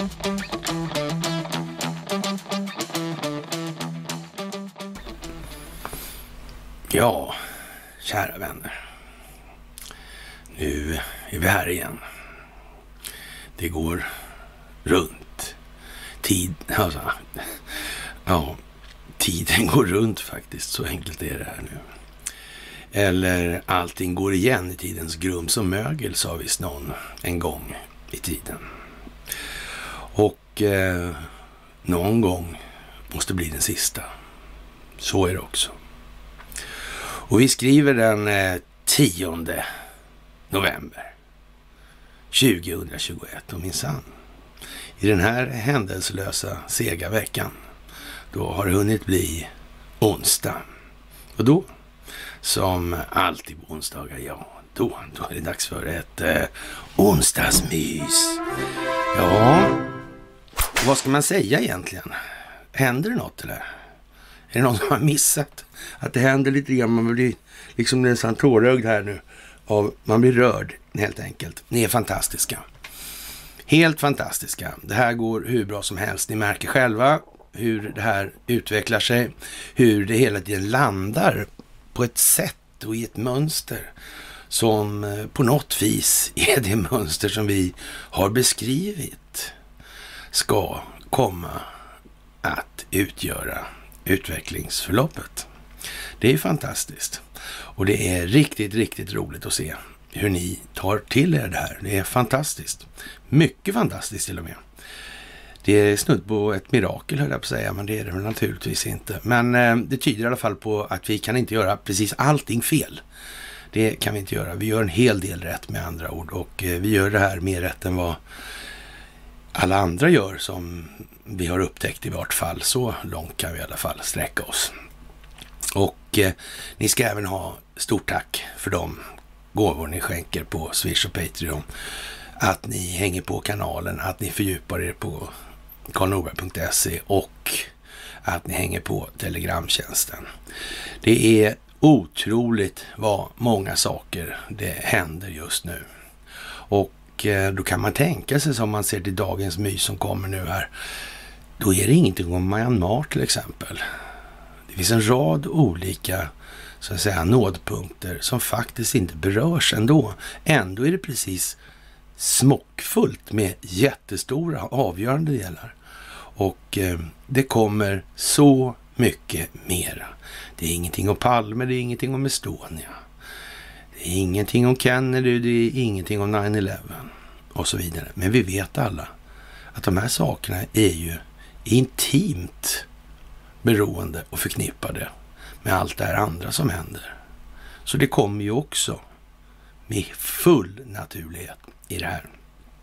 Ja, kära vänner. Nu är vi här igen. Det går runt. Tiden går runt faktiskt. Så enkelt är det här nu. Eller allting går igen i tidens grum som mögel, sa visst någon en gång i tiden. Och någon gång måste bli den sista. Så är det också. Och vi skriver den 10 november 2021 och minsann. I den här händelselösa sega veckan, då har det hunnit bli onsdag. Och då, som alltid på onsdagar, då är det dags för ett onsdagsmys. Ja, vad ska man säga egentligen? Händer det något eller? Är det någon som har missat att det händer lite grann? Man blir liksom nästan tårögd här nu. Man blir rörd helt enkelt. Ni är fantastiska. Helt fantastiska. Det här går hur bra som helst. Ni märker själva hur det här utvecklar sig. Hur det hela tiden landar på ett sätt och i ett mönster som på något vis är det mönster som vi har beskrivit ska komma att utgöra utvecklingsförloppet. Det är fantastiskt. Och det är riktigt, riktigt roligt att se hur ni tar till er det här. Det är fantastiskt. Mycket fantastiskt till och med. Det är snudd på ett mirakel, höll jag på att säga, men det är det väl naturligtvis inte. Men det tyder i alla fall på att vi kan inte göra precis allting fel. Det kan vi inte göra. Vi gör en hel del rätt med andra ord. Och vi gör det här mer rätt än vad alla andra gör som vi har upptäckt i vart fall. Så långt kan vi i alla fall sträcka oss. Och ni ska även ha stort tack för de gåvor ni skänker på Swish och Patreon. Att ni hänger på kanalen, att ni fördjupar er på karlnorberg.se och att ni hänger på telegramtjänsten. Det är otroligt vad många saker det händer just nu. Och då kan man tänka sig, som man ser till dagens mys som kommer nu här, då är det ingenting om Myanmar till exempel. Det finns en rad olika, så att säga, nådpunkter som faktiskt inte berörs ändå. Ändå är det precis smockfullt med jättestora avgörande delar. Och det kommer så mycket mera. Det är ingenting om Palme, det är ingenting om Estonia. Det är ingenting om Kennedy, det är ingenting om 9/11 och så vidare. Men vi vet alla att de här sakerna är ju intimt beroende och förknippade med allt det här andra som händer. Så det kommer ju också med full naturlighet i det här.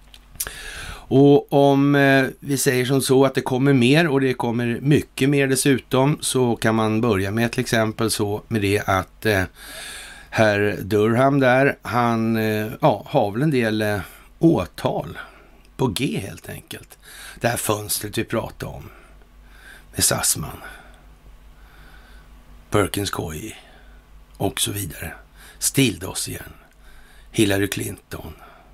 Och om vi säger som så att det kommer mer, och det kommer mycket mer dessutom, så kan man börja med till exempel så med det att herr Durham där, han har väl en del åtal på G helt enkelt. Det här fönstret vi pratade om med Sassman, Perkins Coie och så vidare. Stildos igen. Hillary Clinton,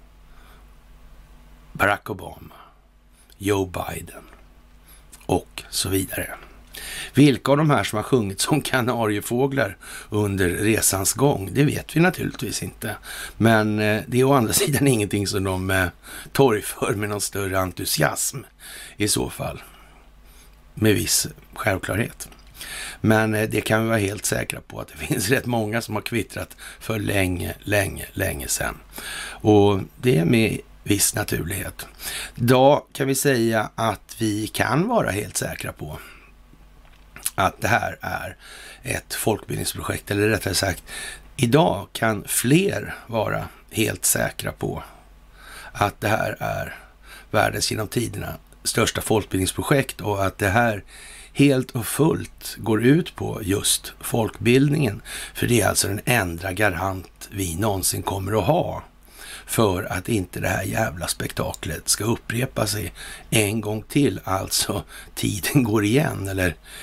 Barack Obama, Joe Biden och så vidare. Vilka av de här som har sjungit som kanariefåglar under resans gång, det vet vi naturligtvis inte. Men det är å andra sidan ingenting som de torgför med någon större entusiasm i så fall. Med viss självklarhet. Men det kan vi vara helt säkra på att det finns rätt många som har kvittrat för länge sedan. Och det är med viss naturlighet. Då kan vi säga att vi kan vara helt säkra på att det här är ett folkbildningsprojekt, eller rättare sagt, idag kan fler vara helt säkra på att det här är världens genom tiderna största folkbildningsprojekt, och att det här helt och fullt går ut på just folkbildningen. För det är alltså den enda garant vi någonsin kommer att ha för att inte det här jävla spektaklet ska upprepa sig en gång till. Alltså tiden går igen, eller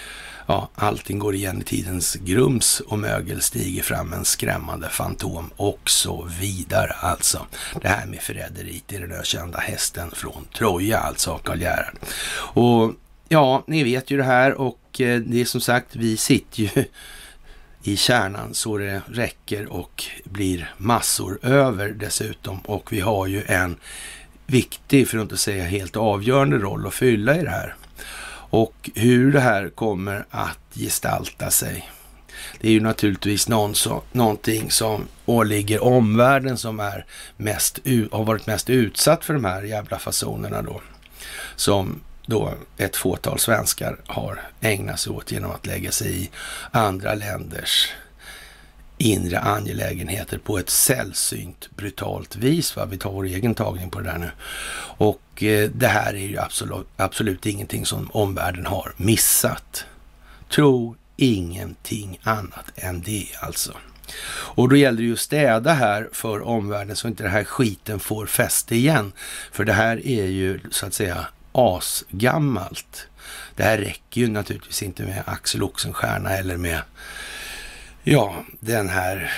allting går igen i tidens grums och mögel, stiger fram en skrämmande fantom och så vidare. Alltså det här med förräderiet i den ökända hästen från Troja, alltså Karl Gerhard. Och ni vet ju det här, och det är som sagt, vi sitter ju i kärnan så det räcker och blir massor över dessutom, och vi har ju en viktig, för att inte säga helt avgörande roll att fylla i det här. Och hur det här kommer att gestalta sig, det är ju naturligtvis någonting som åligger omvärlden, som har varit mest utsatt för de här jävla fasonerna då, som då ett fåtal svenskar har ägnat sig åt genom att lägga sig i andra länders inre angelägenheter på ett sällsynt brutalt vis. Vi tar vår egen tagning på det där nu. Och det här är ju absolut ingenting som omvärlden har missat. Tro ingenting annat än det alltså. Och då gäller det ju att städa här för omvärlden så inte det här skiten får fäste igen. För det här är ju så att säga asgammalt. Det här räcker ju naturligtvis inte med Axel Oxenstierna eller med den här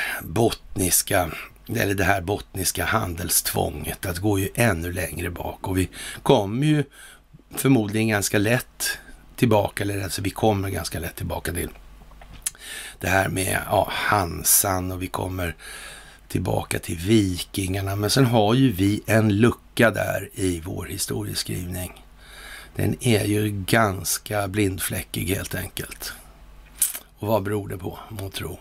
det här bottniska handelstvånget. Att gå ju ännu längre bak, och vi kommer ju förmodligen ganska lätt tillbaka, eller alltså vi kommer ganska lätt tillbaka till det här med Hansan, och vi kommer tillbaka till vikingarna. Men sen har ju vi en lucka där i vår historieskrivning. Den är ju ganska blindfläckig helt enkelt. Och vad beror det på, må tro?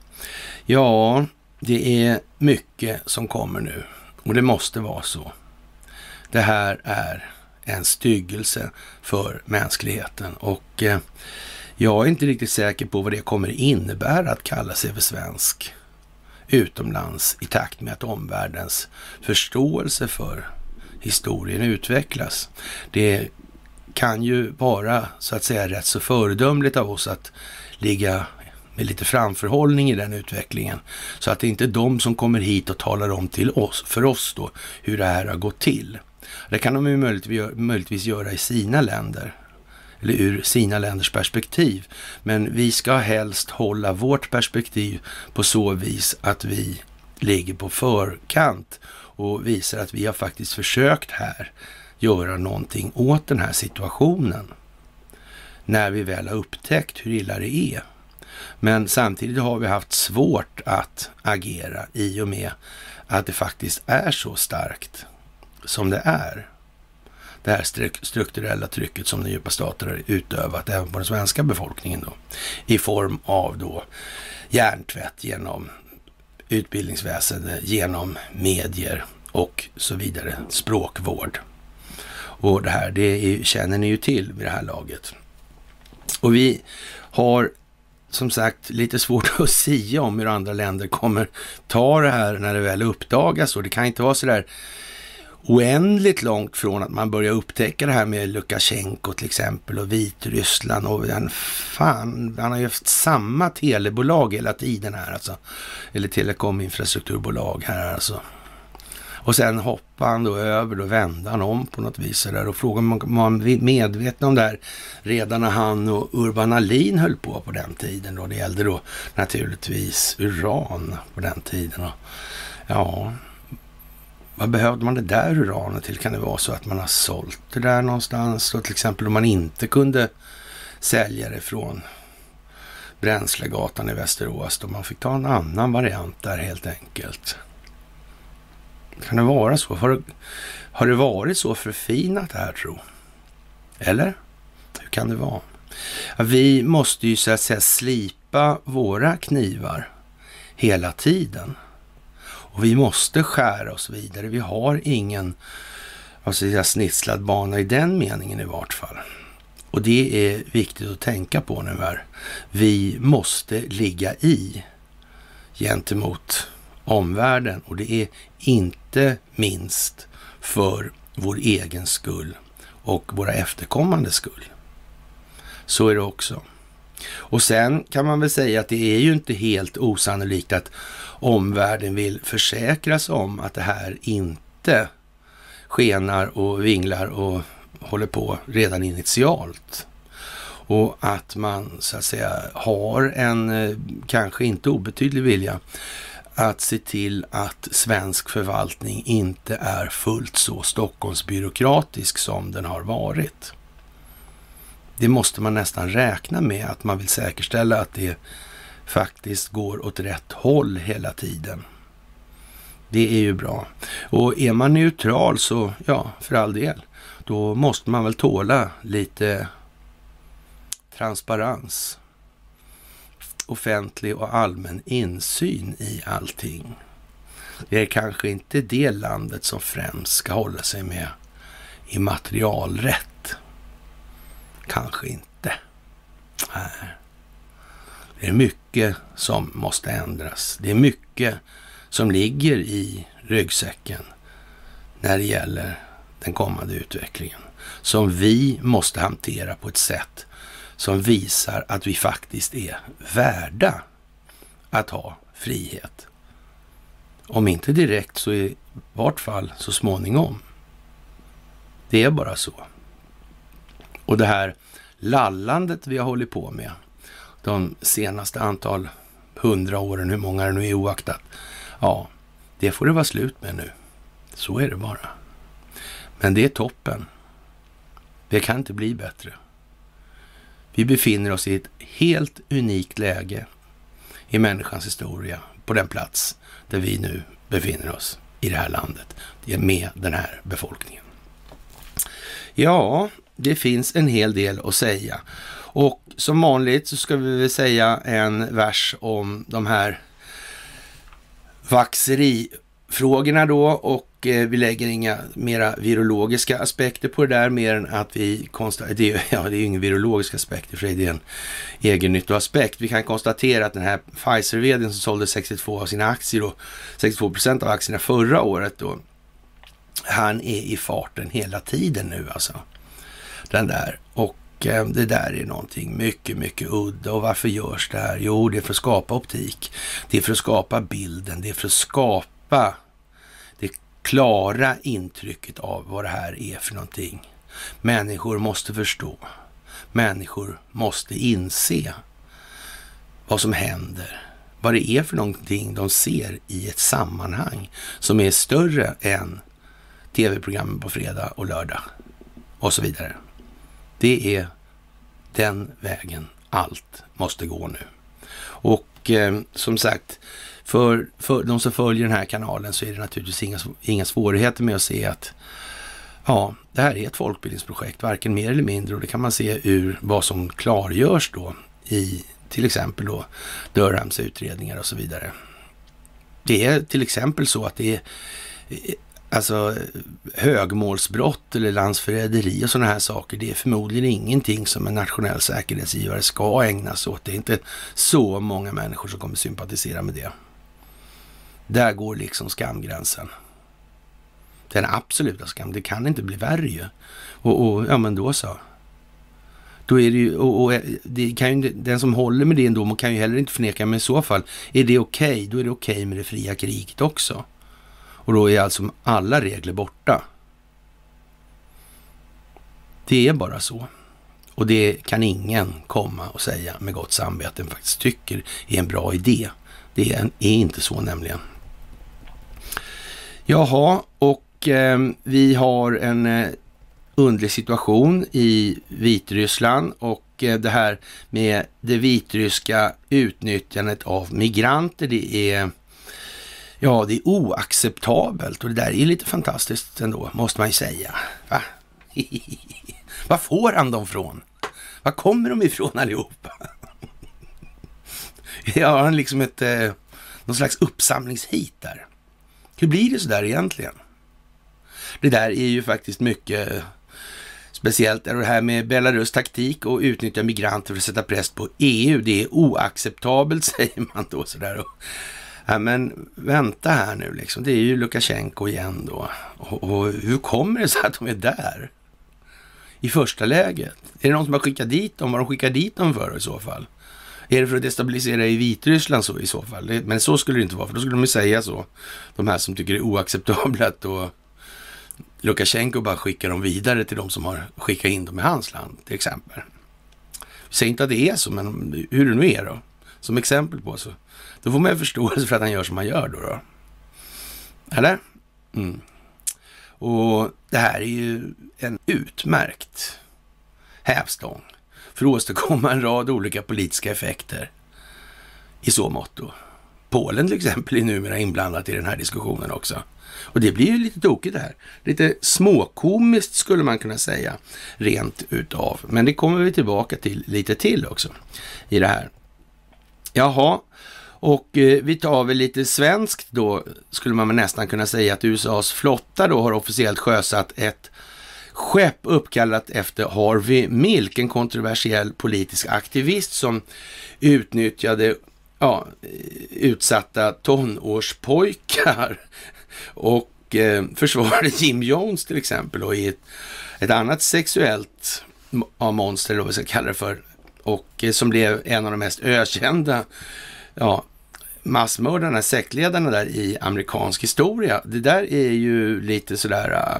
Ja, det är mycket som kommer nu. Och det måste vara så. Det här är en styggelse för mänskligheten. Och jag är inte riktigt säker på vad det kommer innebära att kalla sig för svensk utomlands i takt med att omvärldens förståelse för historien utvecklas. Det kan ju vara så att säga rätt så föredömligt av oss att ligga med lite framförhållning i den utvecklingen, så att det inte är de som kommer hit och talar om för oss då hur det här har gått till. Det kan de ju möjligtvis göra i sina länder, eller ur sina länders perspektiv, men vi ska helst hålla vårt perspektiv på så vis att vi ligger på förkant och visar att vi har faktiskt försökt här göra någonting åt den här situationen när vi väl har upptäckt hur illa det är. Men samtidigt har vi haft svårt att agera i och med att det faktiskt är så starkt som det är. Det här strukturella trycket som den djupa staten har utövat även på den svenska befolkningen då, i form av då hjärntvätt genom utbildningsväsende, genom medier och så vidare, språkvård. Och det här, känner ni ju till vid det här laget. Och vi har som sagt lite svårt att säga om hur andra länder kommer ta det här när det väl uppdagas. Och det kan inte vara så där oändligt långt från att man börjar upptäcka det här med Lukasjenko till exempel och Vitryssland, och han har ju haft samma telebolag hela tiden här alltså, eller telekominfrastrukturbolag här alltså. Och sen hoppar han då över, då vänder han om på något vis där, och frågar om man är medveten om det här redan när han och Urban Ahlin höll på den tiden då. Det gällde då naturligtvis uran på den tiden. Och vad behövde man det där uranet till? Kan det vara så att man har sålt det där någonstans då, till exempel om man inte kunde sälja det från Bränslegatan i Västerås då, man fick ta en annan variant där helt enkelt. Kan det vara så? Har det varit så förfinat det här, tro? Eller? Hur kan det vara? Ja, vi måste ju så att säga slipa våra knivar hela tiden. Och vi måste skära oss vidare. Vi har ingen snitslad bana i den meningen i vart fall. Och det är viktigt att tänka på nu här. Vi måste ligga i gentemot omvärlden, och det är inte minst för vår egen skull och våra efterkommande skull. Så är det också. Och sen kan man väl säga att det är ju inte helt osannolikt att omvärlden vill försäkras om att det här inte skenar och vinglar och håller på redan initialt. och att man så att säga har en kanske inte obetydlig vilja att se till att svensk förvaltning inte är fullt så Stockholmsbyråkratisk som den har varit. Det måste man nästan räkna med, att man vill säkerställa att det faktiskt går åt rätt håll hela tiden. Det är ju bra. Och är man neutral så, ja, för all del, då måste man väl tåla lite transparens, offentlig och allmän insyn i allting. Det är kanske inte det landet som främst ska hålla sig med i materialrätt. Kanske inte. Nej. Det är mycket som måste ändras. Det är mycket som ligger i ryggsäcken när det gäller den kommande utvecklingen, som vi måste hantera på ett sätt som visar att vi faktiskt är värda att ha frihet. Om inte direkt så i vart fall så småningom. Det är bara så. Och det här lallandet vi har hållit på med de senaste antal 100 åren, hur många det nu är oaktat, ja, det får det vara slut med nu. Så är det bara. Men det är toppen. Det kan inte bli bättre. Vi befinner oss i ett helt unikt läge i människans historia på den plats där vi nu befinner oss i det här landet. Det är med den här befolkningen. Ja, det finns en hel del att säga. Och som vanligt så ska vi väl säga en vers om de här vaxerifrågorna då, och vi lägger inga mera virologiska aspekter på det där, mer än att vi konstaterar, det är ju ingen virologisk aspekt, för det är en egennyttoaspekt. Vi kan konstatera att den här Pfizer-vd:n som sålde 62 av sina aktier och 62% av aktierna förra året då, han är i farten hela tiden nu alltså. Den där. Och det där är någonting mycket, mycket udda. Och varför görs det här? Jo, det är för att skapa optik. Det är för att skapa bilden. Det är för att skapa det klara intrycket av vad det här är för någonting. Människor måste förstå. Människor måste inse vad som händer. Vad det är för någonting de ser i ett sammanhang som är större än tv-programmen på fredag och lördag och så vidare. Det är den vägen allt måste gå nu. Och som sagt, för de som följer den här kanalen så är det naturligtvis inga svårigheter med att se att ja, det här är ett folkbildningsprojekt, varken mer eller mindre, och det kan man se ur vad som klargörs då i till exempel då Durhams utredningar och så vidare. Det är till exempel så att det är alltså högmålsbrott eller landsförräderi och sådana här saker, det är förmodligen ingenting som en nationell säkerhetsgivare ska ägna sig åt. Det är inte så många människor som kommer sympatisera med det. Där går liksom skamgränsen. Den absoluta skam. Det kan inte bli värre ju. Och ja, men då så. Då är det ju, och det kan ju, den som håller med det ändå, man kan ju heller inte förneka, men i så fall är det okej. Då är det okej med det fria kriget också. Och då är alltså alla regler borta. Det är bara så. Och det kan ingen komma och säga med gott samvete att den faktiskt tycker är en bra idé. Det är inte så nämligen. Jaha, och vi har en underlig situation i Vitryssland, och det här med det vitryska utnyttjandet av migranter, det är oacceptabelt, och det där är lite fantastiskt ändå, måste man ju säga. Va? Var får han dem från? Var kommer de ifrån allihopa? Ja, liksom någon slags uppsamlingshit där. Hur blir det så där egentligen? Det där är ju faktiskt mycket speciellt. Det här med Belarus taktik och utnyttja migranter för att sätta press på EU. Det är oacceptabelt, säger man då sådär. Ja, men vänta här nu liksom. Det är ju Lukasjenko igen då. Och hur kommer det sig att de är där? I första läget. Är det någon som har skickat dit dem? Vad de skickar dit dem för i så fall? Är det för att destabilisera i Vitryssland så i så fall? Men så skulle det inte vara, för då skulle de ju säga så. De här som tycker det är oacceptabelt, och Lukasjenko bara skickar dem vidare till de som har skickat in dem i hans land till exempel. Säg inte att det är så, men hur det nu är då. Som exempel på så. Då får man ju förståelse för att han gör som han gör då. Eller? Mm. Och det här är ju en utmärkt hävstång för att åstadkomma en rad olika politiska effekter i så mått då. Polen till exempel är numera inblandat i den här diskussionen också. Och det blir ju lite tokigt det här. Lite småkomiskt skulle man kunna säga rent utav. Men det kommer vi tillbaka till lite till också i det här. Jaha, och vi tar väl lite svenskt då, skulle man nästan kunna säga att USAs flotta då har officiellt sjösatt ett skepp uppkallat efter Harvey Milk, en kontroversiell politisk aktivist som utnyttjade utsatta tonårspojkar och försvarade Jim Jones till exempel och i ett annat sexuellt monster, eller vad vi ska kalla det för, och som blev en av de mest ökända massmördarna, sektledarna där i amerikansk historia. Det där är ju lite sådär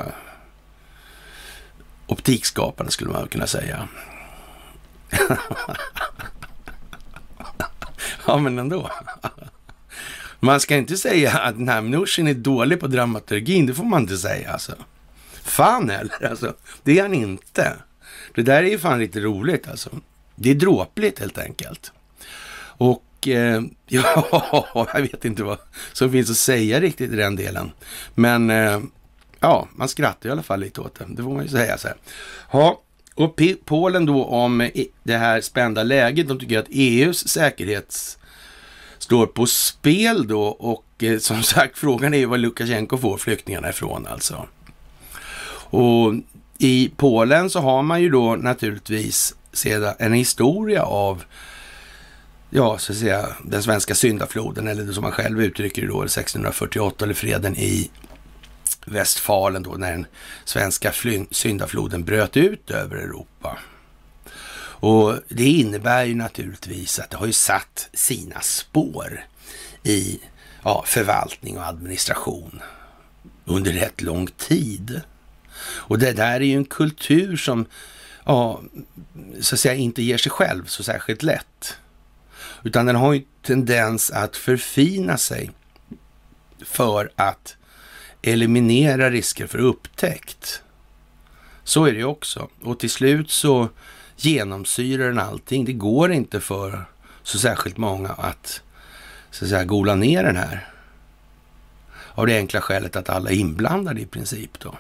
optikskapande skulle man kunna säga. Ja, men ändå. Man ska inte säga att Namnushin är dålig på dramaturgin, det får man inte säga alltså. Fan heller alltså, det är han inte. Det där är ju fan lite roligt alltså. Det är dråpligt helt enkelt. Och jag vet inte vad som finns att säga riktigt i den delen. Men man skrattar i alla fall lite åt det. Det får man ju säga så här. Ja, och Polen då om det här spända läget. De tycker att EUs säkerhet står på spel då. Och som sagt, frågan är ju var Lukasjenko får flyktingarna ifrån alltså. Och i Polen så har man ju då naturligtvis sedan en historia av så att säga den svenska syndafloden, eller det som man själv uttrycker det då, 1648, eller freden i Westfalen då, när den svenska syndafloden bröt ut över Europa. Och det innebär ju naturligtvis att det har ju satt sina spår i förvaltning och administration under rätt lång tid. Och det där är ju en kultur som så att säga inte ger sig själv så särskilt lätt. Utan den har ju tendens att förfina sig för att eliminera risker för upptäckt. Så är det ju också. Och till slut så genomsyrar den allting. Det går inte för så särskilt många att så att säga gola ner den här. Av det enkla skälet att alla är inblandade i princip då.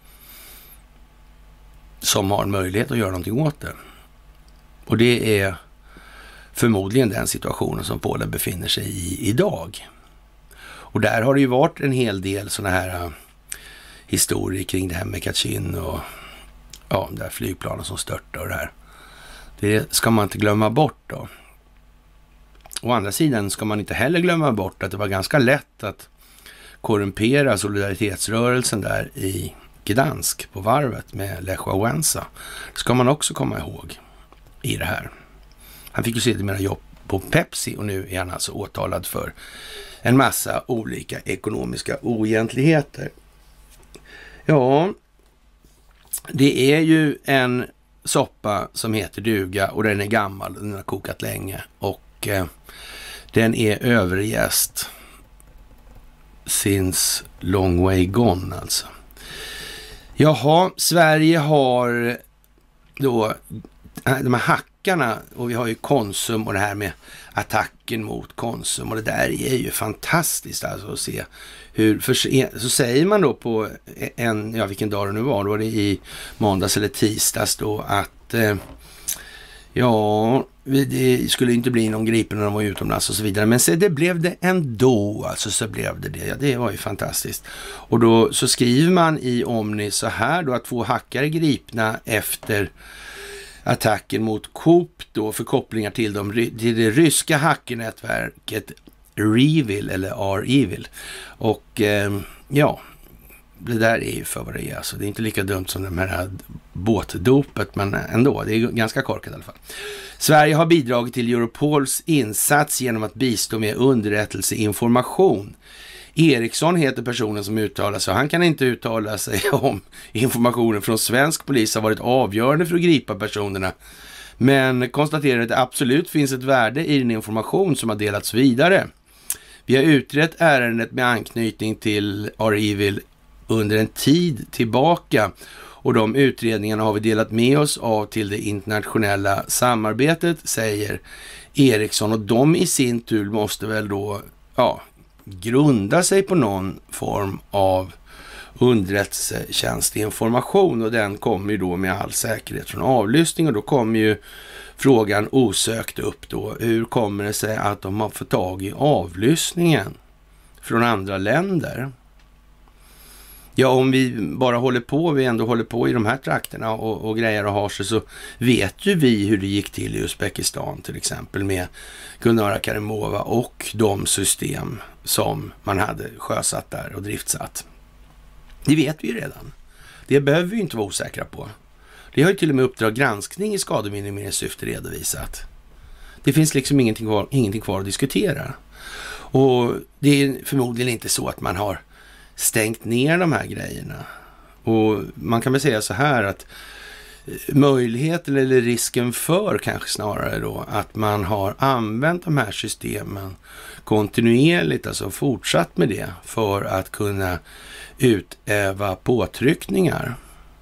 Som har möjlighet att göra någonting åt det. Och det är förmodligen den situationen som Polen befinner sig i idag. Och där har det ju varit en hel del sådana här historier kring det här med Kachin och det här flygplanen som störtar och det här. Det ska man inte glömma bort då. Å andra sidan ska man inte heller glömma bort att det var ganska lätt att korrumpera solidaritetsrörelsen där i Gdansk på varvet med Lech Wałęsa. Det ska man också komma ihåg i det här. Han fick ju sedermera jobb på Pepsi och nu är han alltså åtalad för en massa olika ekonomiska oegentligheter. Ja, det är ju en soppa som heter duga och den är gammal, den har kokat länge och den är överjäst since long way gone alltså. Jaha, Sverige har då de här hackarna och vi har ju Konsum och det här med attacken mot Konsum och det där är ju fantastiskt alltså att se hur, så säger man då på vilken dag det nu var, då var det i måndags eller tisdags då att det skulle inte bli någon gripen när de var utomlands och så vidare. Men det blev det ändå. Alltså så blev det. Ja, det var ju fantastiskt. Och då så skriver man i Omni så här då att 2 hackare gripna efter attacken mot Coop då för kopplingar till det ryska hackernätverket Revil eller R-Evil. Och det där är ju för vad det är. Alltså, det är inte lika dumt som det här båtdopet, men ändå, det är ganska korkat i alla fall. Sverige har bidragit till Europols insats genom att bistå med underrättelseinformation. Eriksson heter personen som uttalar sig. Han kan inte uttala sig om informationen från svensk polis har varit avgörande för att gripa personerna Men konstaterar att det absolut finns ett värde i den information som har delats vidare. Vi har utrett ärendet med anknytning till R-Evil under en tid tillbaka och de utredningarna har vi delat med oss av till det internationella samarbetet, säger Eriksson, och de i sin tur måste väl då grunda sig på någon form av underrättelsetjänstinformation och den kommer ju då med all säkerhet från avlyssning och då kommer ju frågan osökt upp då. Hur kommer det sig att de har fått tag i avlyssningen från andra länder? Ja, om vi bara håller på i de här trakterna och grejer och har sig så vet ju vi hur det gick till i Uzbekistan till exempel med Gulnara Karimova och de system som man hade sjösatt där och driftsatt. Det vet vi ju redan. Det behöver vi ju inte vara osäkra på. Det har ju till och med Uppdrag granskning i skademinimeringssyfte redovisat. Det finns liksom ingenting kvar att diskutera. Och det är förmodligen inte så att man har stängt ner de här grejerna. Och man kan väl säga så här att möjligheten eller risken för kanske snarare då att man har använt de här systemen kontinuerligt, alltså fortsatt med det för att kunna utöva påtryckningar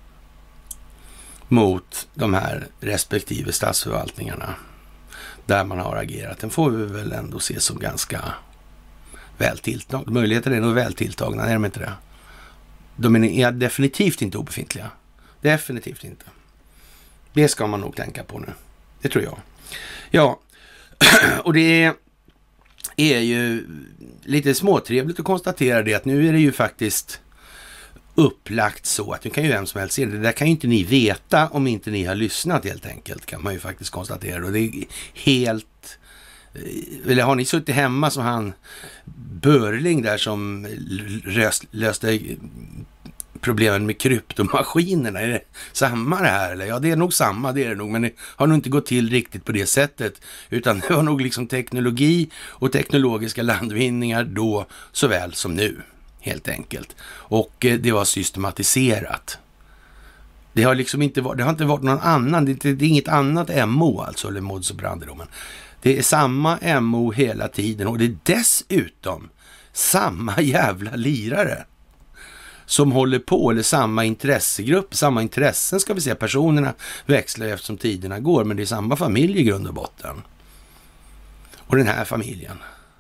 mot de här respektive statsförvaltningarna där man har agerat. Den får vi väl ändå se som ganska väl tilltagna. Möjligheterna är nog väl tilltagna, är de inte det? De är definitivt inte obefintliga. Definitivt inte. Det ska man nog tänka på nu. Det tror jag. Ja, och det är ju lite småtrevligt att konstatera det att nu är det ju faktiskt upplagt så att nu kan ju vem som helst se det. Det där kan ju inte ni veta om inte ni har lyssnat helt enkelt, kan man ju faktiskt konstatera. Och det är helt... Eller har ni suttit hemma som han Börling där som löste problemen med kryptomaskinerna? Är det samma det här? Eller? Ja, det är nog samma, det är det nog. Men det har nog inte gått till riktigt på det sättet. Utan det var nog liksom teknologi och teknologiska landvinningar då såväl som nu. Helt enkelt. Och det var systematiserat. Det har liksom inte varit, det har inte varit någon annan, det är inget annat MO alltså, eller modus operandi då, men det är samma MO hela tiden och det är dessutom samma jävla lirare som håller på, eller samma intressegrupp, samma intressen ska vi säga, personerna växlar eftersom tiderna går, men det är samma familj i grund och botten. Och den här familjen,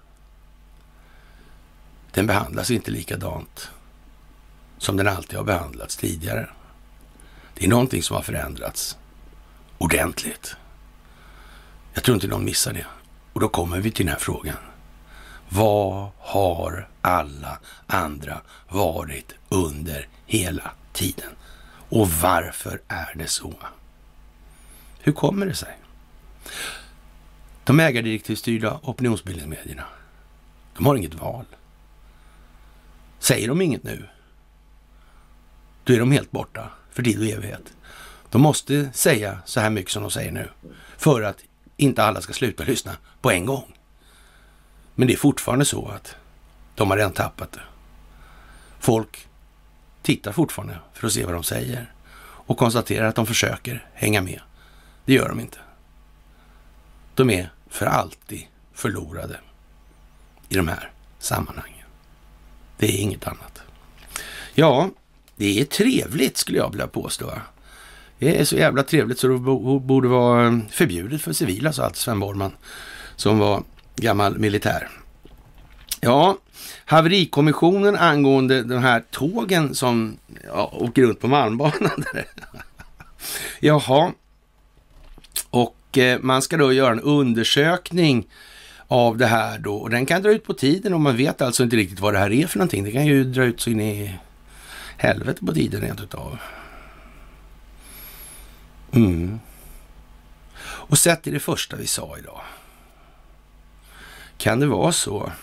den behandlas inte likadant som den alltid har behandlats tidigare. Det är någonting som har förändrats ordentligt. Jag tror inte någon missar det. Och då kommer vi till den här frågan. Vad har alla andra varit under hela tiden? Och varför är det så? Hur kommer det sig? De ägardirektivstyrda opinionsbildningsmedierna, de har inget val. Säger de inget nu, då är de helt borta för tid och evighet. De måste säga så här mycket som de säger nu för att inte alla ska sluta lyssna på en gång. Men det är fortfarande så att de har redan tappat det. Folk tittar fortfarande för att se vad de säger och konstaterar att de försöker hänga med. Det gör de inte. De är för alltid förlorade i de här sammanhangen. Det är inget annat. Ja, det är trevligt skulle jag vilja påstå. Det är så jävla trevligt så det borde vara förbjudet för civila, så allt Sven Borgman som var gammal militär. Ja, haverikommissionen angående de här tågen som åker runt på Malmbanan. Jaha, och man ska då göra en undersökning av det här då, och den kan dra ut på tiden och man vet alltså inte riktigt vad det här är för någonting. Det kan ju dra ut så in i helvete på tiden rent utav. Och sett till det första vi sa idag. Kan det vara så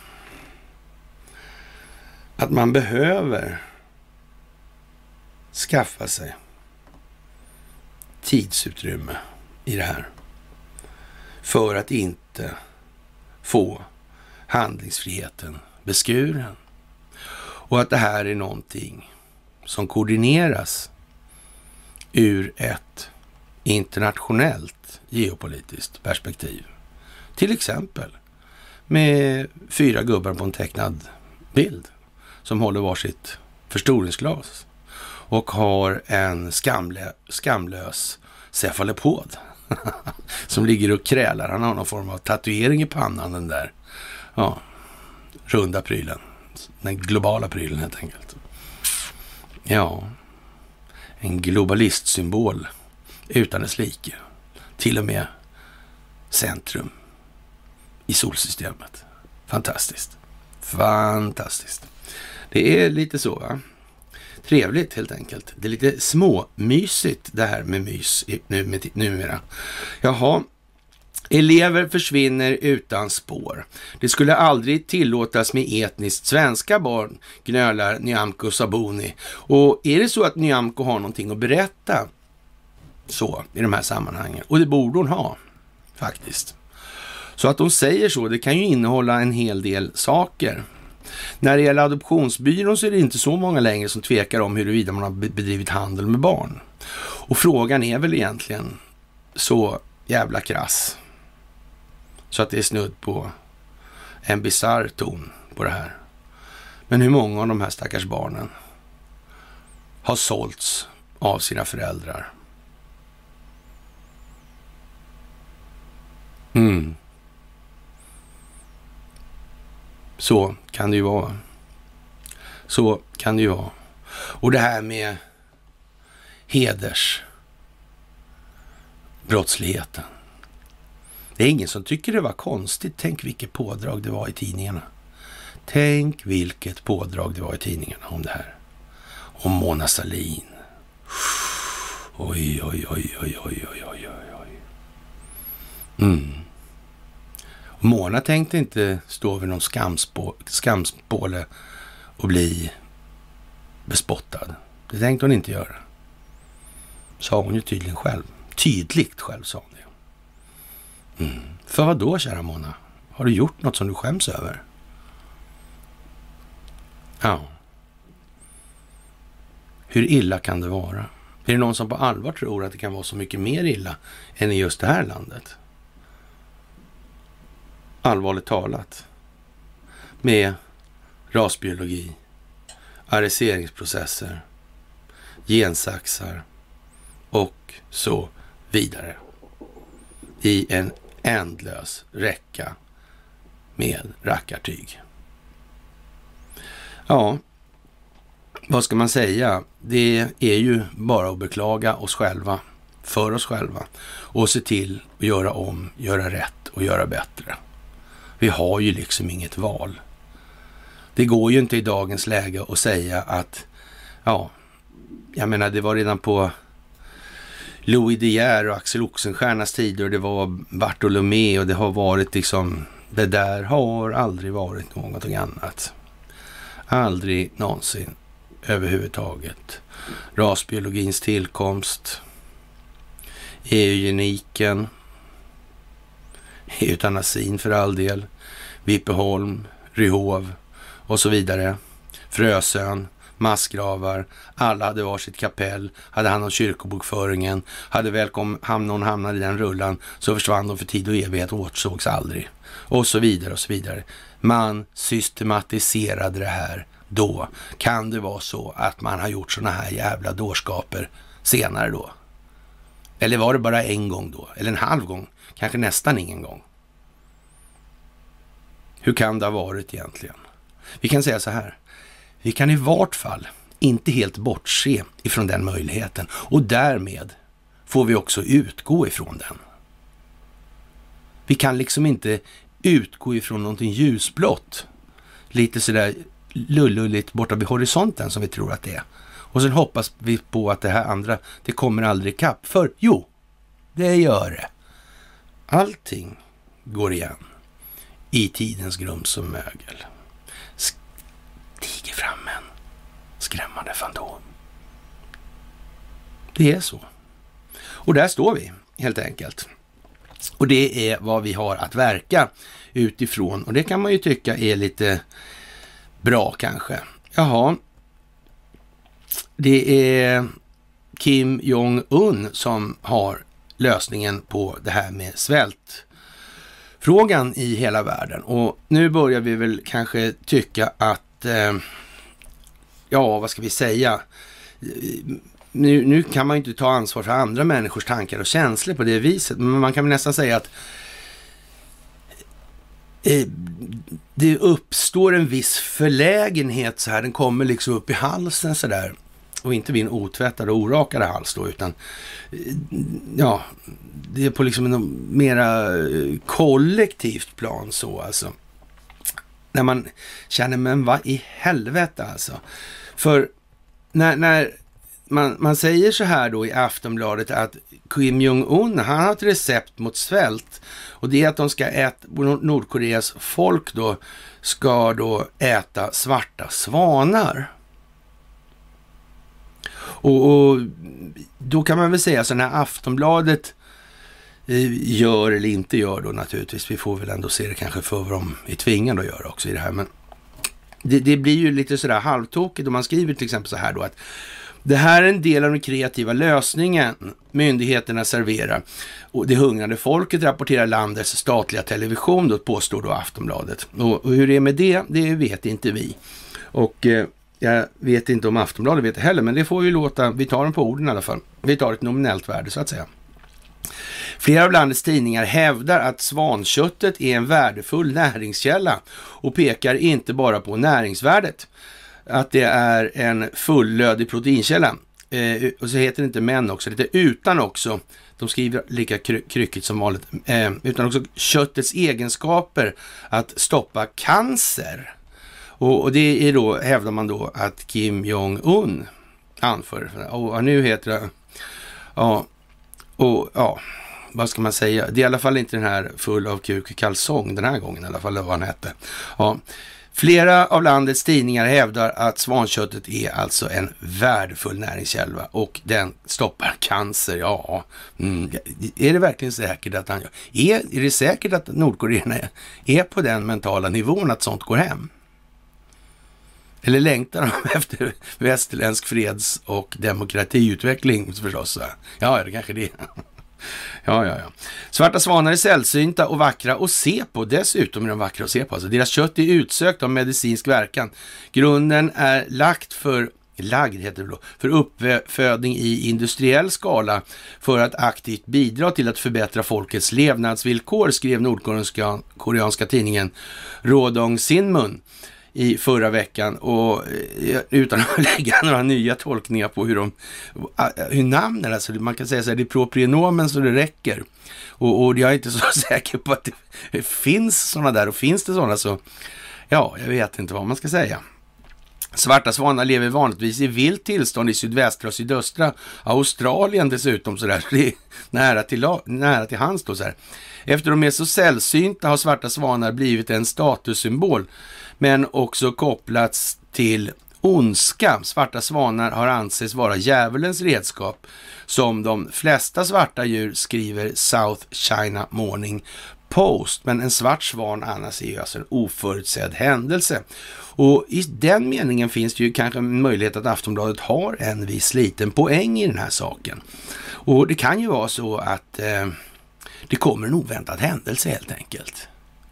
att man behöver skaffa sig tidsutrymme i det här för att inte få handlingsfriheten beskuren, och att det här är någonting som koordineras ur ett internationellt geopolitiskt perspektiv. Till exempel med 4 gubbar på en tecknad bild som håller varsitt förstoringsglas och har en skamlös cefalopod som ligger och krälar. Han har någon form av tatuering i pannan, den där runda prylen. Den globala prylen helt enkelt. Ja, en globalistsymbol utan dess like. Till och med centrum i solsystemet. Fantastiskt. Fantastiskt. Det är lite så, va? Trevligt helt enkelt. Det är lite småmysigt det här med mys numera. Jaha. Elever försvinner utan spår. Det skulle aldrig tillåtas med etniskt svenska barn, gnölar Nyamko Sabuni. Och är det så att Nyamko har någonting att berätta så i de här sammanhangen, och det borde hon ha faktiskt. Så att de säger så, det kan ju innehålla en hel del saker. När det gäller adoptionsbyrån så är det inte så många längre som tvekar om huruvida man har bedrivit handel med barn. Och frågan är väl egentligen så jävla krass så att det är snudd på en bizarr ton på det här. Men hur många av de här stackars barnen har sålts av sina föräldrar? Så kan det ju vara. Så kan det ju vara. Och det här med hedersbrottsligheten. Det är ingen som tycker det var konstigt. Tänk vilket pådrag det var i tidningarna. Tänk vilket pådrag det var i tidningarna om det här. Om Mona Sahlin. Oj, oj, oj, oj, oj, oj, oj, oj. Mona tänkte inte stå vid någon skamspåle och bli bespottad. Det tänkte hon inte göra. Sa hon ju tydligen själv. Tydligt själv sa hon det. För vad då, kära Mona? Har du gjort något som du skäms över? Ja. Hur illa kan det vara? Är det någon som på allvar tror att det kan vara så mycket mer illa än i just det här landet? Allvarligt talat. Med rasbiologi, arresteringsprocesser, gensaxar och så vidare. I en ändlös räcka med rackartyg. Ja, vad ska man säga? Det är ju bara att beklaga oss själva, för oss själva, och se till att göra om, göra rätt och göra bättre. Vi har ju liksom inget val. Det går ju inte i dagens läge att säga att, jag menar det var redan på Louis De Geer och Axel Oxenstiernas tider, och det var Bartolomé, och det har varit liksom, det där har aldrig varit någonting annat. Aldrig någonsin överhuvudtaget. Rasbiologins tillkomst, eugeniken, eutanasin för all del, Vipeholm, Ryhov och så vidare, Frösön, massgravar, alla hade varsitt kapell, hade hand om kyrkobokföringen, hade väl någon hamnade i den rullan så försvann de för tid och evighet och återsågs aldrig. Och så vidare och så vidare. Man systematiserade det här då. Kan det vara så att man har gjort såna här jävla dårskaper senare då? Eller var det bara en gång då? Eller en halv gång? Kanske nästan ingen gång. Hur kan det ha varit egentligen? Vi kan säga så här. Vi kan i vart fall inte helt bortse ifrån den möjligheten. Och därmed får vi också utgå ifrån den. Vi kan liksom inte utgå ifrån någonting ljusblått. Lite sådär lullulligt borta vid horisonten som vi tror att det är. Och sen hoppas vi på att det här andra, det kommer aldrig ikapp. För jo, det gör det. Allting går igen i tidens grums och mögel. Stiger fram en skrämmande fantom. Det är så. Och där står vi helt enkelt. Och det är vad vi har att verka utifrån. Och det kan man ju tycka är lite bra kanske. Jaha. Det är Kim Jong-Un som har lösningen på det här med svältfrågan i hela världen. Och nu börjar vi väl kanske tycka att, vad ska vi säga? Nu kan man ju inte ta ansvar för andra människors tankar och känslor på det viset. Men man kan väl nästan säga att det uppstår en viss förlägenhet så här. Den kommer liksom upp i halsen så där. Och inte vid en otvättad och orakad hals då, utan det är på liksom en mera kollektivt plan så alltså. När man känner, men vad i helvete alltså. För när man säger så här då i Aftonbladet att Kim Jong-Un, han har ett recept mot svält. Och det är att de ska Nordkoreas folk då ska då äta svarta svanar. Och då kan man väl säga så när Aftonbladet gör eller inte gör då naturligtvis. Vi får väl ändå se det kanske för vad de är tvingade att göra också i det här. Men det blir ju lite sådär halvtokigt om man skriver till exempel så här då att det här är en del av den kreativa lösningen myndigheterna serverar. Och det hungrande folket rapporterar landets statliga television då, påstår då Aftonbladet. Och hur det är med det vet inte vi. Och jag vet inte om Aftonbladet vet det heller, men det får vi låta, vi tar dem på orden i alla fall. Vi tar ett nominellt värde så att säga. Flera av landets tidningar hävdar att svanköttet är en värdefull näringskälla och pekar inte bara på näringsvärdet, att det är en fullödig proteinkälla. Och så heter det inte men också, det är utan också, de skriver lika kryckigt som vanligt, utan också köttets egenskaper att stoppa cancer. Och det är då, hävdar man då att Kim Jong-Un anför. Och nu heter det, vad ska man säga? Det är i alla fall inte den här full av kuk kalsong den här gången i alla fall, vad han hette. Ja. Flera av landets tidningar hävdar att svanköttet är alltså en värdefull näringskälla och den stoppar cancer. Är det verkligen säkert att han gör? Är det säkert att Nordkoreerna är på den mentala nivån att sånt går hem? Eller längtar de efter västerländsk freds- och demokratiutveckling förstås? Ja, det kanske det. Ja. Svarta svanar är sällsynta och vackra att se på. Dessutom är de vackra att se på. Alltså, deras kött är utsökt av medicinsk verkan. Grunden är lagd för uppfödning i industriell skala för att aktivt bidra till att förbättra folkets levnadsvillkor, skrev nordkoreanska tidningen Rodong Sinmun i förra veckan, och utan att lägga några nya tolkningar på hur namnen, alltså man kan säga så här, det är proprenomen så det räcker, och jag är inte så säker på att det finns sådana där, och finns det sådana så jag vet inte vad man ska säga. Svarta svanar lever vanligtvis i vilt tillstånd i sydvästra och sydöstra Australien dessutom, så där, det är nära till hands då så här. Efter de är så sällsynta har svarta svanar blivit en statussymbol, men också kopplats till ondska. Svarta svanar har anses vara djävulens redskap, som de flesta svarta djur, skriver South China Morning Post. Men en svart svan annars är ju alltså en oförutsedd händelse. Och i den meningen finns det ju kanske en möjlighet att Aftonbladet har en viss liten poäng i den här saken. Och det kan ju vara så att det kommer en oväntad händelse helt enkelt.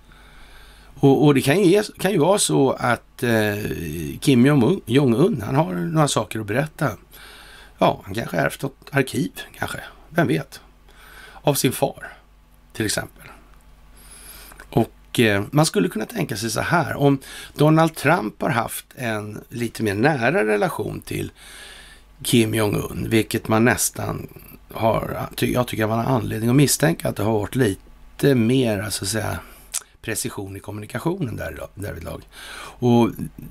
Och det kan ju vara så att Kim Jong-Un, han har några saker att berätta. Ja, han kanske ärvt ett arkiv, kanske. Vem vet? Av sin far, till exempel. Och man skulle kunna tänka sig så här. Om Donald Trump har haft en lite mer nära relation till Kim Jong-Un, vilket man nästan har, jag tycker man har anledning att misstänka att det har varit lite mer, alltså att säga, precision i kommunikationen därvidlag. Och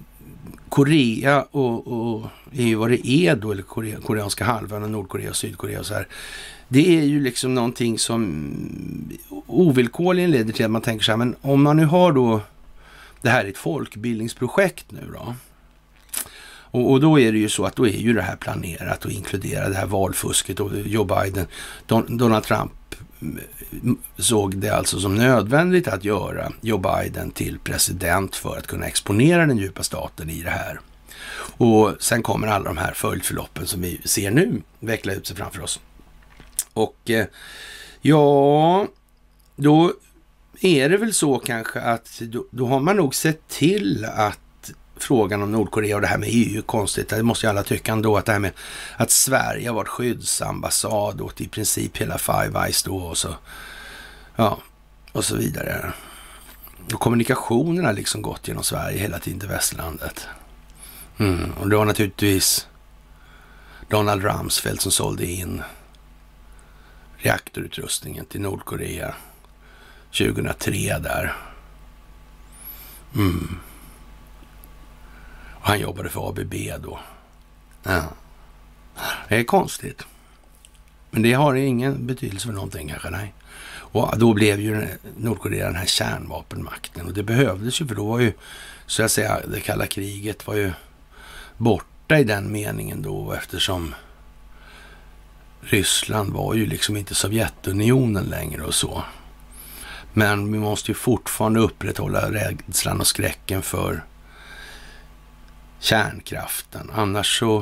Korea och är ju vad det är då, eller koreanska halvön och Nordkorea och Sydkorea och så här. Det är ju liksom någonting som ovillkorligen leder till att man tänker så här, men om man nu har då, det här är ett folkbildningsprojekt nu då. Och då är det ju så att då är ju det här planerat och inkluderar det här valfusket, och Joe Biden, Donald Trump såg det alltså som nödvändigt att göra Joe Biden till president för att kunna exponera den djupa staten i det här. Och sen kommer alla de här följdförloppen som vi ser nu veckla ut sig framför oss. Och ja, då är det väl så kanske att då har man nog sett till att frågan om Nordkorea och det här med EU är konstigt. Det måste ju alla tycka ändå, att det här med att Sverige har varit skyddsambassad åt i princip hela Five Eyes då och så, ja, och så vidare. Och kommunikationerna liksom gått genom Sverige hela tiden till västlandet. Och det var naturligtvis Donald Rumsfeld som sålde in reaktorutrustningen till Nordkorea 2003 där. Och han jobbade för ABB då. Ja. Det är konstigt. Men det har ingen betydelse för någonting kanske, nej. Och då blev ju Nordkorea den här kärnvapenmakten. Och det behövdes ju, för då var ju, så att säga, det kalla kriget var ju borta i den meningen då, eftersom Ryssland var ju liksom inte Sovjetunionen längre och så. Men vi måste ju fortfarande upprätthålla rädslan och skräcken för kärnkraften. Annars så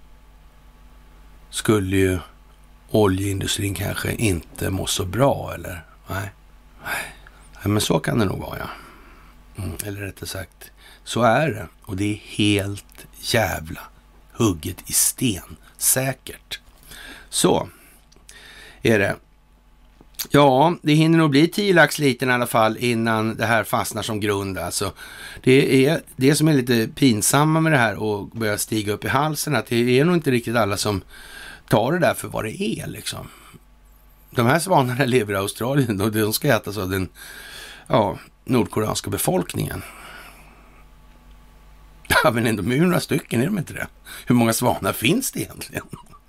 skulle ju oljeindustrin kanske inte må så bra, eller? Nej, men så kan det nog vara, ja. Eller rättare sagt, så är det. Och det är helt jävla hugget i sten, säkert. Så är det. Ja, det hinner nog bli 10 lax liten i alla fall innan det här fastnar som grund. Alltså, det är det som är lite pinsamma med det här och börja stiga upp i halsen, att det är nog inte riktigt alla som tar det där för vad det är liksom. De här svanarna lever i Australien och de ska ätas av den nordkoreanska befolkningen. Ja, men ändå med 100 stycken, är de inte det? Hur många svanar finns det egentligen?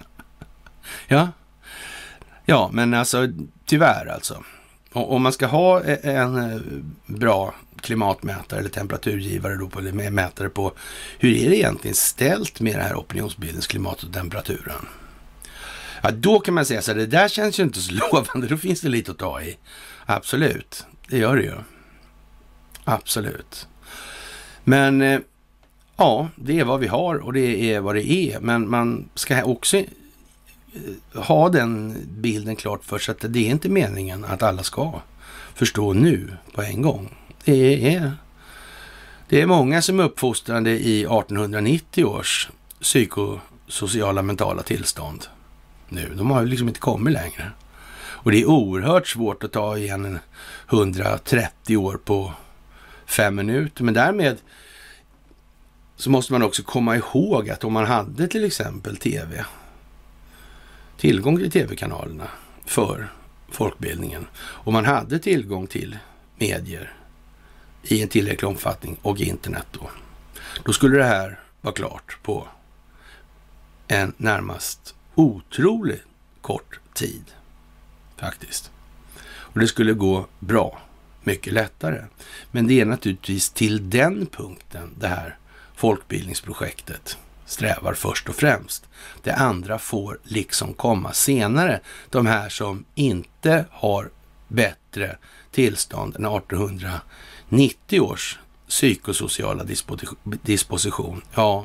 Ja, men alltså tyvärr alltså. Om man ska ha en bra klimatmätare eller temperaturgivare då, eller mätare på hur är det egentligen ställt med det här opinionsbildens klimat och temperaturen. Ja, då kan man säga så här, det där känns ju inte så lovande, då finns det lite att ta i. Absolut, det gör det ju. Absolut. Men ja, det är vad vi har och det är vad det är. Men man ska också ha den bilden klart för sig, att det är inte meningen att alla ska förstå nu på en gång. Det är många som är uppfostrande i 1890 års psykosociala mentala tillstånd nu. De har ju liksom inte kommit längre. Och det är oerhört svårt att ta igen 130 år på 5 minuter. Men därmed så måste man också komma ihåg att om man hade till exempel tillgång till tv-kanalerna för folkbildningen, och man hade tillgång till medier i en tillräcklig omfattning och internet då skulle det här vara klart på en närmast otroligt kort tid faktiskt. Och det skulle gå bra, mycket lättare. Men det är naturligtvis till den punkten det här folkbildningsprojektet strävar först och främst. Det andra får liksom komma senare. De här som inte har bättre tillstånd än 1890 års psykosociala disposition. Ja,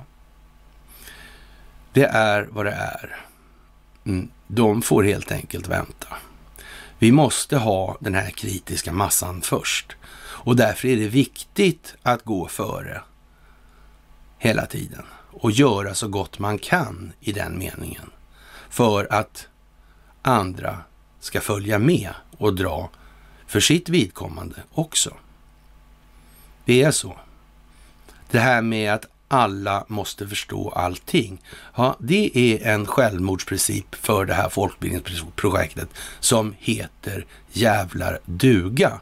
det är vad det är. De får helt enkelt vänta. Vi måste ha den här kritiska massan först. Och därför är det viktigt att gå före hela tiden. Och göra så gott man kan i den meningen. För att andra ska följa med och dra för sitt vidkommande också. Det är så. Det här med att alla måste förstå allting. Ja, det är en självmordsprincip för det här folkbildningsprojektet som heter jävlar duga.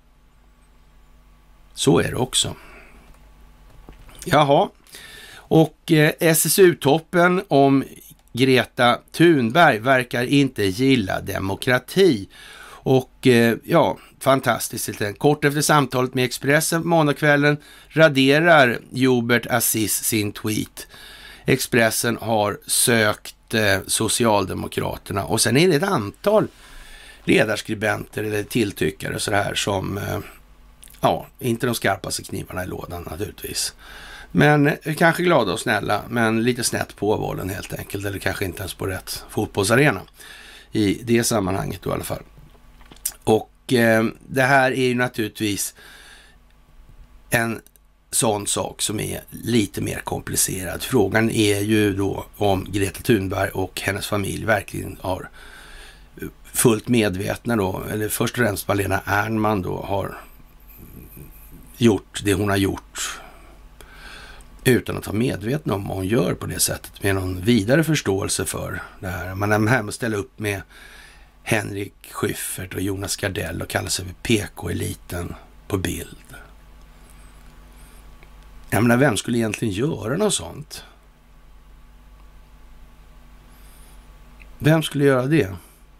Så är det också. Jaha. Och SSU-toppen om Greta Thunberg verkar inte gilla demokrati. Och fantastiskt. Kort efter samtalet med Expressen måndagskvällen raderar Hubert Aziz sin tweet. Expressen har sökt Socialdemokraterna och sen är det ett antal ledarskribenter eller tilltyckare så här som inte de skarpaste knivarna i lådan naturligtvis. Men kanske glada och snälla, men lite snett på bollen helt enkelt, eller kanske inte ens på rätt fotbollsarena. i det sammanhanget då i alla fall. Och det här är ju naturligtvis en sån sak som är lite mer komplicerad. Frågan är ju då om Greta Thunberg och hennes familj verkligen har fullt medvetna då, eller först och främst Malena Ernman då har gjort det hon har gjort utan att vara medveten om vad hon gör på det sättet, med någon vidare förståelse för det här. Man är här med att ställa upp med Henrik Schyffert och Jonas Gardell och kallar sig för PK-eliten på bild. Jag menar, vem skulle egentligen göra något sånt? Vem skulle göra det?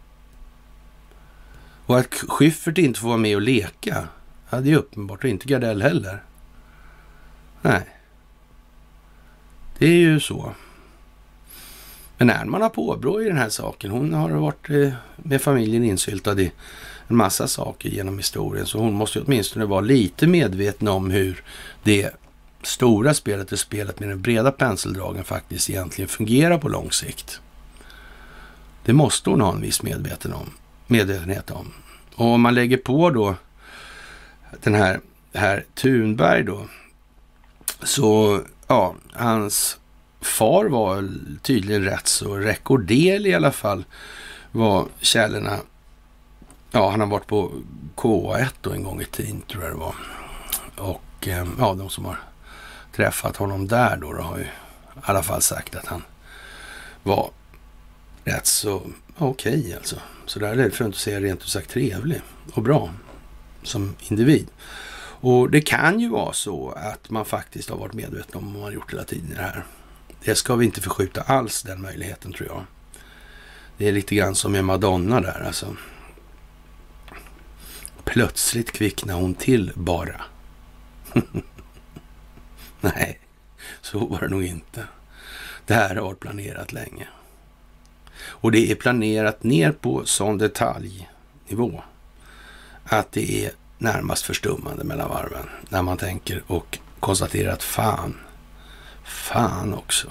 Och att Schyffert inte får vara med och leka, ja, det är uppenbart, och inte Gardell heller. Nej. Det är ju så. Men Ernman har påbrå i den här saken. Hon har varit med familjen insyltad i en massa saker genom historien. Så hon måste åtminstone vara lite medveten om hur det stora spelet är spelet med den breda penseldragen faktiskt egentligen fungerar på lång sikt. Det måste hon ha en viss medvetenhet om. Och om man lägger på då den här Thunberg då, så ja, hans far var tydligen rätt så rekordel i alla fall, var källorna. Ja, han har varit på K1 då en gång i tiden, tror jag det var. Och ja, de som har träffat honom där då har ju i alla fall sagt att han var rätt så okej, alltså. Så där är det, för att inte säga rent ut sagt, trevlig och bra som individ. Och det kan ju vara så att man faktiskt har varit medveten om vad man har gjort hela tiden i det här. Det ska vi inte förskjuta alls, den möjligheten, tror jag. Det är lite grann som med Madonna där, alltså. Plötsligt kvicknar hon till bara. Nej, så var det nog inte. Det här har varit planerat länge. Och det är planerat ner på sån detaljnivå att det är närmast förstummande mellan varven när man tänker och konstaterar att fan också.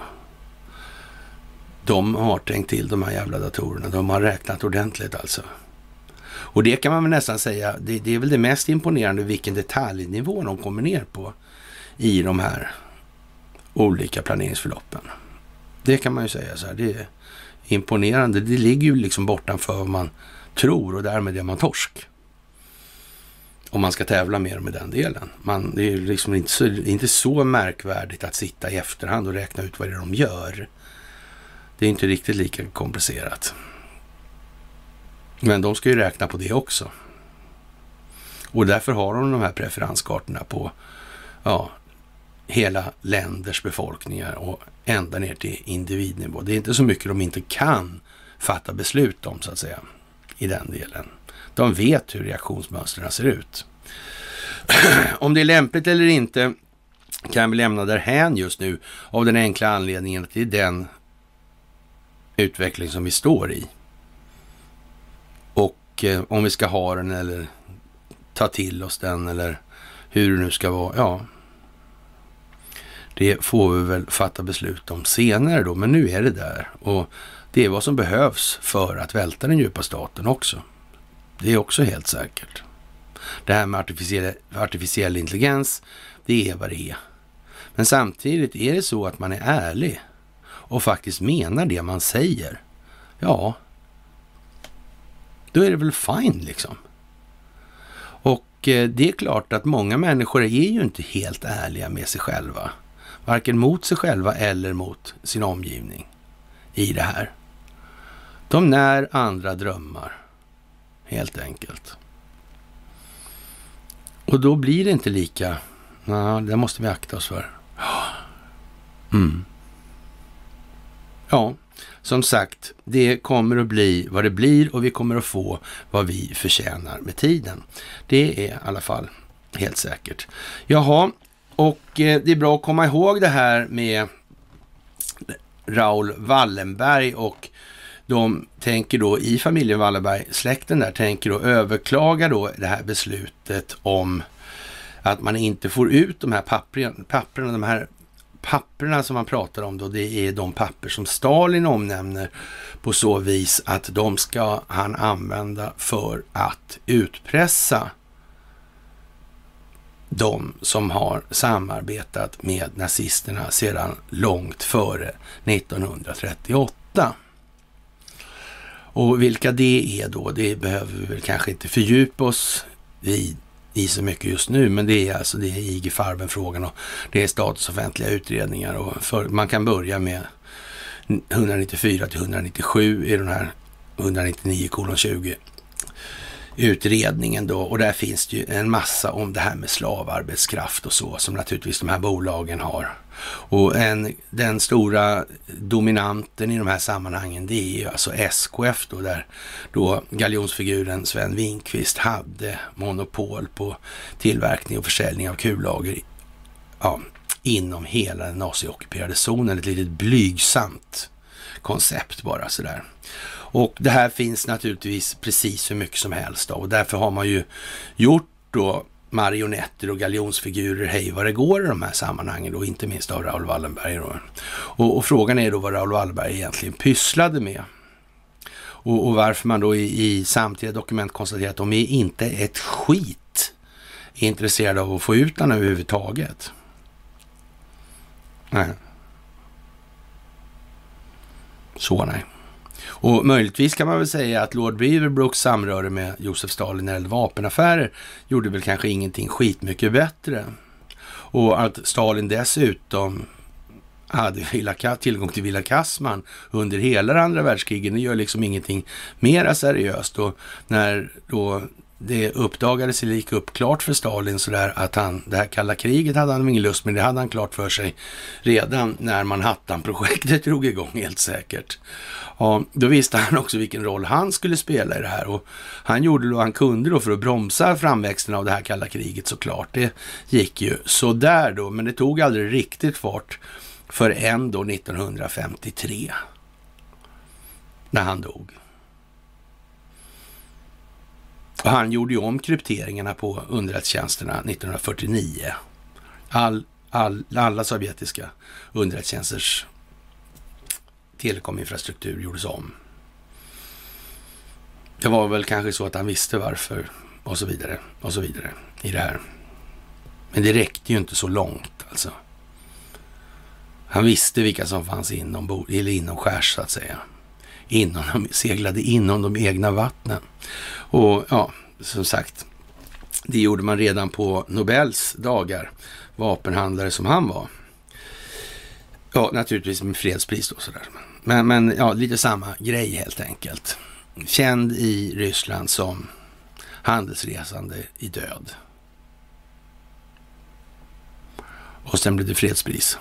De har tänkt till de här jävla datorerna. De har räknat ordentligt alltså. Och det kan man väl nästan säga, det är väl det mest imponerande, vilken detaljnivå de kommer ner på i de här olika planeringsförloppen. Det kan man ju säga så här, det är imponerande. Det ligger ju liksom bortanför vad man tror, och därmed är man torsk. Om man ska tävla mer med den delen. Det är liksom inte så märkvärdigt att sitta i efterhand och räkna ut vad det är de gör. Det är inte riktigt lika komplicerat. Men de ska ju räkna på det också. Och därför har de här preferenskartorna på hela länders befolkningar och ända ner till individnivå. Det är inte så mycket de inte kan fatta beslut om, så att säga, i den delen. De vet hur reaktionsmönstren ser ut. Om det är lämpligt eller inte kan vi lämna därhän just nu, av den enkla anledningen att det är den utveckling som vi står i. Och om vi ska ha den eller ta till oss den eller hur det nu ska vara, det får vi väl fatta beslut om senare då. Men nu är det där, och det är vad som behövs för att välta den djupa staten också. Det är också helt säkert. Det här med artificiell intelligens, det är vad det är. Men samtidigt är det så att man är ärlig och faktiskt menar det man säger. Ja, då är det väl fine liksom. Och det är klart att många människor är ju inte helt ärliga med sig själva. Varken mot sig själva eller mot sin omgivning i det här. De när andra drömmar, helt enkelt. Och då blir det inte lika, det måste vi akta oss för. Ja, som sagt, det kommer att bli vad det blir, och vi kommer att få vad vi förtjänar med tiden. Det är i alla fall helt säkert. Jaha, och det är bra att komma ihåg det här med Raoul Wallenberg, och de tänker då i familjen Wallenberg, släkten där, tänker då överklaga då det här beslutet om att man inte får ut de här papperna, de här papperna som man pratar om då, det är de papper som Stalin omnämner på så vis att de ska han använda för att utpressa de som har samarbetat med nazisterna sedan långt före 1938. Och vilka det är då, det behöver vi väl kanske inte fördjupa oss i så mycket just nu, men det är alltså IG Farben-frågan och det är statens offentliga utredningar och man kan börja med 194 till 197 i den här 199:20 utredningen då, och där finns det ju en massa om det här med slavarbetskraft och så som naturligtvis de här bolagen har. Och den stora dominanten i de här sammanhangen, det är ju alltså SKF då, där då galjonsfiguren Sven Winkvist hade monopol på tillverkning och försäljning av kullager inom hela den naziockuperade zonen. Ett litet blygsamt koncept bara sådär. Och det här finns naturligtvis precis hur mycket som helst då, och därför har man ju gjort då marionetter och galjonsfigurer hej vad det går i de här sammanhangen då, inte minst av Raoul Wallenberg då. Och frågan är då vad Raoul Wallenberg egentligen pysslade med. Och varför man då i samtida dokument konstaterar att de är inte ett skit intresserade av att få ut den överhuvudtaget. Nej. Så nej. Och möjligtvis kan man väl säga att Lord Beaverbrooks samröre med Josef Stalin när det gällde vapenaffärer gjorde väl kanske ingenting skitmycket bättre. Och att Stalin dessutom hade tillgång till Villa Kassman under hela det andra världskriget, det gör liksom ingenting mera seriöst. Och när då det uppdagades eller gick upp klart för Stalin sådär att det här kalla kriget hade han ingen lust med, det hade han klart för sig redan när Manhattan-projektet drog igång helt säkert. Ja, då visste han också vilken roll han skulle spela i det här, och han gjorde vad han kunde då för att bromsa framväxten av det här kalla kriget såklart. Det gick ju så där då, men det tog aldrig riktigt fart förrän då 1953 när han dog. Och han gjorde ju om krypteringarna på underrättelsetjänsterna 1949. Alla sovjetiska underrättelsetjänsters telekominfrastruktur gjordes om. Det var väl kanske så att han visste varför och så vidare i det här. Men det räckte ju inte så långt alltså. Han visste vilka som fanns inomskärs så att säga. De seglade inom de egna vattnen. Och ja, som sagt, det gjorde man redan på Nobels dagar. Vapenhandlare som han var. Ja, naturligtvis med fredspris då sådär. Men ja, lite samma grej helt enkelt. Känd i Ryssland som handelsresande i död. Och sen blev det fredspris.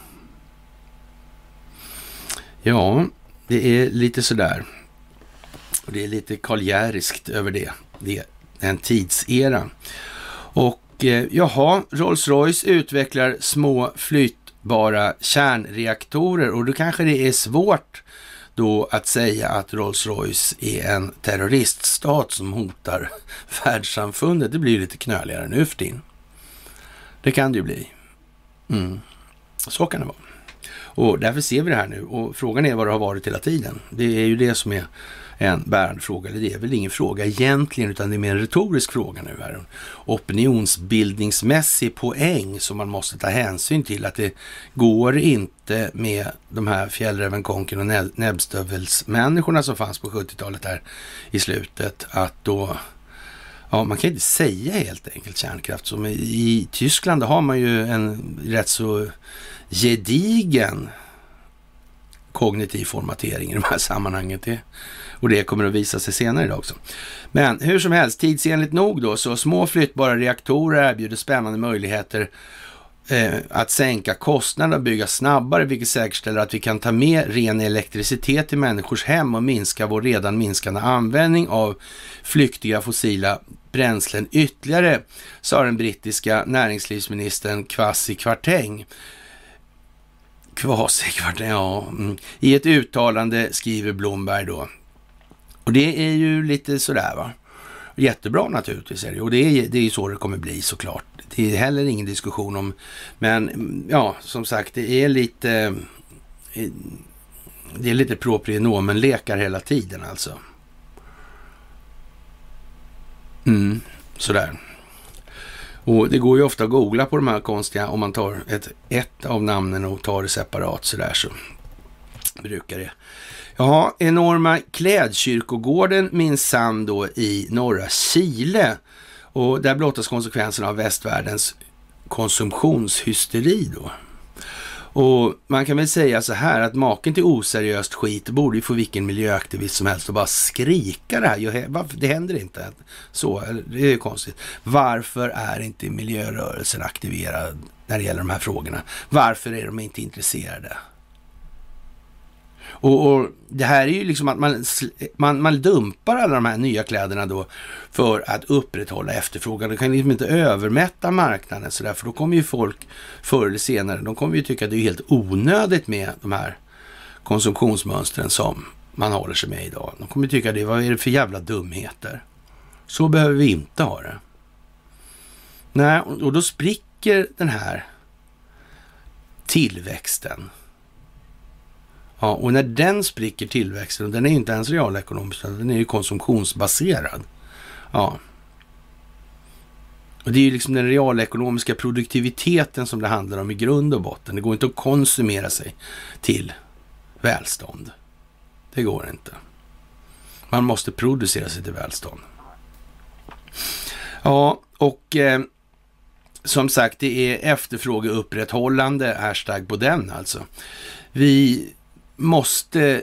Ja, det är lite sådär. Och det är lite karljäriskt över det. Det är en tidsera. Och Rolls-Royce utvecklar små flytbara kärnreaktorer. Och då kanske det är svårt då att säga att Rolls-Royce är en terroriststat som hotar världssamfundet. Det blir lite knöligare nu för din. Det kan det ju bli. Så kan det vara. Och därför ser vi det här nu. Och frågan är vad det har varit hela tiden. Det är ju det som är en bärande fråga. Eller det är väl ingen fråga egentligen, utan det är mer en retorisk fråga nu här. En opinionsbildningsmässig poäng som man måste ta hänsyn till. Att det går inte med de här fjällrävenkonken och näbbstövelsmänniskorna som fanns på 70-talet här i slutet. Att då... Ja, man kan inte säga helt enkelt kärnkraft. Som i Tyskland har man ju en rätt så gedigen kognitiv formatering i de här sammanhanget. Och det kommer att visa sig senare idag också. Men hur som helst, tidsenligt nog då, så små flyttbara reaktorer erbjuder spännande möjligheter att sänka kostnaderna och bygga snabbare, vilket säkerställer att vi kan ta med ren elektricitet till människors hem och minska vår redan minskande användning av flyktiga fossila bränslen ytterligare, sa den brittiska näringslivsministern Kwasi Kwarteng. I ett uttalande skriver Bloomberg då. Och det är ju lite sådär va. Jättebra naturligtvis är det. Och det är ju så det kommer bli såklart. det är heller ingen diskussion om. Men ja, som sagt, det är lite proprienomenlekar hela tiden alltså. Sådär. Och det går ju ofta att googla på de här konstiga, om man tar ett av namnen och tar det separat sådär, så brukar det. Ja, enorma klädkyrkogården minsann då i norra Chile. Och där blottas konsekvenserna av västvärldens konsumtionshysteri då. Och man kan väl säga så här att maken till oseriöst skit borde ju få vilken miljöaktivist som helst och bara skrika det här. Det händer inte. Så, det är ju konstigt. Varför är inte miljörörelsen aktiverad när det gäller de här frågorna? Varför är de inte intresserade? Och det här är ju liksom att man dumpar alla de här nya kläderna då för att upprätthålla efterfrågan. Det kan liksom inte övermätta marknaden så där, för då kommer ju folk förr eller senare, de kommer ju tycka att det är helt onödigt med de här konsumtionsmönstren som man håller sig med idag. De kommer tycka det, vad är det för jävla dumheter? Så behöver vi inte ha det. Nej, och då spricker den här tillväxten. Ja, och när den spricker tillväxten, och den är ju inte ens realekonomisk, den är ju konsumtionsbaserad. Ja. Och det är ju liksom den realekonomiska produktiviteten som det handlar om i grund och botten. Det går inte att konsumera sig till välstånd. Det går inte. Man måste producera sig till välstånd. Ja, och som sagt, det är efterfrågeupprätthållande hashtag på den alltså. Vi måste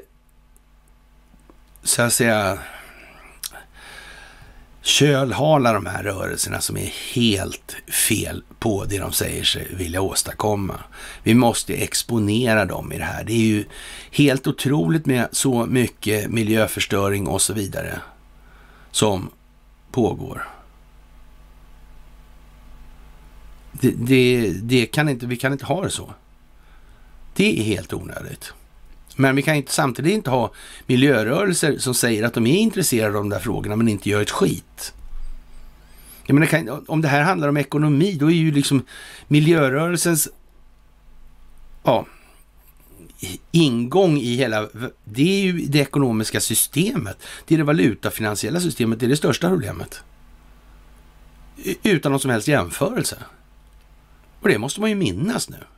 så att säga kölhala de här rörelserna som är helt fel på det de säger sig vilja åstadkomma. Vi måste exponera dem i det här. Det är ju helt otroligt med så mycket miljöförstöring och så vidare som pågår. Vi kan inte ha det så. Det är helt onödigt. Men vi kan inte samtidigt inte ha miljörörelser som säger att de är intresserade av de där frågorna men inte gör ett skit. Jag menar, om det här handlar om ekonomi, då är ju liksom miljörörelsens ingång i hela, det är ju det ekonomiska systemet. Det är det valutafinansiella systemet, det är det största problemet. Utan någon som helst jämförelse. Och det måste man ju minnas nu.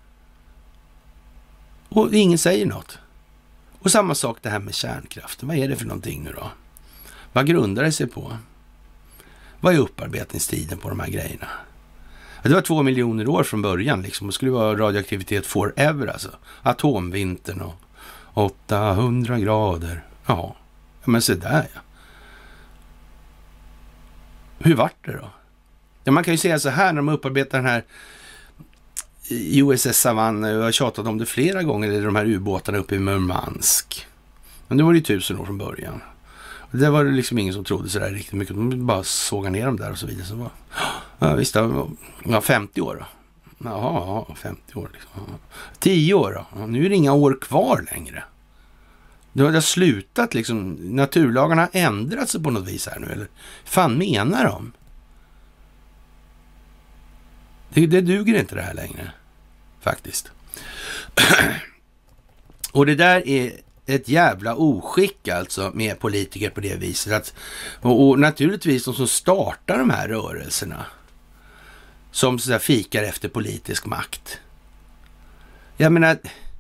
Och ingen säger något. Och samma sak det här med kärnkraften. Vad är det för någonting nu då? Vad grundar det sig på? Vad är upparbetningstiden på de här grejerna? Det var 2 miljoner år från början liksom. Det skulle vara radioaktivitet forever alltså. Atomvintern och 800 grader. Ja, men så där ja. Hur vart det då? Ja, man kan ju säga så här när de upparbetar den här USS Savannah, jag har tjatat om det flera gånger, eller de här ubåtarna uppe i Murmansk. Men det var ju 1000 år från början. Och det var det liksom ingen som trodde så där riktigt mycket. De bara sågar ner dem där och så vidare. Så ja, visst, ja, 50 år då. Jaha, 50 år liksom. 10 år då. Ja, nu är det inga år kvar längre. Det har slutat liksom. Naturlagarna har ändrat sig på något vis här nu. Eller fan menar de? Det duger inte det här längre, faktiskt. Och det där är ett jävla oskick alltså med politiker på det viset. Att, och naturligtvis de som startar de här rörelserna som så där fikar efter politisk makt. Jag menar,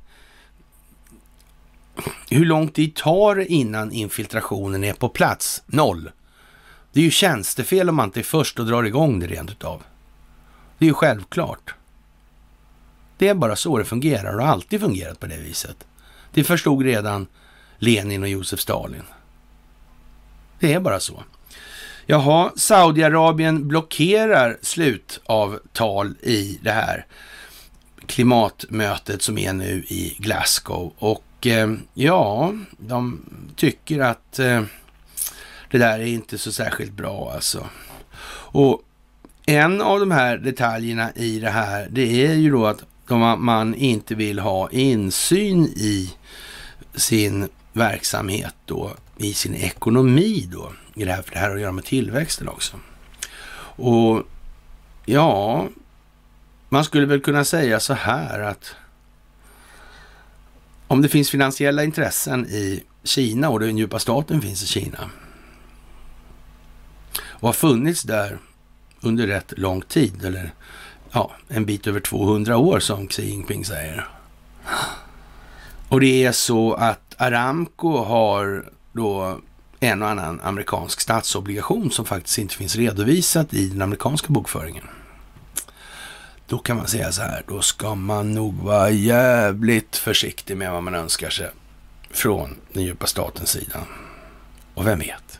hur lång tid tar det innan infiltrationen är på plats? 0. Det är ju tjänstefel om man inte är först och drar igång det rent utav. Det är ju självklart. Det är bara så det fungerar och har alltid fungerat på det viset. Det förstod redan Lenin och Josef Stalin. Det är bara så. Jaha, Saudiarabien blockerar slutavtal i det här klimatmötet som är nu i Glasgow. Och ja, de tycker att det där är inte så särskilt bra alltså. Och en av de här detaljerna i det här, det är ju då att man inte vill ha insyn i sin verksamhet då, i sin ekonomi då, i det här, för det här har att göra med tillväxten också. Och Ja, man skulle väl kunna säga så här att om det finns finansiella intressen i Kina och den djupa staten finns i Kina och har funnits där under rätt lång tid, eller en bit över 200 år som Xi Jinping säger. Och det är så att Aramco har då en och annan amerikansk statsobligation som faktiskt inte finns redovisat i den amerikanska bokföringen. Då kan man säga så här, då ska man nog vara jävligt försiktig med vad man önskar sig från den djupa statens sida. Och vem vet?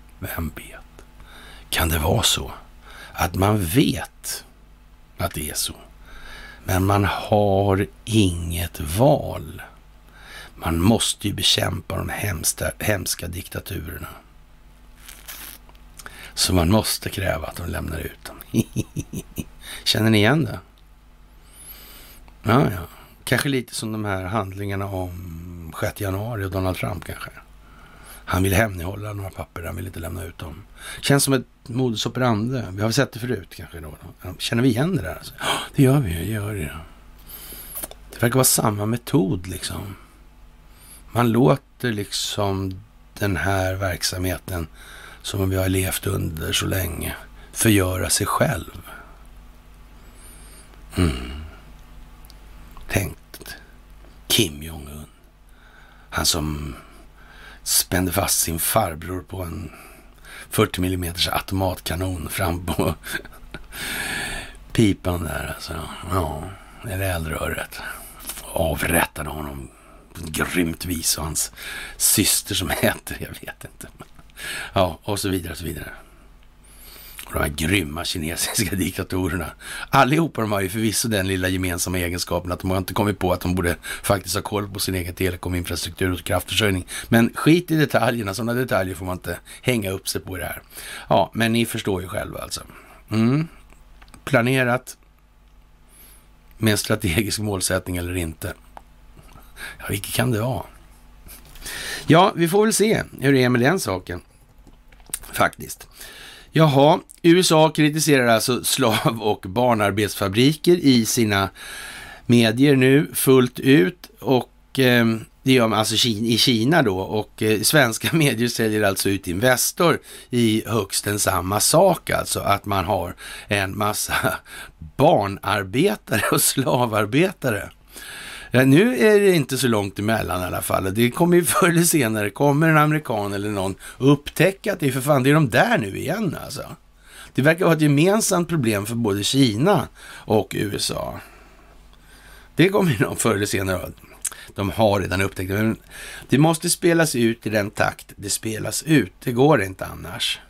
Kan det vara så att man vet att det är så, men man har inget val? Man måste ju bekämpa de hemska diktaturerna. Så man måste kräva att de lämnar ut dem. Känner ni igen det? Ja. Kanske lite som de här handlingarna om 6 januari och Donald Trump kanske. Han vill hemlighålla några papper, han vill inte lämna ut dem. Känns som ett modus operandi. Vi har väl sett det förut kanske då. Känner vi igen det där? Alltså? Det gör vi, gör det. Det verkar vara samma metod liksom. Man låter liksom den här verksamheten som vi har levt under så länge förgöra sig själv. Tänkt Kim Jong-un. Han som spände fast sin farbror på en 40 mm automatkanon fram på pipan där. Alltså. Ja, det är det eldröret. Avrättade honom på ett grymt vis, och hans syster som heter, jag vet inte. Ja, och så vidare och så vidare. Och de här grymma kinesiska diktatorerna. Allihopa de har ju förvisso den lilla gemensamma egenskapen att de har inte kommit på att de borde faktiskt ha koll på sin egen telekominfrastruktur och kraftförsörjning. Men skit i detaljerna, sådana detaljer får man inte hänga upp sig på det här. Ja, men ni förstår ju själva alltså. Planerat med en strategisk målsättning eller inte. Ja, vilket kan det vara? Ja, vi får väl se hur det är med den saken. Faktiskt. Jaha, USA kritiserar alltså slav- och barnarbetsfabriker i sina medier nu fullt ut, och det gör man alltså i Kina då, och svenska medier säljer alltså ut Investor i högst en samma sak, alltså att man har en massa barnarbetare och slavarbetare. Ja, nu är det inte så långt emellan i alla fall. Det kommer ju förr eller senare, kommer en amerikan eller någon upptäcka att det är för fan, det är de där nu igen alltså. Det verkar vara ett gemensamt problem för både Kina och USA. Det kommer ju någon förr eller senare. De har redan upptäckt det. Men det måste spelas ut i den takt det spelas ut. Det går inte annars.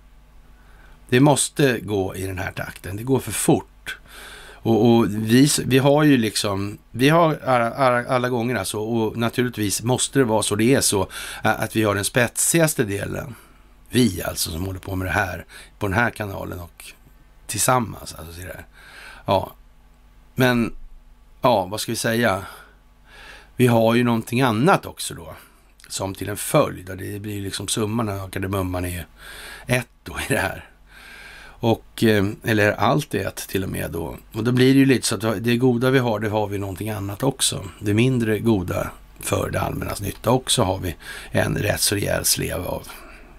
Det måste gå i den här takten. Det går för fort. Och vi har ju liksom, vi har alla gånger alltså, och naturligtvis måste det vara så, det är så att vi har den spetsigaste delen. Vi alltså som håller på med det här på den här kanalen och tillsammans. Alltså, så där. Ja, men ja, vad ska vi säga? Vi har ju någonting annat också då, som till en följd. Det blir liksom summan av kardemumman är ju ett då i det här. Och, eller allt är ett till och med då. Och då blir det ju lite så att det goda vi har, det har vi någonting annat också. Det mindre goda för det allmännas nytta också har vi en rätt så rejäl slev av.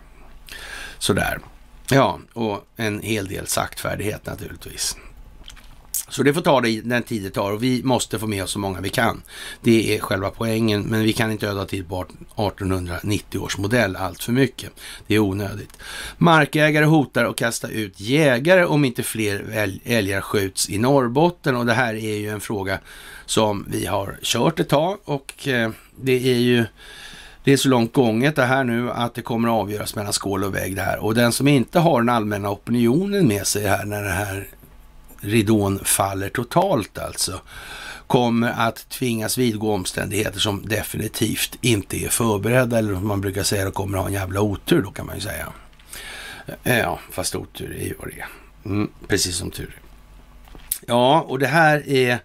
Sådär. Ja, och en hel del saktfärdighet naturligtvis. Så det får ta den tid det tar, och vi måste få med oss så många vi kan. Det är själva poängen, men vi kan inte öda till på 1890 års modell allt för mycket. Det är onödigt. Markägare hotar att kasta ut jägare om inte fler älgar skjuts i Norrbotten, och det här är ju en fråga som vi har kört ett tag, och det är så långt gånget det här nu att det kommer att avgöras mellan skål och vägg det här. Och den som inte har den allmänna opinionen med sig här när det här ridån faller totalt alltså, kommer att tvingas vidgå omständigheter som definitivt inte är förberedda, eller som man brukar säga, då kommer att ha en jävla otur då, kan man ju säga. Ja, fast otur är ju vad det är. Precis som tur. Ja, och det här är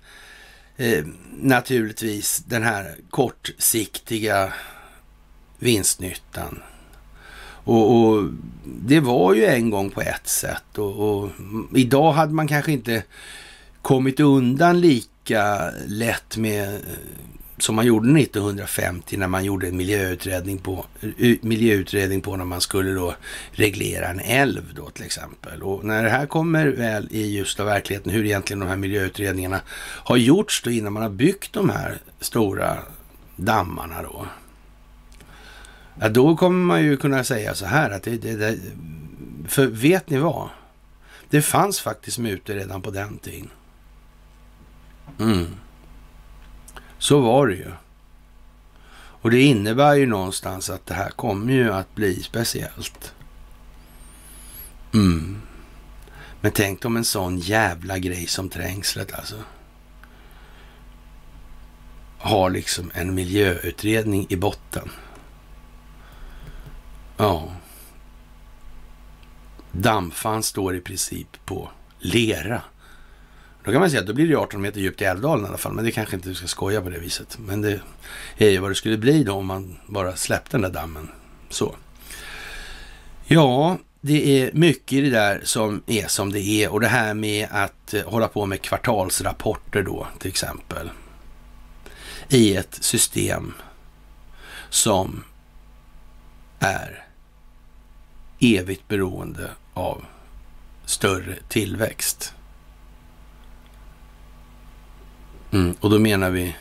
naturligtvis den här kortsiktiga vinstnyttan. Och det var ju en gång på ett sätt och idag hade man kanske inte kommit undan lika lätt med som man gjorde 1950 när man gjorde en miljöutredning på när man skulle då reglera en älv då till exempel. Och när det här kommer väl i just av verkligheten hur egentligen de här miljöutredningarna har gjorts då innan man har byggt de här stora dammarna då. Ja, då kommer man ju kunna säga så här att för vet ni vad? Det fanns faktiskt mutor redan på den tiden. Så var det ju. Och det innebär ju någonstans att det här kommer ju att bli speciellt. Men tänk om en sån jävla grej som Trängslet alltså har liksom en miljöutredning i botten. Ja. Dammfan står i princip på lera. Då kan man säga att då blir det 18 meter djupt i Älvdalen i alla fall. Men det kanske inte du ska skoja på det viset. Men det är ju vad det skulle bli då om man bara släppte den där dammen. Så. Ja, det är mycket i det där som det är. Och det här med att hålla på med kvartalsrapporter då till exempel. I ett system som är evigt beroende av större tillväxt. Och då menar vi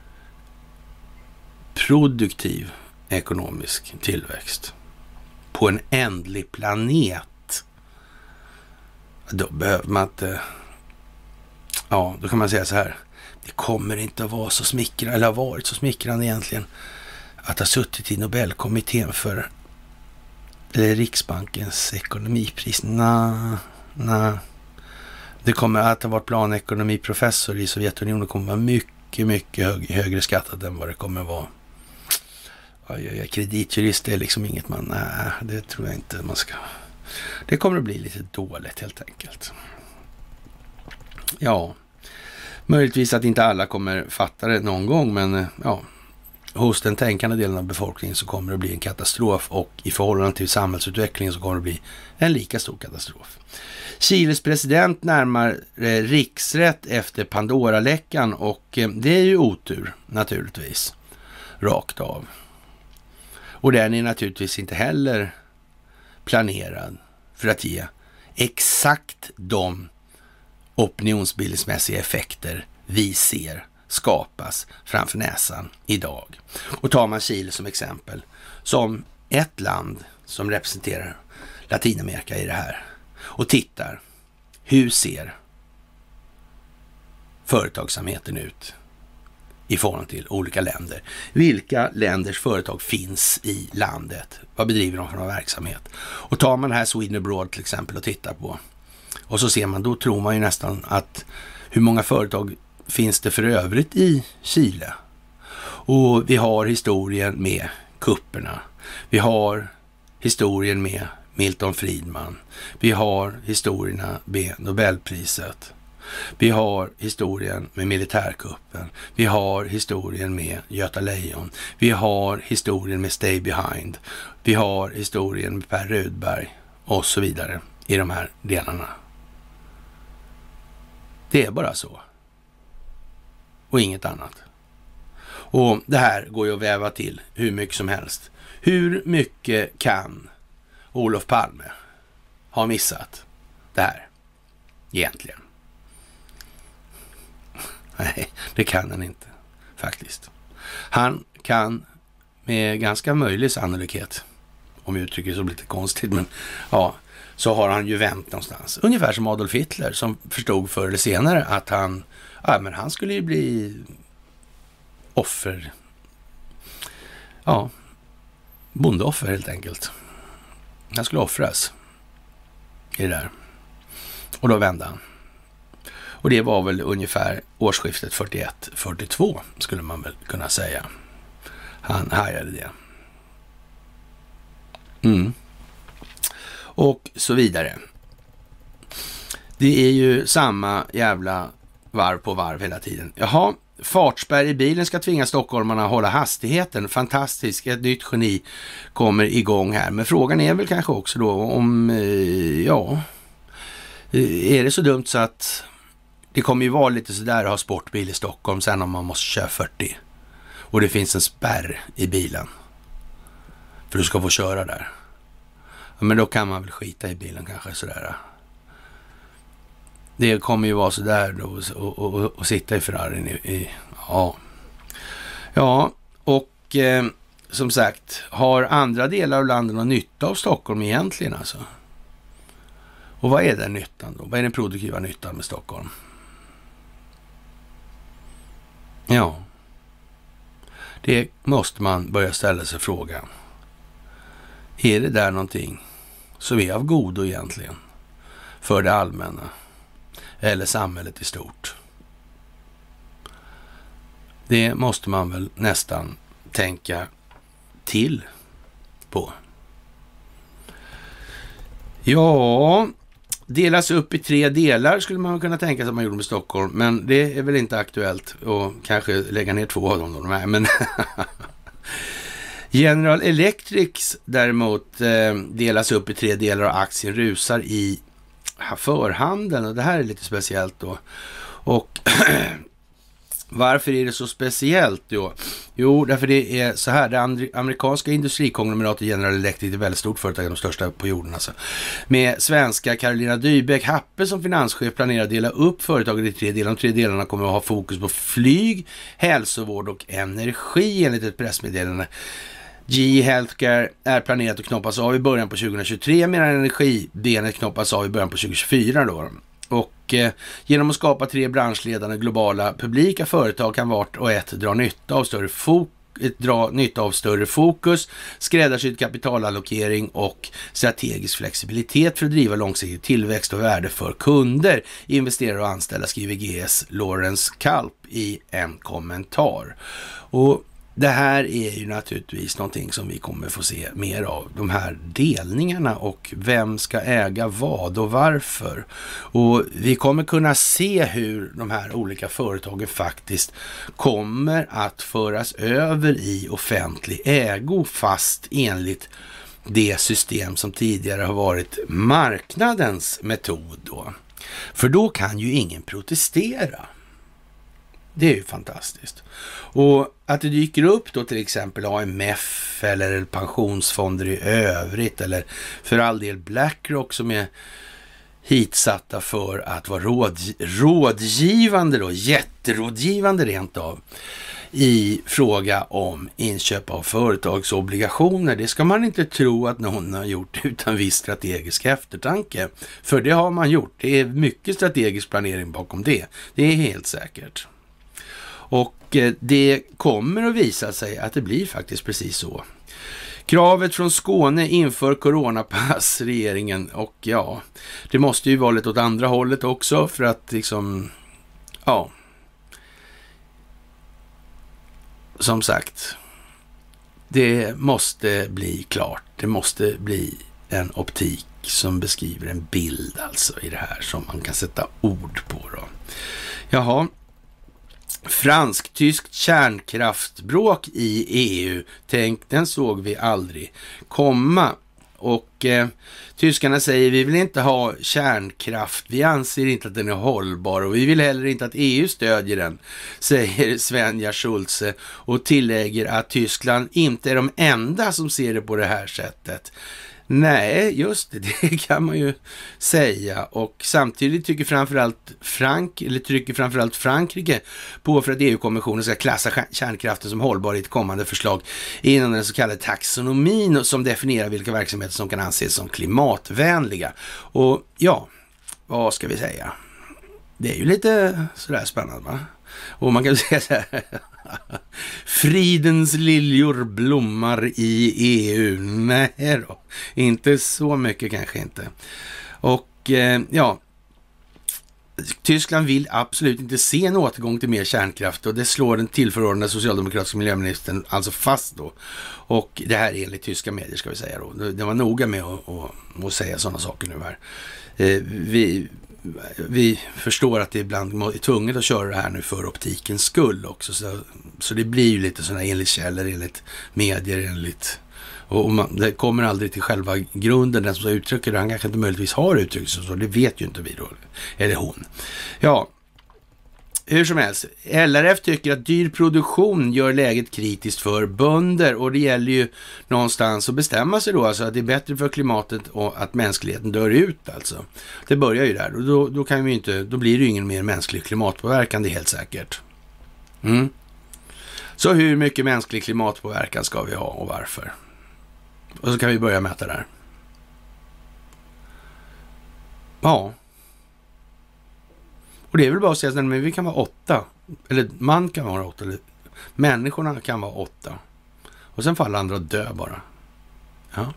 produktiv ekonomisk tillväxt på en ändlig planet. Då behöver man inte... Ja, då kan man säga så här. Det kommer inte att vara så smickrande, eller har varit så smickrande egentligen, att ha suttit i Nobelkommittén för Riksbankens ekonomipris. Nej. Det kommer att ha varit planekonomiprofessor i Sovjetunionen kommer vara mycket, mycket högre skattat än vad det kommer vara. Kreditjurist är liksom inget man... Nej, det tror jag inte man ska... Det kommer att bli lite dåligt helt enkelt. Ja, möjligtvis att inte alla kommer fatta det någon gång, men ja, hos den tänkande delen av befolkningen så kommer det bli en katastrof och i förhållande till samhällsutvecklingen så kommer det bli en lika stor katastrof. Chiles president närmar riksrätt efter Pandora-läckan och det är ju otur naturligtvis, rakt av. Och den är naturligtvis inte heller planerad för att ge exakt de opinionsbildningsmässiga effekter vi ser skapas framför näsan idag. Och tar man Chile som exempel, som ett land som representerar Latinamerika i det här och tittar, hur ser företagsamheten ut i förhållande till olika länder? Vilka länders företag finns i landet? Vad bedriver de för någon verksamhet? Och tar man det här Sweden Abroad till exempel och tittar på, och så ser man, då tror man ju nästan att hur många företag finns det för övrigt i Chile? Och vi har historien med kupperna. Vi har historien med Milton Friedman. Vi har historierna med Nobelpriset. Vi har historien med militärkuppen. Vi har historien med Göta Lejon. Vi har historien med Stay Behind. Vi har historien med Per Rudberg och så vidare i de här delarna. Det är bara så. Och inget annat. Och det här går ju att väva till hur mycket som helst. Hur mycket kan Olof Palme ha missat det här egentligen? Nej, det kan han inte faktiskt. Han kan med ganska möjlig sannolikhet, om jag uttrycker det så lite konstigt, men ja, så har han ju vänt någonstans. Ungefär som Adolf Hitler som förstod förr eller senare att han skulle ju bli offer. Ja, bondeoffer helt enkelt. Han skulle offras i det där. Och då vände han. Och det var väl ungefär årsskiftet 41-42 skulle man väl kunna säga. Han hajade det. Och så vidare. Det är ju samma jävla varv på varv hela tiden. Jaha, fartspärr i bilen ska tvinga stockholmarna hålla hastigheten. Fantastiskt, ett nytt geni kommer igång här. Men frågan är väl kanske också då om, är det så dumt så att det kommer ju vara lite sådär att ha sportbil i Stockholm sen om man måste köra 40. Och det finns en spärr i bilen för du ska få köra där. Ja, men då kan man väl skita i bilen kanske sådär. Det kommer ju vara sådär då och sitta i Ferrarin Ja, och som sagt, har andra delar av landet någon nytta av Stockholm egentligen alltså? Och vad är den nyttan då? Vad är den produktiva nyttan med Stockholm? Ja, det måste man börja ställa sig frågan. Är det där någonting som är av godo egentligen för det allmänna eller samhället i stort? Det måste man väl nästan tänka till på. Ja, delas upp i 3 delar skulle man kunna tänka sig att man gjorde med Stockholm, men det är väl inte aktuellt och kanske lägga ner 2 av dem. Men General Electric däremot delas upp i 3 delar och aktien rusar i förhandeln och det här är lite speciellt då. Och varför är det så speciellt då? Jo, därför det är så här. Det amerikanska industrikonglomeratet General Electric är ett väldigt stort företag, de största på jorden alltså. Med svenska Carolina Dybeck Happe som finanschef planerar att dela upp företaget i 3 delar. De 3 delarna kommer att ha fokus på flyg, hälsovård och energi enligt ett pressmeddelande. GE Healthcare är planerat att knoppas av i början på 2023 medan energibenet knoppas av i början på 2024 då. Och genom att skapa 3 branschledande globala publika företag kan vart och ett dra nytta av större fokus, skräddarsydd kapitalallokering och strategisk flexibilitet för att driva långsiktig tillväxt och värde för kunder, investerare och anställda, skriver GS Lawrence Kalp i en kommentar. Och det här är ju naturligtvis någonting som vi kommer få se mer av. De här delningarna och vem ska äga vad och varför. Och vi kommer kunna se hur de här olika företagen faktiskt kommer att föras över i offentlig ägo fast enligt det system som tidigare har varit marknadens metod då. För då kan ju ingen protestera. Det är ju fantastiskt. Och att det dyker upp då till exempel AMF eller pensionsfonder i övrigt eller för all del BlackRock som är hitsatta för att vara rådgivande då, jätterådgivande rent av i fråga om inköp av företagsobligationer. Det ska man inte tro att någon har gjort utan viss strategisk eftertanke. För det har man gjort. Det är mycket strategisk planering bakom det. Det är helt säkert. Och det kommer att visa sig att det blir faktiskt precis så. Kravet från Skåne inför coronapass regeringen och ja, det måste ju vara lite åt andra hållet också för att liksom, ja, som sagt, det måste bli klart. Det måste bli en optik som beskriver en bild alltså i det här som man kan sätta ord på då. Jaha. Fransk-tyskt kärnkraftbråk i EU. Tänk, den såg vi aldrig komma. Och tyskarna säger vi vill inte ha kärnkraft. Vi anser inte att den är hållbar och vi vill heller inte att EU stödjer den, säger Svenja Schulze och tillägger att Tyskland inte är de enda som ser det på det här sättet. Nej, just det kan man ju säga. Och samtidigt tycker framförallt Frankrike på för att EU-kommissionen ska klassa kärnkraften som hållbar i ett kommande förslag inom den så kallade taxonomin som definierar vilka verksamheter som kan anses som klimatvänliga. Och ja, vad ska vi säga? Det är ju lite sådär spännande, va? Och man kan säga så här: fridens liljor blommar i EU. Nej då, inte så mycket kanske inte. Och ja, Tyskland vill absolut inte se en återgång till mer kärnkraft och det slår den tillförordnade socialdemokratiska miljöministern alltså fast då. Och det här är enligt tyska medier ska vi säga då. Det var noga med att säga sådana saker nu här. vi förstår att det ibland är tvunget att köra det här nu för optikens skull också. Så det blir ju lite sådana enligt källor, enligt medier, enligt... Och det kommer aldrig till själva grunden. Den som uttrycker det, han kanske inte möjligtvis har uttryckt så. Det vet ju inte vi då. Eller hon. Ja, hur som helst. LRF tycker att dyr produktion gör läget kritiskt för bönder. Och det gäller ju någonstans att bestämma sig då. Alltså att det är bättre för klimatet och att mänskligheten dör ut alltså. Det börjar ju där. Och då kan vi inte, då blir det ju ingen mer mänsklig klimatpåverkan, det är helt säkert. Så hur mycket mänsklig klimatpåverkan ska vi ha och varför? Och så kan vi börja mäta där. Ja. Och det är väl bara att säga att men vi kan vara 8. Eller man kan vara 8. Eller människorna kan vara 8. Och sen får alla andra dö bara. Ja.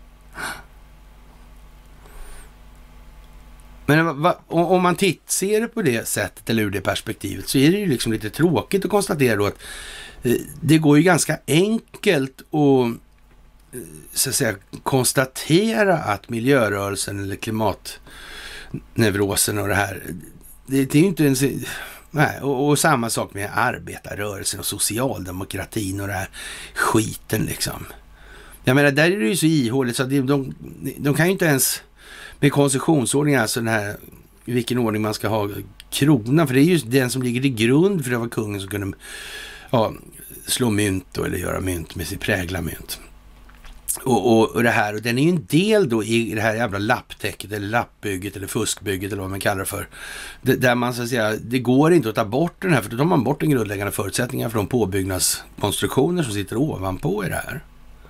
Men om man ser det på det sättet eller ur det perspektivet så är det ju liksom lite tråkigt att konstatera då att det går ju ganska enkelt att så att säga konstatera att miljörörelsen eller klimatneurosen och det här, det är ju inte ens... Nej, och samma sak med arbetarrörelsen och socialdemokratin och det här skiten liksom. Jag menar, där är det ju så ihåligt så att de kan ju inte ens med koncessionsordning, alltså den här, i vilken ordning man ska ha kronan, för det är ju den som ligger till grund för det var kungen som kunde slå mynt då, eller göra mynt med sin prägla mynt. Och det här, och den är ju en del då i det här jävla lapptäcket eller lappbygget eller fuskbygget eller vad man kallar det för. Där man så att säga, det går inte att ta bort den här, för då tar man bort den grundläggande förutsättningar för de påbyggnadskonstruktioner som sitter ovanpå i det här.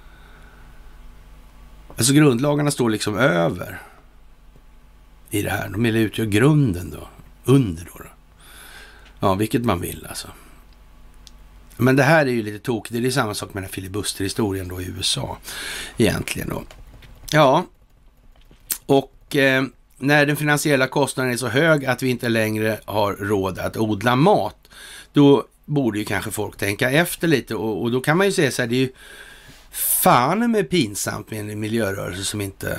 Alltså grundlagarna står liksom över i det här. De utgör grunden då, under då. Ja, vilket man vill alltså. Men det här är ju lite tokigt. Det är samma sak med den här filibusterhistorien då i USA egentligen då. Ja, och när den finansiella kostnaden är så hög att vi inte längre har råd att odla mat, då borde ju kanske folk tänka efter lite. Och då kan man ju säga så här, det är ju fan med pinsamt med en miljörörelse som inte...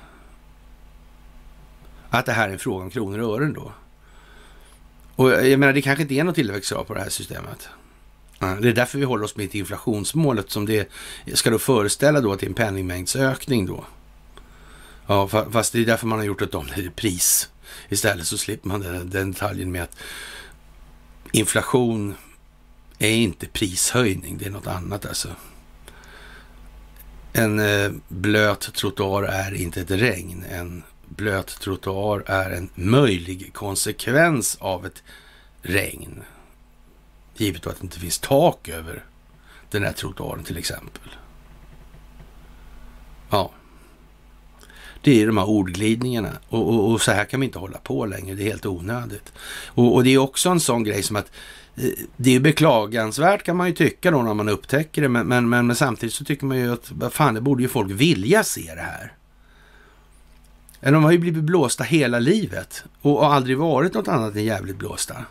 Att det här är en fråga om kronor och ören då. Och jag menar, det kanske inte är något tillväxtkrav på det här systemet. Det är därför vi håller oss med ett inflationsmålet som det ska då föreställa då till en penningmängdsökning då. Ja, fast det är därför man har gjort ett omlitet pris. Istället så slipper man den detaljen med att inflation är inte prishöjning, det är något annat alltså. En blöt trottoar är inte ett regn. En blöt trottoar är en möjlig konsekvens av ett regn. Givet att det inte finns tak över den här trottoaren till exempel. Ja. Det är de här ordglidningarna. Och så här kan vi inte hålla på längre. Det är helt onödigt. Och det är också en sån grej som att det är beklagansvärt kan man ju tycka då när man upptäcker det. Men samtidigt så tycker man ju att fan, det borde ju folk vilja se det här. De har ju blivit blåsta hela livet. Och aldrig varit något annat än jävligt blåsta.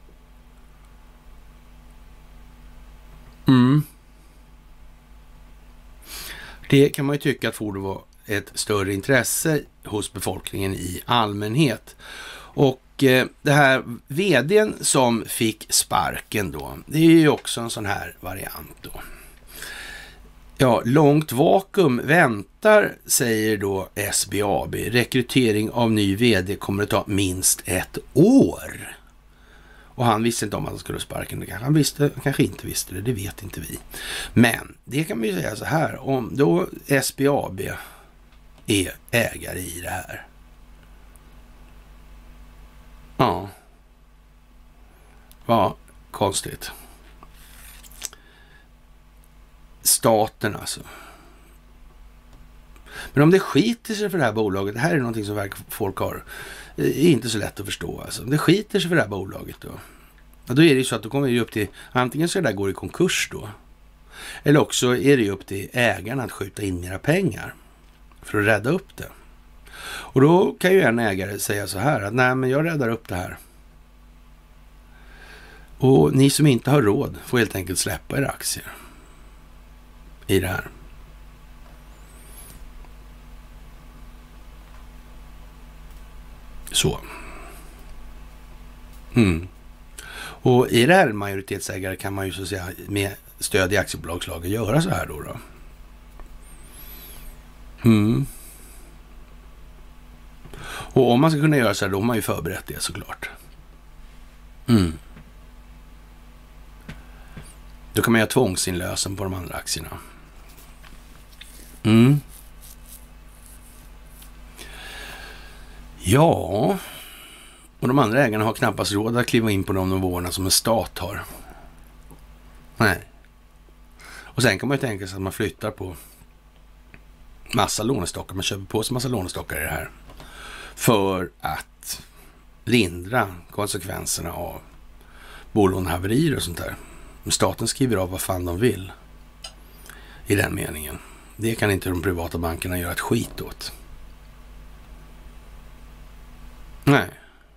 Det kan man ju tycka att borde vara ett större intresse hos befolkningen i allmänhet. Och det här vdn som fick sparken då, det är ju också en sån här variant då. Ja, långt vakuum väntar, säger då SBAB. Rekrytering av ny vd kommer att ta minst 1 år. Och han visste inte om att han skulle sparken. Han visste, kanske inte visste det vet inte vi. Men det kan man ju säga så här. Om då SBAB är ägare i det här. Ja. Vad konstigt. Staten alltså. Men om det skiter sig för det här bolaget. Det här är någonting som folk har... är inte så lätt att förstå alltså. Om det skiter sig för det här bolaget då. Då är det ju så att då kommer det upp till... Antingen så det där går i konkurs då. Eller också är det ju upp till ägarna att skjuta in mera pengar. För att rädda upp det. Och då kan ju en ägare säga så här. Att nej, men jag räddar upp det här. Och ni som inte har råd får helt enkelt släppa era aktier. I det här. Så. Mm. Och i det här majoritetsägare kan man ju så att säga med stöd i aktiebolagslagen göra så här då. Mm. Och om man ska kunna göra så här, då har man ju förberett det såklart. Mm. Då kan man göra tvångsinlösen på de andra aktierna. Mm. Ja, och de andra ägarna har knappast råd att kliva in på de nivåerna som en stat har. Nej. Och sen kan man ju tänka sig att man flyttar på massa lånestockar. Man köper på sig massa lånestockar i det här. För att lindra konsekvenserna av bolånehaverier och sånt där. Staten skriver av vad fan de vill. I den meningen. Det kan inte de privata bankerna göra ett skit åt. Nej.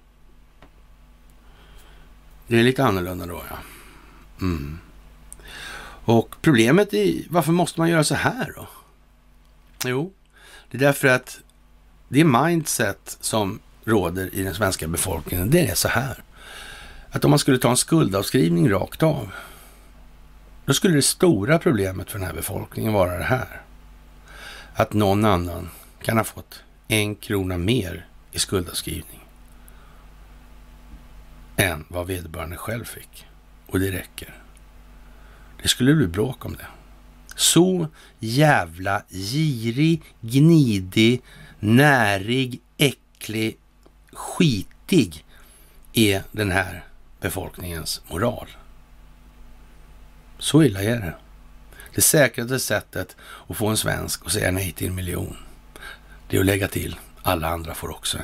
Det är lite annorlunda då, ja. Mm. Och problemet är, varför måste man göra så här då? Jo, det är därför att det mindset som råder i den svenska befolkningen, det är så här. Att om man skulle ta en skuldavskrivning rakt av, då skulle det stora problemet för den här befolkningen vara det här. Att någon annan kan ha fått 1 krona mer i skuldavskrivning än vad vederbörande själv fick. Och det räcker. Det skulle bli bråk om det. Så jävla girig, gnidig, närig, äcklig, skitig är den här befolkningens moral. Så illa är det. Det säkraste sättet att få en svensk att säga nej till 1 miljon, det är att lägga till alla andra får också en.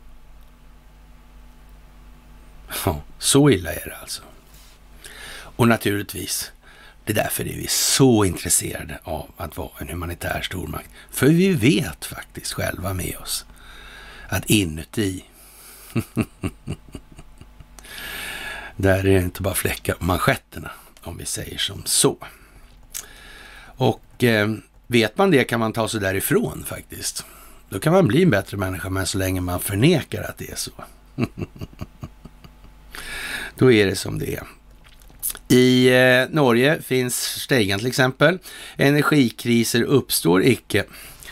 Ja, så illa är det alltså. Och naturligtvis, det är därför är vi så intresserade av att vara en humanitär stormakt. För vi vet faktiskt själva med oss att inuti där är det inte bara fläckar på manschetterna, om vi säger som så. Och vet man det kan man ta sig därifrån faktiskt. Då kan man bli en bättre människa, men så länge man förnekar att det är så. Då är det som det är. I Norge finns Steigen till exempel. Energikriser uppstår icke.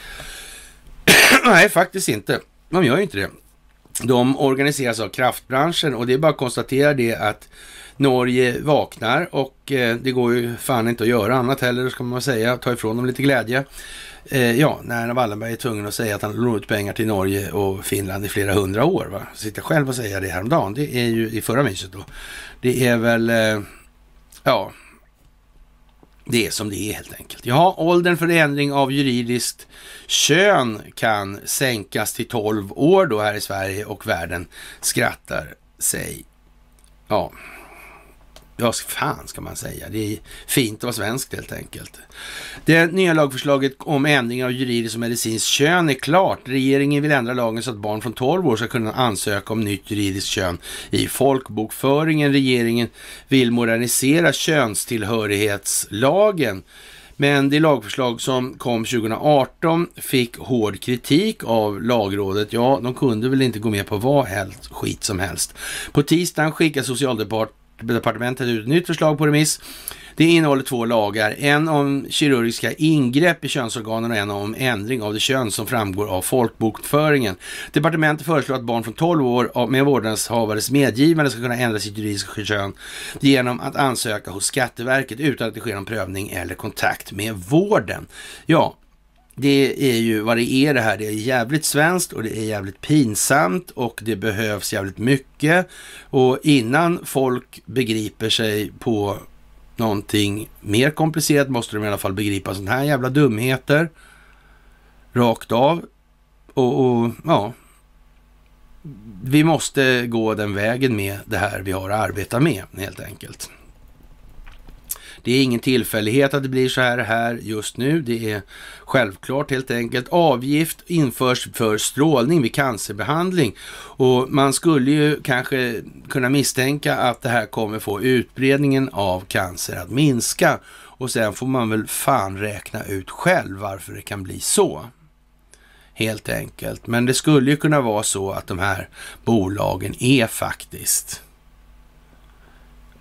Nej, faktiskt inte. De gör ju inte det. De organiseras av kraftbranschen och det är bara att konstatera det att Norge vaknar och det går ju fan inte att göra annat heller, ska man säga. Ta ifrån dem lite glädje. Ja, när Wallenberg är tvungen att säga att han lånar ut pengar till Norge och Finland i flera 100 år. Va? Sitter själv och säga det häromdagen. Det är ju i förra myset då. Det är väl, ja, det är som det är helt enkelt. Ja, åldern för ändring av juridiskt kön kan sänkas till 12 år då här i Sverige och världen skrattar sig. Ja, vad fan ska man säga? Det är fint att vara svenskt helt enkelt. Det nya lagförslaget om ändring av juridiskt och medicinskt kön är klart. Regeringen vill ändra lagen så att barn från 12 år ska kunna ansöka om nytt juridiskt kön i folkbokföringen. Regeringen vill modernisera könstillhörighetslagen. Men det lagförslag som kom 2018 fick hård kritik av lagrådet. Ja, de kunde väl inte gå med på vad helst, skit som helst. På tisdagen skickar Socialdepartementet ut ett nytt förslag på remiss. Det innehåller 2 lagar. En om kirurgiska ingrepp i könsorganen och en om ändring av det kön som framgår av folkbokföringen. Departementet föreslår att barn från 12 år med vårdnadshavares medgivande ska kunna ändra sitt juridiska kön genom att ansöka hos Skatteverket utan att det sker någon prövning eller kontakt med vården. Ja, det är ju vad det är det här. Det är jävligt svenskt och det är jävligt pinsamt och det behövs jävligt mycket. Och innan folk begriper sig på någonting mer komplicerat måste de i alla fall begripa sådana här jävla dumheter rakt av. Och ja, vi måste gå den vägen med det här vi har att arbeta med helt enkelt. Det är ingen tillfällighet att det blir så här just nu. Det är självklart helt enkelt. Avgift införs för strålning vid cancerbehandling. Och man skulle ju kanske kunna misstänka att det här kommer få utbredningen av cancer att minska. Och sen får man väl fan räkna ut själv varför det kan bli så. Helt enkelt. Men det skulle ju kunna vara så att de här bolagen är faktiskt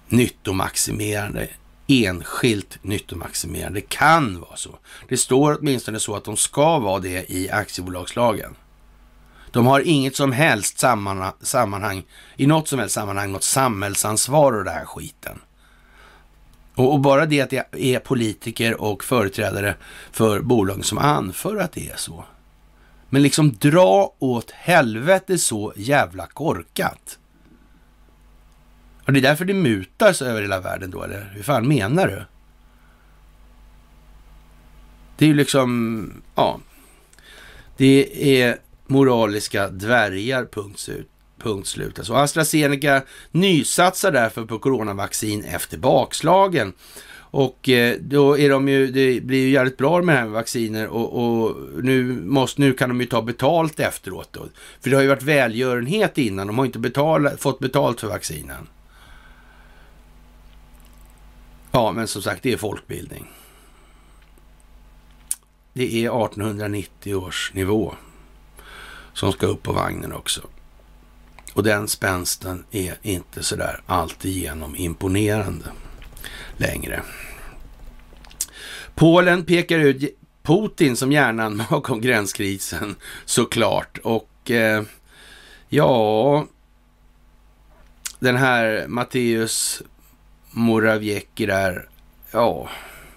nyttomaximerande, enskilt nyttomaximerande. Det kan vara så. Det står åtminstone så att de ska vara det i aktiebolagslagen. De har inget som helst sammanhang, i något som helst sammanhang, något samhällsansvar och det här skiten. Och bara det att det är politiker och företrädare för bolag som anför att det är så. Men liksom dra åt helvete så jävla korkat. Och det är därför det mutas över hela världen då, eller hur fan menar du? Det är ju liksom, ja, det är moraliska dvärgar, punkt slut. Alltså AstraZeneca nysatsar därför på coronavaccin efter bakslagen. Och då är de ju, det blir ju jävligt bra med det här med vacciner och nu kan de ju ta betalt efteråt då. För det har ju varit välgörenhet innan, de har inte fått betalt för vaccinen. Ja, men som sagt, det är folkbildning. Det är 1890 års nivå som ska upp på vagnen också. Och den spänsten är inte sådär alltigenom imponerande längre. Polen pekar ut Putin som hjärnan bakom gränskrisen såklart. Och ja, den här Mateusz Morawiecki där, ja,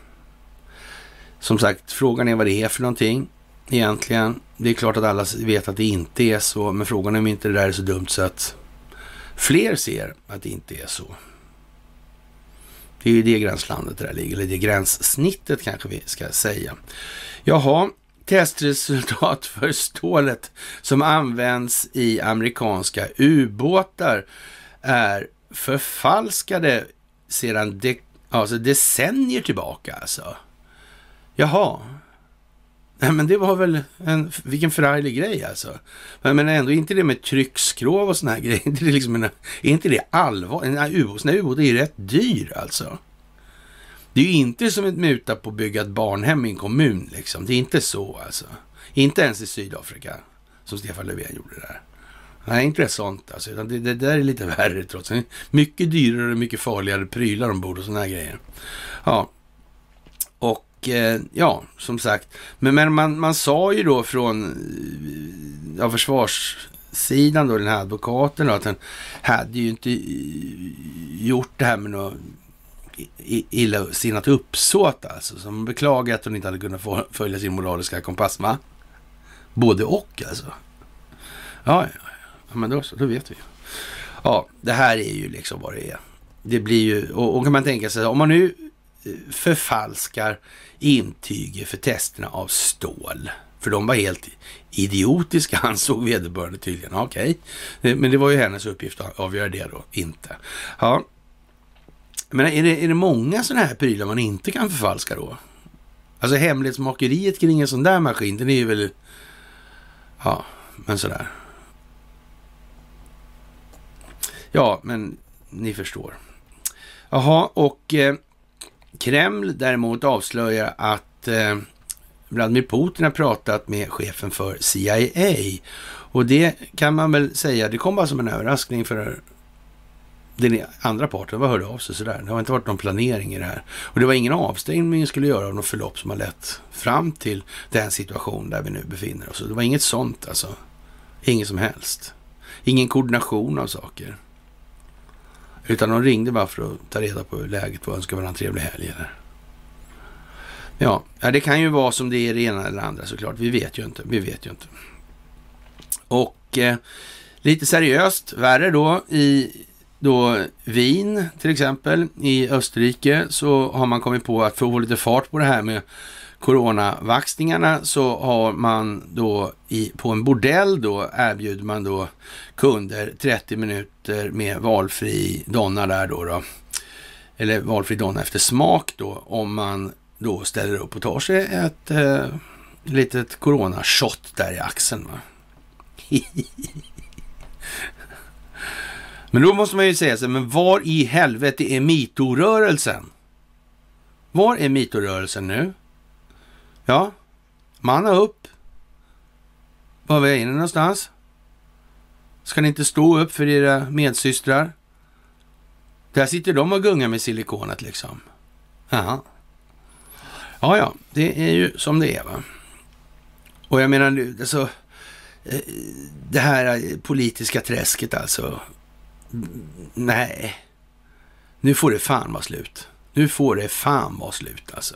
som sagt, frågan är vad det är för någonting egentligen. Det är klart att alla vet att det inte är så, men frågan är om inte det där är så dumt så att fler ser att det inte är så. Det är ju det gränslandet där ligger, eller det gränssnittet kanske vi ska säga. Jaha, testresultat för stålet som används i amerikanska ubåtar är förfalskade sedan decennier tillbaka alltså. Jaha. Nej, men det var väl vilken förarglig grej alltså. Men ändå inte det med tryckskrov och såna här grejer. Inte det liksom är inte det allvar? En ubåt är ju rätt dyr alltså. Det är ju inte som ett muta på att bygga ett barnhem i en kommun liksom. Det är inte så alltså. Inte ens i Sydafrika som Stefan Löfven gjorde där. Nej, inte det sånt alltså. Utan det där är lite värre trots. Mycket dyrare och mycket farligare prylar ombord och såna här grejer. Ja. Och ja, som sagt. Men man sa ju då från försvarssidan då, den här advokaten då, att han hade ju inte gjort det här med något illasinnat uppsåt alltså. Som beklagar att hon inte hade kunnat följa sin moraliska kompass, va? Både och alltså. Ja, men då vet vi. Ja, det här är ju liksom vad det är. Det blir ju, och kan man tänka sig, om man nu förfalskar intyg för testerna av stål, för de var helt idiotiska, ansåg vederbörande tydligen. Okej. Men det var ju hennes uppgift att avgöra det då, inte. Ja. Men är det många sådana här prylar man inte kan förfalska då? Alltså hemlighetsmakeriet kring en sån där maskin, den är ju väl, ja, men sådär. Ja, men ni förstår. Jaha, och Kreml däremot avslöjar att Vladimir Putin har pratat med chefen för CIA. Och det kan man väl säga, det kom bara som en överraskning för den andra parten. Vad hörde av sig sådär? Det har inte varit någon planering i det här. Och det var ingen avstängning skulle göra av något förlopp som har lett fram till den situation där vi nu befinner oss. Det var inget sånt alltså. Inget som helst. Ingen koordination av saker. Utan de ringde bara för att ta reda på hur läget var och önska varandra en trevlig helg. Eller? Ja, det kan ju vara som det är det ena eller andra såklart. Vi vet ju inte. Och lite seriöst, värre då i Wien till exempel i Österrike, så har man kommit på att för att få lite fart på det här med coronavaxningarna, så har man då på en bordell då erbjuder man då kunder 30 minuter med valfri donna där då. Eller valfri donna efter smak då, om man då ställer upp och tar sig ett litet corona-shot där i axeln, va? Men då måste man ju säga sig, men var i helvete är mitorörelsen? Var är mitorörelsen nu? Ja, manna upp. Var är ni någonstans? Ska ni inte stå upp för era medsystrar? Där sitter de och gungar med silikonet liksom. Aha. Ja, det är ju som det är, va. Och jag menar, alltså, det här politiska träsket alltså. Nej. Nu får det fan vara slut. Nu får det fan vara slut alltså.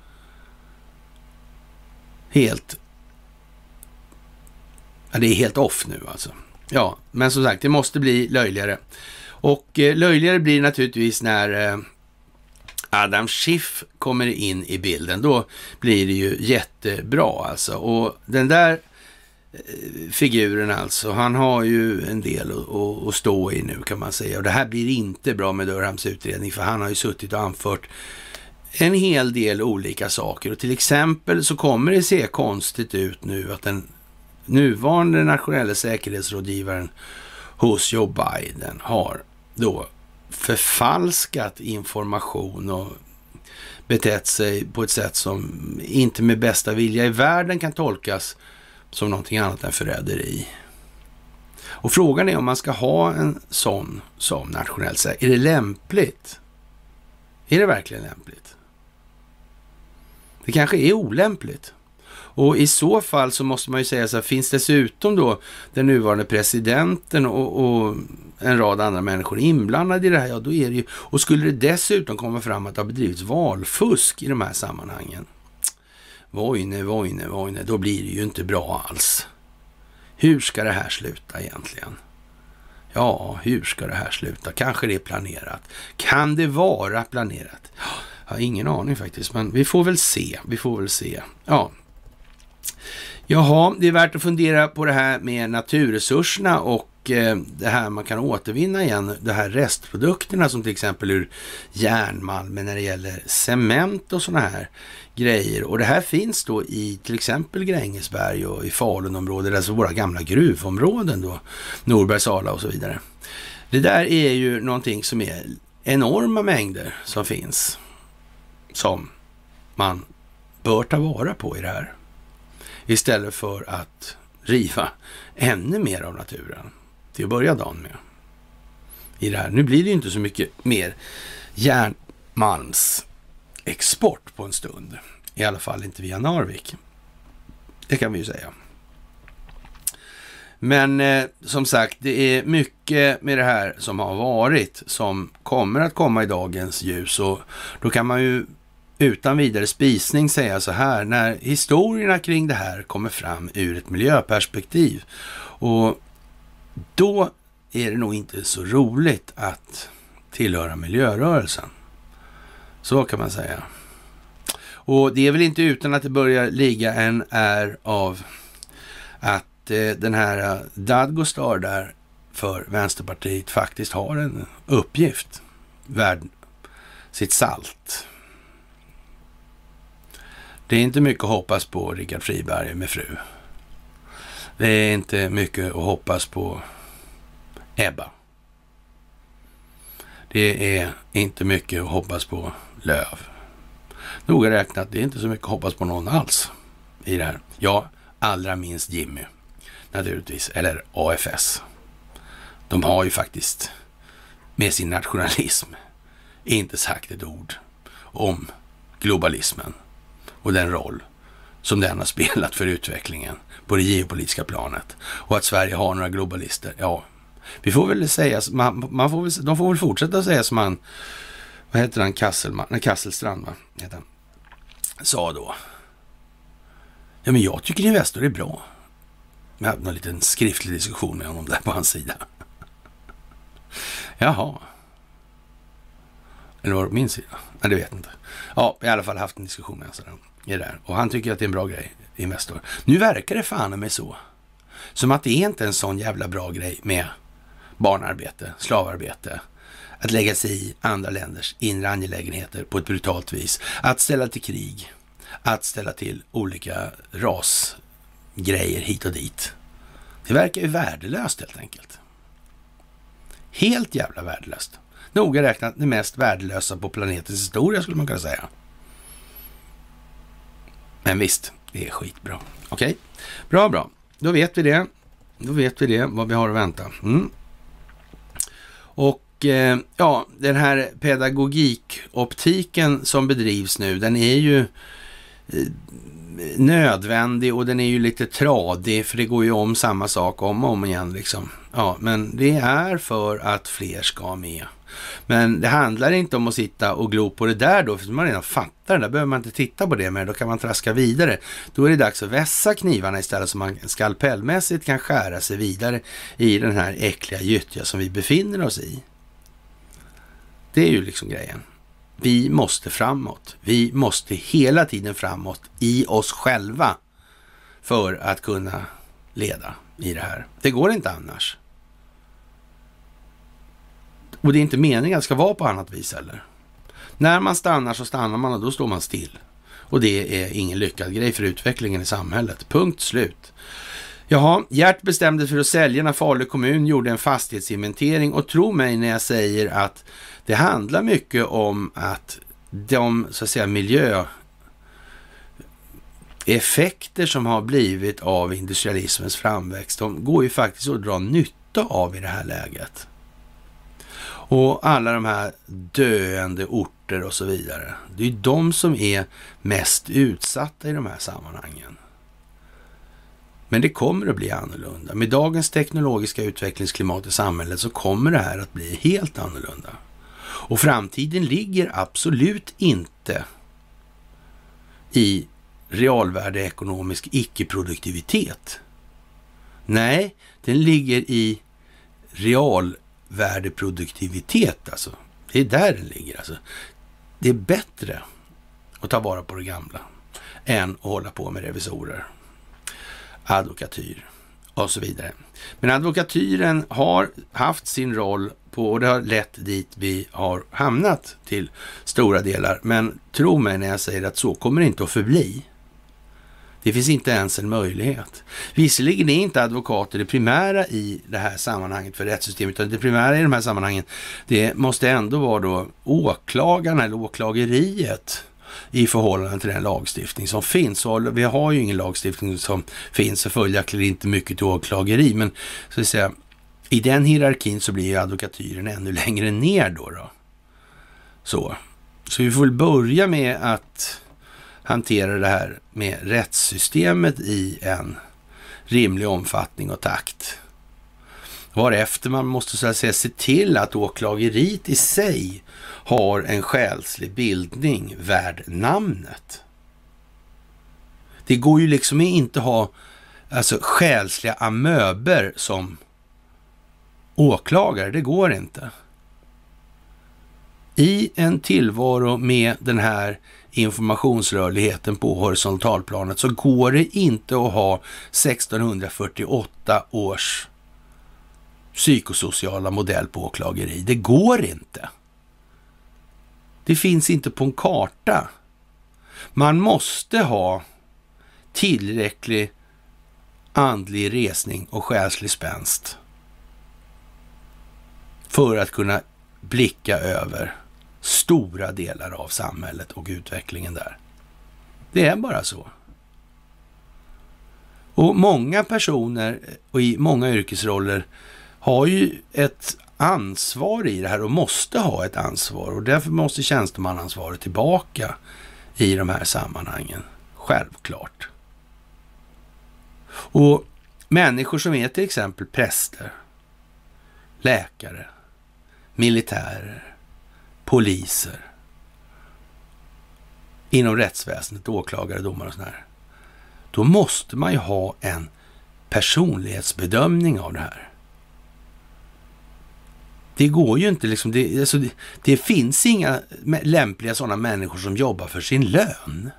Helt. Ja, det är helt off nu alltså. Ja, men som sagt, det måste bli löjligare. Och löjligare blir naturligtvis när Adam Schiff kommer in i bilden. Då blir det ju jättebra alltså. Och den där figuren alltså, han har ju en del att stå i nu kan man säga. Och det här blir inte bra med Durhams utredning, för han har ju suttit och anfört en hel del olika saker. Och till exempel så kommer det se konstigt ut nu att den nuvarande nationella säkerhetsrådgivaren hos Joe Biden har då förfalskat information och betett sig på ett sätt som inte med bästa vilja i världen kan tolkas som någonting annat än förräderi. Och frågan är om man ska ha en sån som nationell säkerhet. Är det lämpligt? Är det verkligen lämpligt? Det kanske är olämpligt. Och i så fall så måste man ju säga så här, finns dessutom då den nuvarande presidenten och en rad andra människor inblandade i det här, ja då är det ju, och skulle det dessutom komma fram att det har bedrivits valfusk i de här sammanhangen, vojne, då blir det ju inte bra alls. Hur ska det här sluta egentligen? Ja, hur ska det här sluta? Kanske det är planerat. Kan det vara planerat? Jag har ingen aning faktiskt, men vi får väl se. Ja. Jaha, det är värt att fundera på det här med naturresurserna och det här man kan återvinna igen, det här restprodukterna som till exempel ur järnmalm när det gäller cement och såna här grejer. Och det här finns då i till exempel Grängesberg och i Falunområdet, alltså våra gamla gruvområden då, Norberg, Sala och så vidare. Det där är ju någonting som är enorma mängder som finns, som man bör ta vara på i det här. Istället för att riva ännu mer av naturen till att börja dagen med. I det här. Nu blir det ju inte så mycket mer järnmalmsexport på en stund. I alla fall inte via Narvik. Det kan vi ju säga. Men som sagt, det är mycket med det här som har varit som kommer att komma i dagens ljus. Och då kan man ju utan vidare spisning säga så här, när historierna kring det här kommer fram ur ett miljöperspektiv, och då är det nog inte så roligt att tillhöra miljörörelsen. Så kan man säga. Och det är väl inte utan att det börjar ligga en är av att den här Dadgostar där för Vänsterpartiet faktiskt har en uppgift värd sitt salt. Det är inte mycket att hoppas på Rickard Friberg med fru. Det är inte mycket att hoppas på Ebba. Det är inte mycket att hoppas på Löv. Noga räknat, det är inte så mycket att hoppas på någon alls i det här. Ja, allra minst Jimmy naturligtvis, eller AFS. De har ju faktiskt med sin nationalism inte sagt ett ord om globalismen och den roll som den har spelat för utvecklingen på det geopolitiska planet. Och att Sverige har några globalister, ja, vi får väl säga, de får väl fortsätta säga som han, vad heter han, Kasselstrand va, heter han, sa då. Ja, men jag tycker Investor är bra. Jag hade någon liten skriftlig diskussion med honom där på hans sida. Jaha. Eller var det min sida? Nej, det vet jag inte. Ja, jag har i alla fall haft en diskussion med honom i det där. Och han tycker att det är en bra grej, Investor. Nu verkar det fan med så. Som att det är inte en sån jävla bra grej med barnarbete, slavarbete. Att lägga sig i andra länders inre angelägenheter på ett brutalt vis. Att ställa till krig. Att ställa till olika rasgrejer hit och dit. Det verkar ju värdelöst helt enkelt. Helt jävla värdelöst. Noga räknat det mest värdelösa på planetens historia skulle man kunna säga. Men visst, det är skitbra. Okej, bra. Då vet vi det. Vad vi har att vänta. Och ja, den här pedagogikoptiken som bedrivs nu, den är ju nödvändig och den är ju lite tradig, för det går ju om samma sak om och om igen liksom. Ja, men det är för att fler ska med. Men det handlar inte om att sitta och glo på det där då, för man redan fattar det. Där behöver man inte titta på det mer, då kan man traska vidare. Då är det dags att vässa knivarna istället, så man skalpellmässigt kan skära sig vidare i den här äckliga gyttja som vi befinner oss i. Det är ju liksom grejen. Vi måste framåt. Vi måste hela tiden framåt i oss själva för att kunna leda i det här. Det går inte annars. Och det är inte meningen att det ska vara på annat vis heller. När man stannar så stannar man och då står man still. Och det är ingen lyckad grej för utvecklingen i samhället. Punkt slut. Jaha, Gert bestämde för att sälja när Falu kommun gjorde en fastighetsinventering, och tro mig när jag säger att det handlar mycket om att de, så att säga, miljöeffekter som har blivit av industrialismens framväxt, de går ju faktiskt att dra nytta av i det här läget. Och alla de här döende orter och så vidare, det är ju de som är mest utsatta i de här sammanhangen. Men det kommer att bli annorlunda. Med dagens teknologiska utvecklingsklimat i samhället så kommer det här att bli helt annorlunda. Och framtiden ligger absolut inte i realvärdeekonomisk icke-produktivitet. Nej, den ligger i realvärdeproduktivitet. Alltså. Det är där den ligger. Alltså. Det är bättre att ta vara på det gamla än att hålla på med revisorer, advokatyr och så vidare. Men advokatyren har haft sin roll på, och det har lett dit vi har hamnat till stora delar. Men tro mig när jag säger att så kommer det inte att förbli. Det finns inte ens en möjlighet. Visserligen är inte advokater det primära i det här sammanhanget för rättssystemet, utan det primära i de här sammanhangen, det måste ändå vara då åklagarna eller åklageriet i förhållande till den lagstiftning som finns. Och vi har ju ingen lagstiftning som finns, så följaktligen inte mycket till åklageri, men så att säga, i den hierarkin så blir ju advokatyren ännu längre ner då. Så vi får väl börja med att hantera det här med rättssystemet i en rimlig omfattning och takt. Varefter man måste så att säga se till att åklageriet i sig har en själslig bildning värd namnet. Det går ju liksom inte att ha alltså själsliga amöber som åklagare. Det går inte. I en tillvaro med den här informationsrörligheten på horisontalplanet så går det inte att ha 1648 års psykosociala modell på åklageri. Det går inte. Det finns inte på en karta. Man måste ha tillräcklig andlig resning och själslig spänst för att kunna blicka över stora delar av samhället och utvecklingen där. Det är bara så. Och många personer och i många yrkesroller har ju ett ansvar i det här och måste ha ett ansvar, och därför måste tjänstemannaansvaret tillbaka i de här sammanhangen. Självklart. Och människor som är till exempel präster, läkare, militärer, poliser, inom rättsväsendet, åklagare, domare och sådär. Då måste man ju ha en personlighetsbedömning av det här. Det går ju inte liksom, det finns inga lämpliga sådana människor som jobbar för sin lön.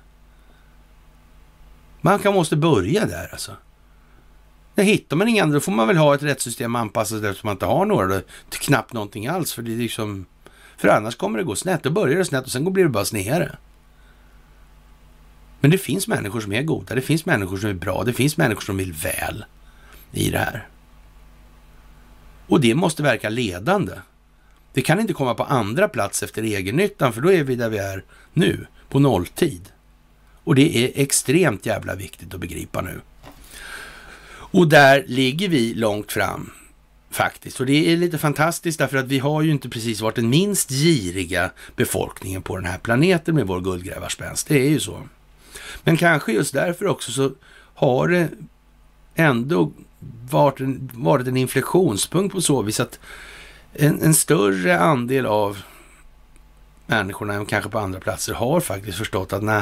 Man måste börja där alltså. När hittar man inga andra, då får man väl ha ett rättssystem anpassat eftersom man inte har några, knappt någonting alls, för det är liksom, för annars kommer det gå snett. Då börjar det snett och sen blir det bara snedare. Men det finns människor som är goda, det finns människor som är bra, det finns människor som vill väl i det här. Och det måste verka ledande. Det kan inte komma på andra plats efter egennyttan, för då är vi där vi är nu, på nolltid. Och det är extremt jävla viktigt att begripa nu. Och där ligger vi långt fram Faktiskt. Och det är lite fantastiskt därför att vi har ju inte precis varit den minst giriga befolkningen på den här planeten med vår guldgrävarspänst. Det är ju så. Men kanske just därför också så har det ändå varit en inflektionspunkt på så vis att en större andel av människorna än kanske på andra platser har faktiskt förstått att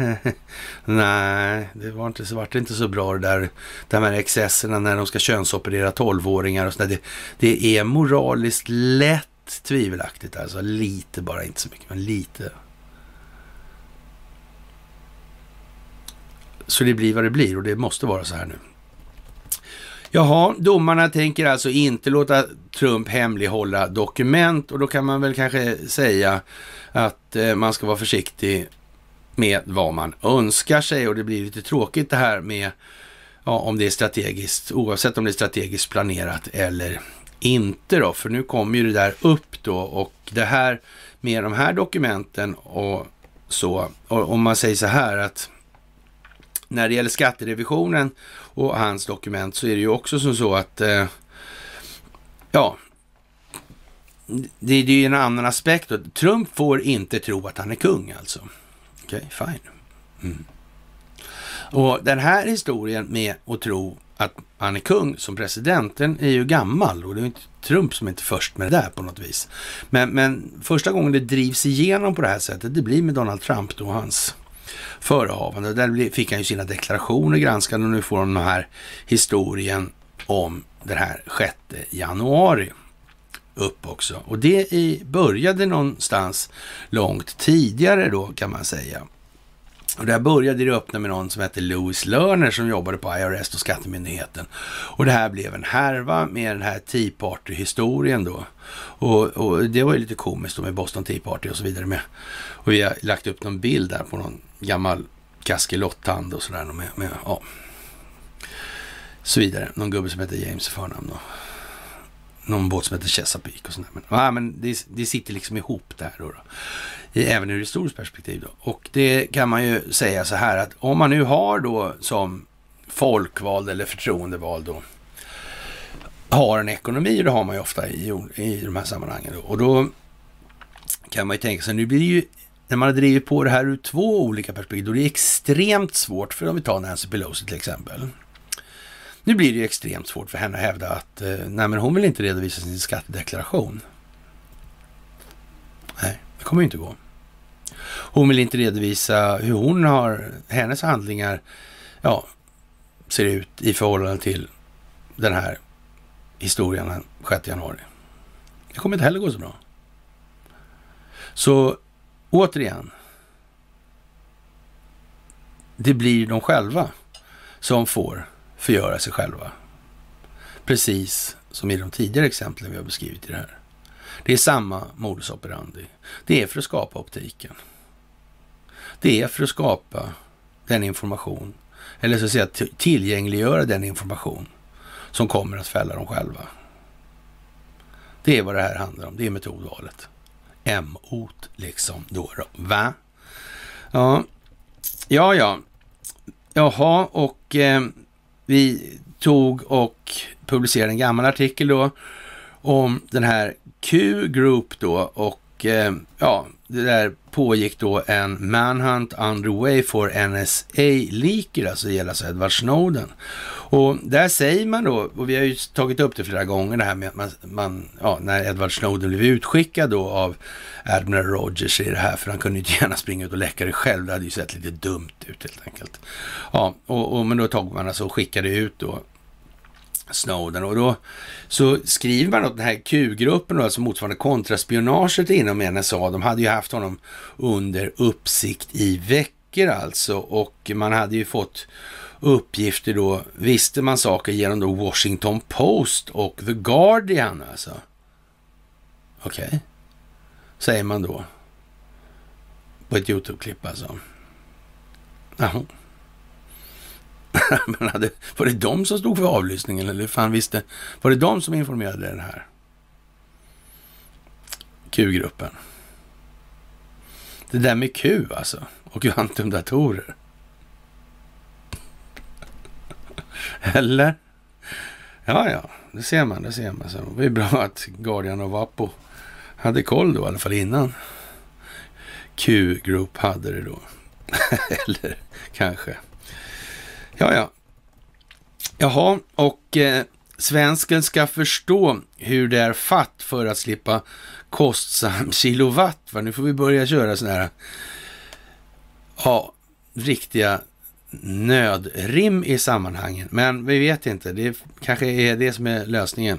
nej, det var inte så bra det där med excesserna när de ska könsoperera 12-åringar och sådär. Det är moraliskt lätt tvivelaktigt, alltså lite, bara inte så mycket, men lite. Så det blir vad det blir och det måste vara så här nu. Jaha, domarna tänker alltså inte låta Trump hemlighålla dokument och då kan man väl kanske säga att man ska vara försiktig med vad man önskar sig och det blir lite tråkigt det här med om det är strategiskt, oavsett om det är strategiskt planerat eller inte då, för nu kommer ju det där upp då och det här med de här dokumenten och så, och om man säger så här att när det gäller skatterevisionen och hans dokument så är det ju också som så att det är ju en annan aspekt då. Trump får inte tro att han är kung alltså. Okej, fine. Och den här historien med att tro att han är kung som president, den är ju gammal och det är inte Trump som är inte först med det där på något vis. Men första gången det drivs igenom på det här sättet, det blir med Donald Trump då, hans förehavande. Där fick han ju sina deklarationer granskade och nu får de den här historien om den här 6 januari upp också. Och det började någonstans långt tidigare då kan man säga. Och där började det öppna med någon som heter Louis Lerner som jobbade på IRS och skattemyndigheten. Och det här blev en härva med den här Tea Party-historien då. Och det var ju lite komiskt då med Boston Tea Party och så vidare med. Och vi har lagt upp någon bild där på någon gammal kaskelotthand och sådär med så vidare. Någon gubbe som heter James i förnamn då. Någon båt som heter Chesapeake och sådär. Men det sitter liksom ihop där då. Även ur historiskt perspektiv då. Och det kan man ju säga så här att om man nu har då som folkvald eller förtroendevald då har en ekonomi, och det har man ju ofta i de här sammanhangen då. Och då kan man ju tänka sig, nu blir det ju, när man har drivit på det här ur 2 olika perspektiv, då är det extremt svårt, för om vi tar Nancy Pelosi till exempel. Nu blir det ju extremt svårt för henne att hävda att nej, men hon vill inte redovisa sin skattedeklaration. Nej, det kommer ju inte gå. Hon vill inte redovisa hur hennes handlingar ser ut i förhållande till den här historien den 6 januari. Det kommer inte heller gå så bra. Så återigen, det blir de själva som får förgöra sig själva. Precis som i de tidigare exemplen vi har beskrivit i det här. Det är samma modus operandi. Det är för att skapa optiken. Det är för att skapa den information, eller så att säga tillgängliggöra den information som kommer att fälla dem själva. Det är vad det här handlar om. Det är metodvalet. M-ot liksom då. Va? Ja. Jaha, och vi tog och publicerade en gammal artikel då om den här Q-group då och det där pågick då en manhunt underway for NSA-leaker, alltså det gäller alltså Edward Snowden. Och där säger man då, och vi har ju tagit upp det flera gånger det här med att man när Edward Snowden blev utskickad då av Admiral Rogers i det här, för han kunde ju inte gärna springa ut och läcka det själv, det hade ju sett lite dumt ut helt enkelt. Ja, men då tog man alltså och skickade ut då Snowden, och då så skriver man att den här Q-gruppen då, alltså motsvarande kontraspionaget inom NSA, de hade ju haft honom under uppsikt i veckor alltså, och man hade ju fått uppgifter då, visste man saker genom då Washington Post och The Guardian alltså. Okej. Säger man då på ett YouTube-klipp alltså. Jaha. Men var det de som stod för avlyssningen, eller fan visste, var det de som informerade den här Q-gruppen? Det där med Q alltså, och kvantumdatorer. Ja, det ser man. Så det är bra att Guardian och Vapo hade koll då, i alla fall innan Q-Group hade det då. Eller kanske. Ja. Jaha, och svensken ska förstå hur det är fatt för att slippa kostsam kilowatt. Va? Nu får vi börja köra sådana här riktiga nödrim i sammanhangen. Men vi vet inte. Det kanske är det som är lösningen.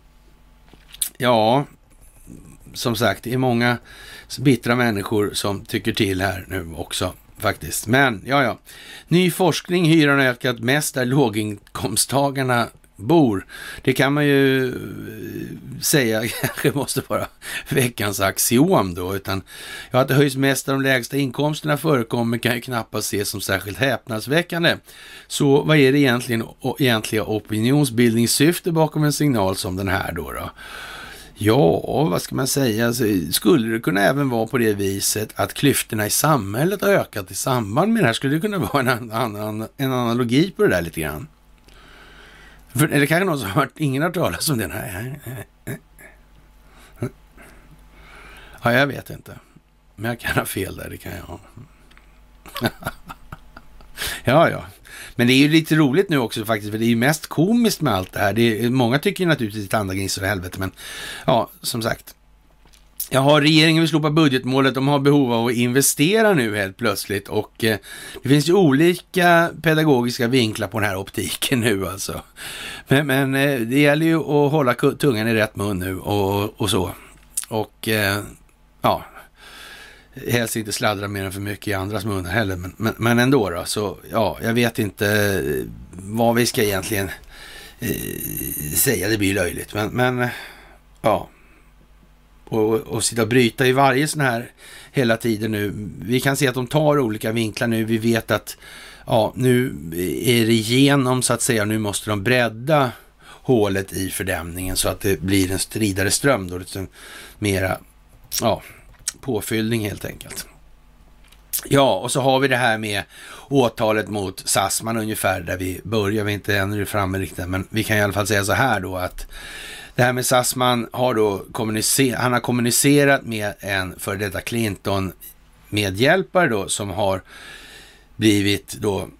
Ja, som sagt, det är många bittra människor som tycker till här nu också faktiskt. Men ja. Ny forskning, hyran har ökat mest där låginkomsttagarna bor. Det kan man ju säga kanske måste vara veckans axiom då, utan att det höjs mest där de lägsta inkomsterna förekommer kan ju knappast ses som särskilt häpnadsväckande. Så vad är det egentliga opinionsbildningssyfte bakom en signal som den här då? Ja, vad ska man säga? Alltså, skulle det kunna även vara på det viset att klyftorna i samhället har ökat i samband med det här? Skulle det kunna vara en analogi på det där lite grann? Eller kanske någon som har ingen har talat om det? Nej. Ja, jag vet inte. Men jag kan ha fel där, det kan jag ha. Ja. Men det är ju lite roligt nu också faktiskt, för det är ju mest komiskt med allt det här. Många tycker ju naturligtvis att andra gnisar i helvete, men ja, som sagt. Regeringen vill slopa budgetmålet, de har behov av att investera nu helt plötsligt, och det finns ju olika pedagogiska vinklar på den här optiken nu alltså. Men det gäller ju att hålla tungan i rätt mun nu och så. Och helst inte sladdra mer än för mycket i andras munnar heller, men ändå då, så ja, jag vet inte vad vi ska egentligen säga, det blir löjligt, men ja. Och sitta och bryta i varje sån här hela tiden nu. Vi kan se att de tar olika vinklar nu. Vi vet att nu är det igenom så att säga. Nu måste de bredda hålet i fördämningen så att det blir en stridare ström då. Lite mera påfyllning helt enkelt. Ja, och så har vi det här med åtalet mot Sassman ungefär där vi börjar. Vi är inte ännu framme riktigt, men vi kan i alla fall säga så här då att det här med Sassman har då kommunicerat med en för detta Clinton-medhjälpare då som har blivit då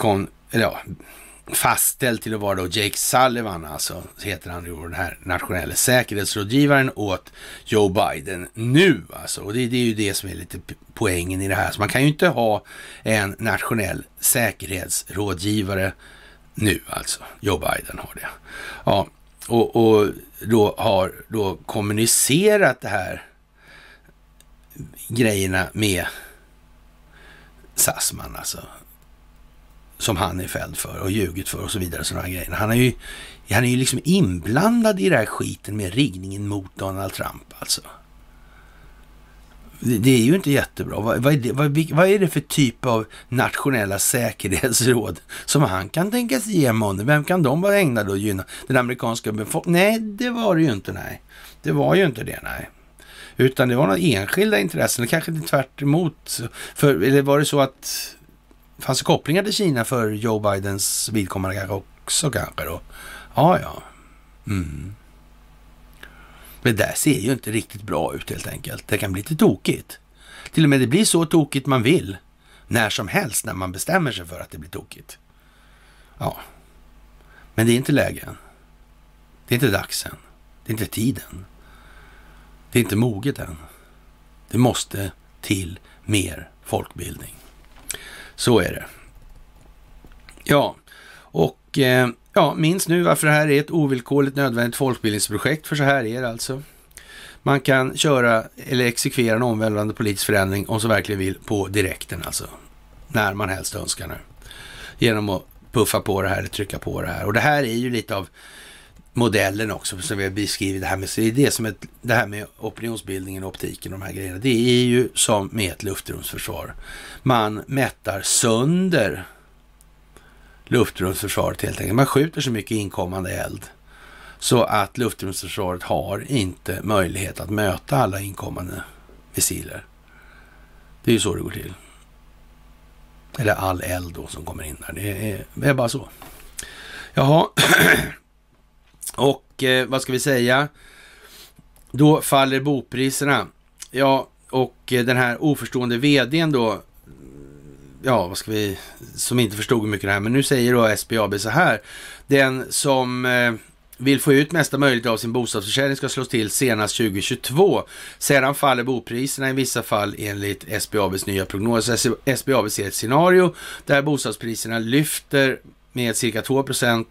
fastställd till att vara då Jake Sullivan, alltså heter han ju, den här nationella säkerhetsrådgivaren åt Joe Biden nu alltså. Och det är ju det som är lite poängen i det här. Så man kan ju inte ha en nationell säkerhetsrådgivare nu alltså. Joe Biden har det. Ja. Och då har då kommunicerat det här grejerna med Sassman alltså, som han är fälld för och ljugit för och så vidare, sådana här grejer. Han är ju liksom inblandad i det här skiten med riggningen mot Donald Trump alltså. Det är ju inte jättebra. Vad är det för typ av nationella säkerhetsråd som han kan tänkas ge honom? Vem kan de vara ägnade att gynna? Den amerikanska befolkningen? Nej, det var det ju inte, nej. Det var ju inte det, nej. Utan det var några enskilda intressen, kanske inte tvärt emot. Eller var det så att fanns det kopplingar till Kina för Joe Bidens vidkommande kanske också kanske då? Ja. Det där ser ju inte riktigt bra ut helt enkelt. Det kan bli lite tokigt. Till och med det blir så tokigt man vill. När som helst när man bestämmer sig för att det blir tokigt. Ja. Men det är inte lägen. Det är inte dags än. Det är inte tiden. Det är inte moget än. Det måste till mer folkbildning. Så är det. Ja. Och minns nu varför det här är ett ovillkorligt nödvändigt folkbildningsprojekt, för så här är det alltså. Man kan köra eller exekvera en omvälvande politisk förändring om så verkligen vill på direkten alltså. När man helst önskar nu. Genom att puffa på det här eller trycka på det här. Och det här är ju lite av modellen också som vi har beskrivit det här med. Så det är det som det här med opinionsbildningen, optiken och de här grejerna. Det är ju som med ett luftrumsförsvar. Man mättar sönder luftrumsförsvaret helt enkelt. Man skjuter så mycket inkommande eld så att luftrumsförsvaret har inte möjlighet att möta alla inkommande missiler. Det är ju så det går till. Eller all eld då som kommer in där. Det är bara så. Jaha. Och vad ska vi säga? Då faller bopriserna. Ja, och den här oförstående vdn då, ja, vad ska vi, som inte förstod hur mycket det här, men nu säger då SBAB så här: den som vill få ut mesta möjligt av sin bostadsförsäljning ska slås till senast 2022. Sedan faller bopriserna i vissa fall enligt SBABs nya prognos. SBAB ser ett scenario där bostadspriserna lyfter med cirka 2%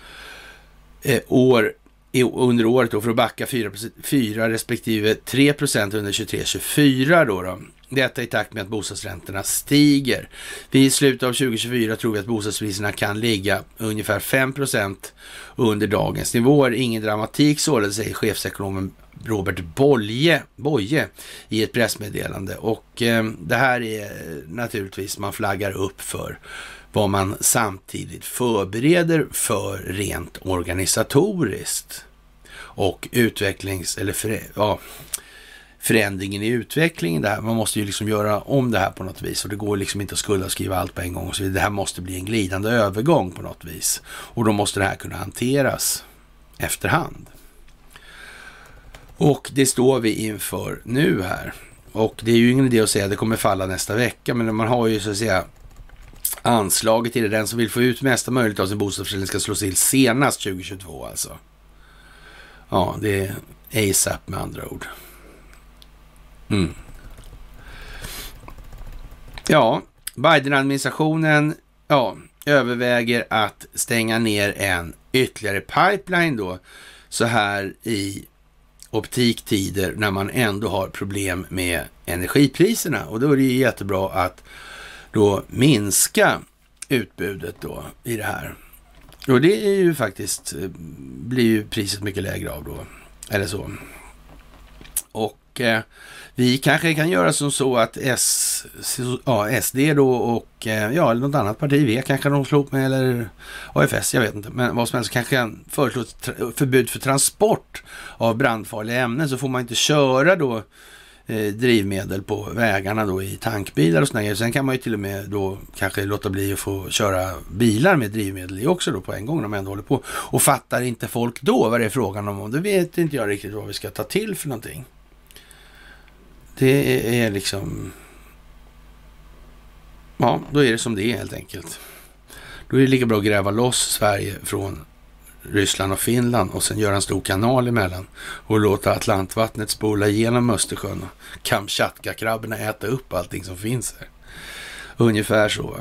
under året då, för att backa 4 respektive 3% under 23-24 då. Detta i takt med att bostadsräntorna stiger. Vid slutet av 2024 tror vi att bostadspriserna kan ligga ungefär 5% under dagens nivåer. Ingen dramatik således, säger chefsekonomen Robert Boye i ett pressmeddelande. Och det här är naturligtvis, man flaggar upp för vad man samtidigt förbereder för rent organisatoriskt och förändringen i utvecklingen där. Man måste ju liksom göra om det här på något vis, och det går liksom inte att skriva allt på en gång och så vidare. Det här måste bli en glidande övergång på något vis, och då måste det här kunna hanteras efterhand. Och det står vi inför nu här, och det är ju ingen idé att säga att det kommer falla nästa vecka, men man har ju så att säga anslaget till det. Den som vill få ut mesta möjligt av sin bostadsförsäljning ska slå till senast 2022 alltså. Ja, det är ASAP med andra ord. Ja, Biden-administrationen överväger att stänga ner en ytterligare pipeline då, så här i optiktider när man ändå har problem med energipriserna, och då är det ju jättebra att då minska utbudet då i det här. Och det är ju faktiskt, blir ju priset mycket lägre av då, eller så. Och vi kanske kan göra som så att SD då och eller något annat parti, V kanske de slår upp med, eller AFS, jag vet inte, men vad som helst, kanske kan föreslå ett förbud för transport av brandfarliga ämnen, så får man inte köra då drivmedel på vägarna då i tankbilar och sådär. Sen kan man ju till och med då kanske låta bli att få köra bilar med drivmedel i också då på en gång när man ändå håller på. Och fattar inte folk då vad det är frågan om, då vet inte jag riktigt vad vi ska ta till för någonting. Det är liksom, ja, då är det som det är helt enkelt. Då är det lika bra att gräva loss Sverige från Ryssland och Finland och sen göra en stor kanal emellan och låta Atlantvattnet spola igenom Östersjön och Kamchatka-krabborna äta upp allting som finns här. Ungefär så.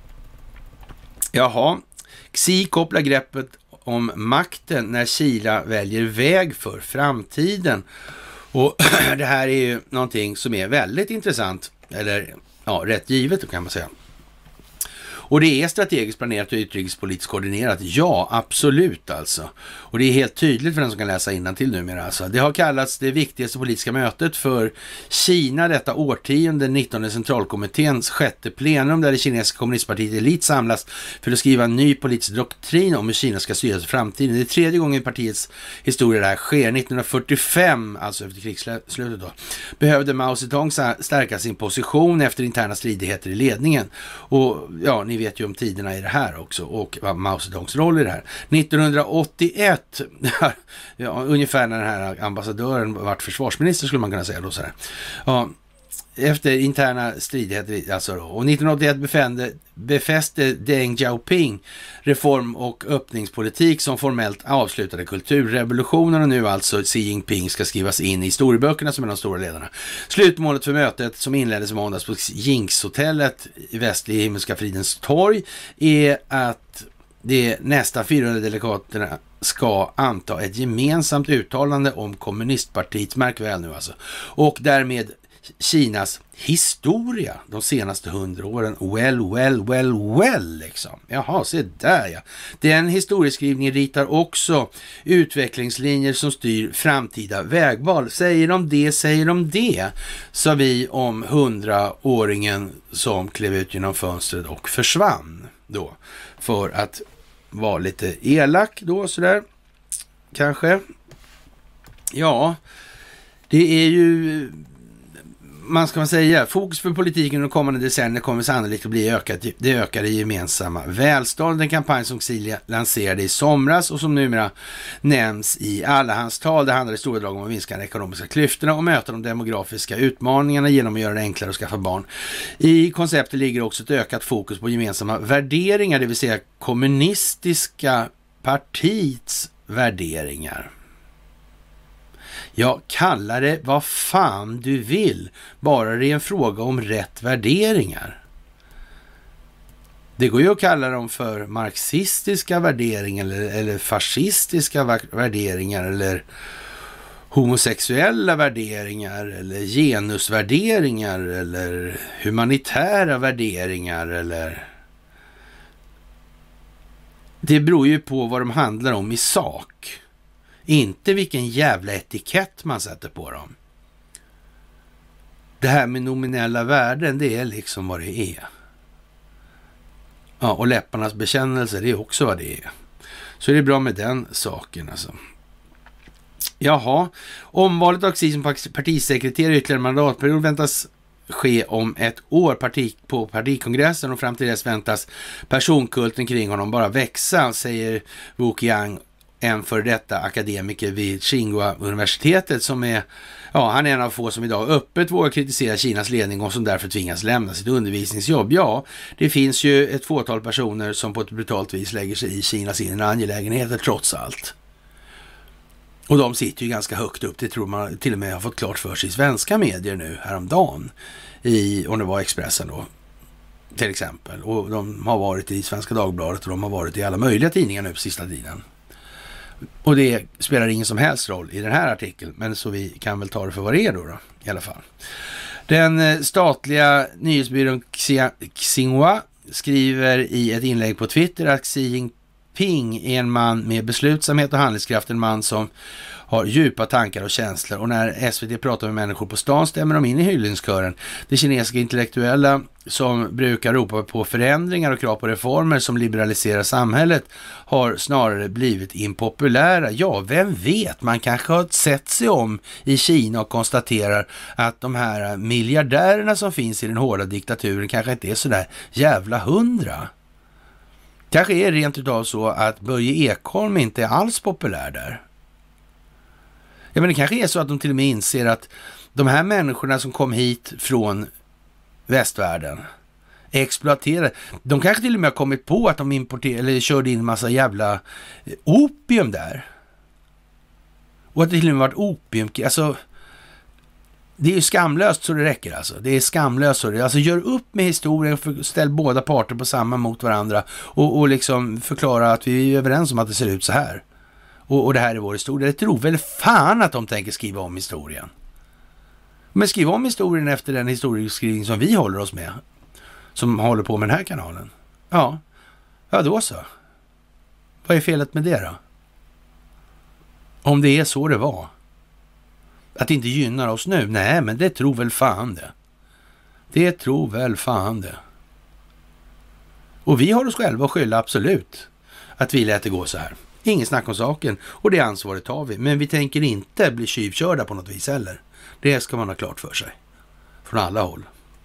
Jaha, Xi kopplar greppet om makten när Kina väljer väg för framtiden. Och det här är ju någonting som är väldigt intressant, eller ja, rätt givet kan man säga. Och det är strategiskt planerat och utrikespolitiskt koordinerat. Ja, absolut alltså. Och det är helt tydligt för den som kan läsa innantill numera alltså. Det har kallats det viktigaste politiska mötet för Kina detta årtionde, 19 centralkommitténs sjätte plenum, där det kinesiska kommunistpartiet Elit samlas för att skriva en ny politisk doktrin om hur Kina ska styras i framtiden. Det är tredje gången i partiets historia det här sker. 1945, alltså efter krigsslutet då, behövde Mao Zedong stärka sin position efter interna stridigheter i ledningen. Och ja, ni vet ju om tiderna i det här också och vad Mao Zedongs roll i det här. 1981, ja, ungefär när den här ambassadören vart försvarsminister skulle man kunna säga då så här. Ja, efter interna stridigheter alltså då. Och 1981 befäste Deng Xiaoping reform- och öppningspolitik som formellt avslutade kulturrevolutionen, och nu alltså Xi Jinping ska skrivas in i historieböckerna som är de stora ledarna. Slutmålet för mötet som inleddes i måndags på Jinx-hotellet i västliga Himmelska fridens torg är att de nästa 400 delegaterna ska anta ett gemensamt uttalande om kommunistpartiet, märk väl nu alltså, och därmed Kinas historia de senaste 100 åren. Well liksom. Jaha, se där ja. Den historieskrivningen ritar också utvecklingslinjer som styr framtida vägval. Säger de det, sa vi om 100-åringen som klev ut genom fönstret och försvann då. För att vara lite elak då sådär. Kanske. Ja, det är ju man ska säga, fokus för politiken under kommande decennier kommer sannolikt att bli det ökade gemensamma välstånd. En kampanj som Xi lanserade i somras och som numera nämns i alla hans tal. Det handlar i stora drag om att minska de ekonomiska klyftorna och möta de demografiska utmaningarna genom att göra det enklare att skaffa barn. I konceptet ligger också ett ökat fokus på gemensamma värderingar, det vill säga kommunistiska partiets värderingar. Jag kallar det vad fan du vill, bara det är en fråga om rätt värderingar. Det går ju att kalla dem för marxistiska värderingar eller fascistiska värderingar eller homosexuella värderingar eller genusvärderingar eller humanitära värderingar eller... Det beror ju på vad de handlar om i sak. Inte vilken jävla etikett man sätter på dem. Det här med nominella värden, det är liksom vad det är. Ja, och läpparnas bekännelse, det är också vad det är. Så det är bra med den saken alltså. Jaha, omvalet av Xi som partisekreterare i ytterligare mandatperiod väntas ske om ett år på partikongressen och fram till dess väntas personkulten kring honom bara växa, säger Wu Qiang, en för detta akademiker vid Tsinghua-universitetet som är, ja, han är en av få som idag öppet vågar kritisera Kinas ledning och som därför tvingas lämna sitt undervisningsjobb. Ja, det finns ju ett fåtal personer som på ett brutalt vis lägger sig i Kinas inre angelägenheter trots allt. Och de sitter ju ganska högt upp, det tror man till och med har fått klart för sig i svenska medier nu häromdagen, om det var Expressen då till exempel. Och de har varit i Svenska Dagbladet och de har varit i alla möjliga tidningar nu på sista tiden. Och det spelar ingen som helst roll i den här artikeln, men så vi kan väl ta det för vad det är då i alla fall. Den statliga nyhetsbyrån Xinhua skriver i ett inlägg på Twitter att Xi Jinping är en man med beslutsamhet och handlingskraft, en man som har djupa tankar och känslor. Och när SVT pratar med människor på stan stämmer de in i hyllningskören. De kinesiska intellektuella som brukar ropa på förändringar och krav på reformer som liberaliserar samhället har snarare blivit impopulära. Ja, vem vet? Man kanske har sett sig om i Kina och konstaterar att de här miljardärerna som finns i den hårda diktaturen kanske inte är så där jävla 100. Kanske är det rent utav så att Börje Ekholm inte är alls populär där. Ja, men det kanske är så att de till och med inser att de här människorna som kom hit från västvärlden exploaterade. De kanske till och med har kommit på att de eller körde in en massa jävla opium där. Och att det till och med varit opium. Alltså, det är ju skamlöst så det räcker alltså. Det är skamlöst så det. Alltså gör upp med historien, ställ båda parter på samma mot varandra och liksom förklara att vi är överens om att det ser ut så här. Och det här är vår historia. Det tror väl fan att de tänker skriva om historien. Men skriva om historien efter den historieskrivning som vi håller oss med. Som håller på med den här kanalen. Ja då så. Vad är felet med det då? Om det är så det var. Att det inte gynnar oss nu. Nej, men det tror väl fan det. Det tror väl fan det. Och vi har oss själva att skylla absolut. Att vi lät det gå så här. Ingen snack om saken. Och det ansvaret tar vi. Men vi tänker inte bli tjuvkörda på något vis heller. Det ska man ha klart för sig. Från alla håll.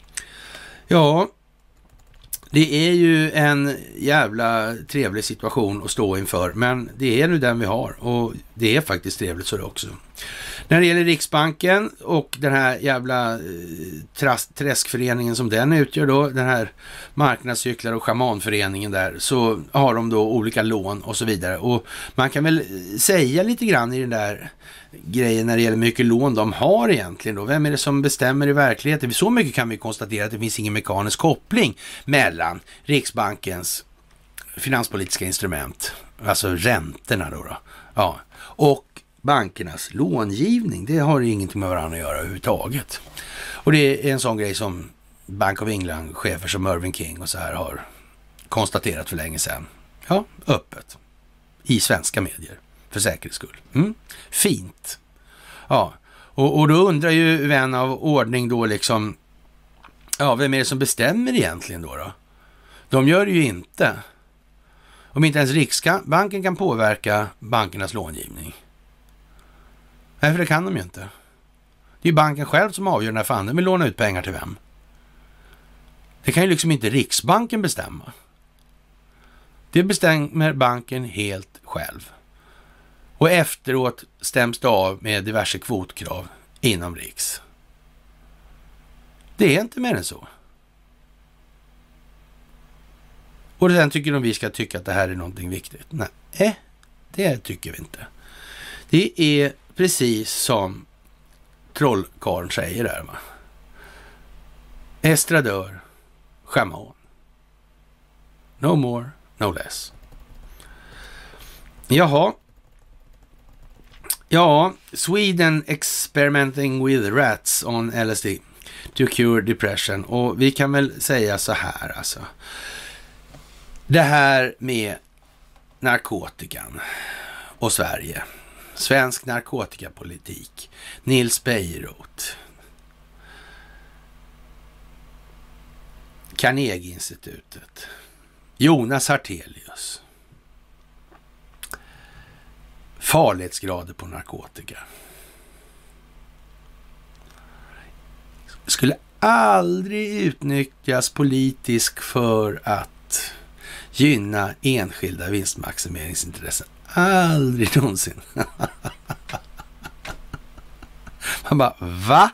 Ja, det är ju en jävla trevlig situation att stå inför. Men det är nu den vi har. Och det är faktiskt trevligt så det också. När det gäller Riksbanken och den här jävla träskföreningen som den utgör då, den här marknadscyklar och schamanföreningen där, så har de då olika lån och så vidare. Och man kan väl säga lite grann i den där grejen när det gäller mycket lån de har egentligen då. Vem är det som bestämmer i verkligheten? Så mycket kan vi konstatera att det finns ingen mekanisk koppling mellan Riksbankens finanspolitiska instrument, alltså räntorna då. Ja, och bankernas långivning. Det har ingenting med varandra att göra överhuvudtaget. Och det är en sån grej som Bank of England-chefer som Mervyn King och så här har konstaterat för länge sedan. Ja, öppet. I svenska medier. För säkerhets skull. Fint. Ja, och då undrar ju vän av ordning då liksom, ja, vem är det som bestämmer egentligen då? De gör det ju inte. Om inte ens Riksbanken kan påverka bankernas långivning. Nej, för det kan de ju inte. Det är ju banken själv som avgör när fan den vill låna ut pengar till vem. Det kan ju liksom inte Riksbanken bestämma. Det bestämmer banken helt själv. Och efteråt stäms det av med diverse kvotkrav inom Riks. Det är inte mer än så. Och sen tycker de vi ska tycka att det här är någonting viktigt. Nej, det tycker vi inte. Det är precis som trollkarlen säger där, va. Estradör, schaman. No more, no less. Jaha. Ja, Sweden experimenting with rats on LSD to cure depression. Och vi kan väl säga så här alltså. Det här med narkotikan och Sverige. Svensk narkotikapolitik. Nils Bejerot. Carnegie-institutet. Jonas Hartelius. Farlighetsgrader på narkotika. Skulle aldrig utnyttjas politiskt för att gynna enskilda vinstmaximeringsintressen. Aldrig någonsin. Man bara, va?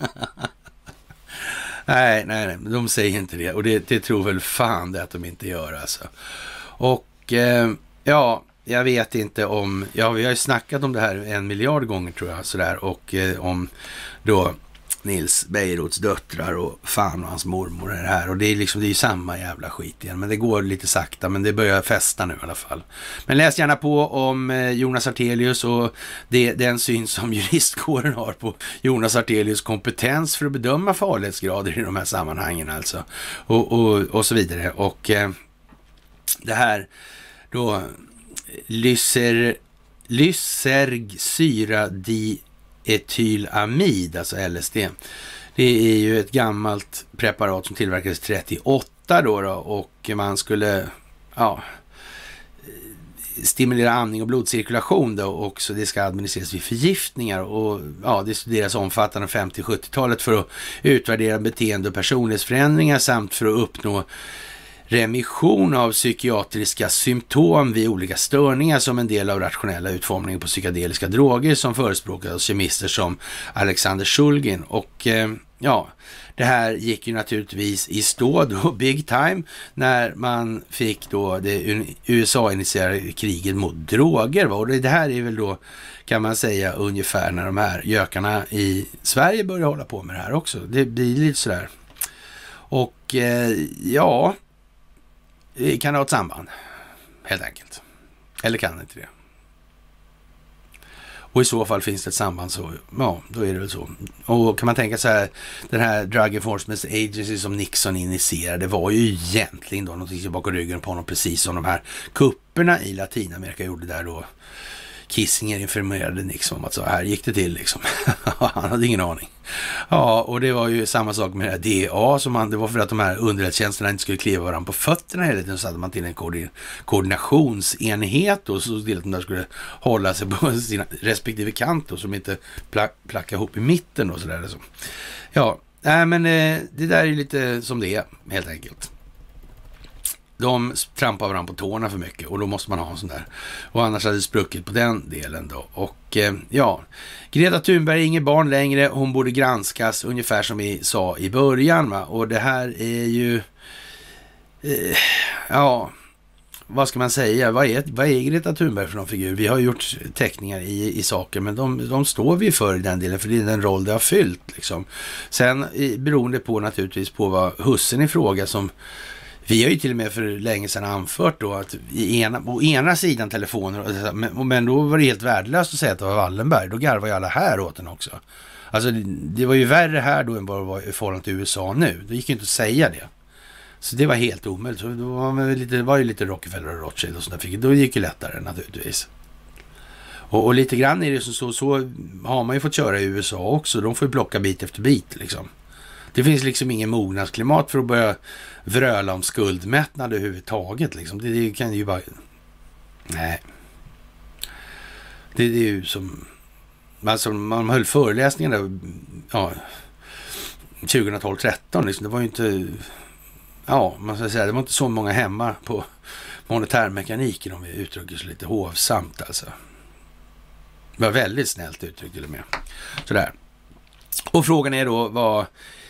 Nej, de säger inte det. Och det tror väl fan det att de inte gör alltså. Och ja, jag vet inte om, ja vi har ju snackat om det här 1 miljard gånger tror jag sådär. Och om då Nils Bejerots döttrar och fan och hans mormor är det här. Och det är liksom, det är ju samma jävla skit igen. Men det går lite sakta, men det börjar fästa nu i alla fall. Men läs gärna på om Jonas Hartelius och den syn som juristkåren har på Jonas Hartelius kompetens för att bedöma farlighetsgrader i de här sammanhangen alltså. Och så vidare. Och det här då lysergsyradietylamid, alltså LSD. Det är ju ett gammalt preparat som tillverkades 38 då och man skulle stimulera andning och blodcirkulation då, och så det ska administreras vid förgiftningar och det studeras omfattande 50-70-talet för att utvärdera beteende och personlighetsförändringar samt för att uppnå remission av psykiatriska symptom vid olika störningar som en del av rationella utformningen på psykedeliska droger som förespråkas av kemister som Alexander Shulgin. Och det här gick ju naturligtvis i stå då, big time, när man fick då det USA-initierade kriget mot droger. Och det här är väl då, kan man säga, ungefär när de här gökarna i Sverige börjar hålla på med det här också. Det blir lite sådär. Och kan det ha ett samband, helt enkelt. Eller kan det inte det? Och i så fall finns det ett samband så, då är det väl så. Och kan man tänka så här, den här Drug Enforcement Agency som Nixon initierade var ju egentligen då något bakom ryggen på honom, precis som de här kupperna i Latinamerika gjorde där då. Kissinger informerade Nixon om att så här gick det till liksom. Han hade ingen aning. Ja, och det var ju samma sak med det här DA som det var för att de här underrättelsetjänsterna inte skulle kliva varandra på fötterna hela tiden, så hade man till en koordinationsenhet och så till att de där skulle hålla sig på sina respektive kant och som inte placka ihop i mitten och sådär. Så. Ja, men det där är lite som det är helt enkelt. De trampar varandra på tårna för mycket och då måste man ha en sån där. Och annars hade det spruckit på den delen då. Och Greta Thunberg är inget barn längre. Hon borde granskas ungefär som vi sa i början. Va? Och det här är ju... vad ska man säga? Vad är Greta Thunberg för någon figur? Vi har gjort teckningar i saker, men de står vi för i den delen, för det är den roll det har fyllt. Liksom. Sen beroende på naturligtvis på vad hussen i fråga som... Vi har ju till och med för länge sedan anfört då att å ena sidan telefoner, men då var det helt värdelöst att säga att det var Wallenberg. Då garvar ju alla här åt den också. Alltså det var ju värre här då än vad det var i förhållande till USA nu. Det gick ju inte att säga det. Så det var helt omöjligt. Så då var ju lite Rockefeller och Rothschild och sånt där. Då gick det lättare naturligtvis. Och lite grann är det så har man ju fått köra i USA också. De får ju plocka bit efter bit liksom. Det finns liksom ingen mognadsklimat för att börja vröla om skuldmättnad överhuvudtaget. Liksom. Det kan ju bara... Nej. Det är ju som... Alltså man höll föreläsningar där 2012-13 liksom. Det var ju inte, man ska säga, det var inte så många hemma på monetärmekaniken, om vi uttrycker så lite hovsamt alltså. Det var väldigt snällt uttryckt till och med. Sådär. Och frågan är då vad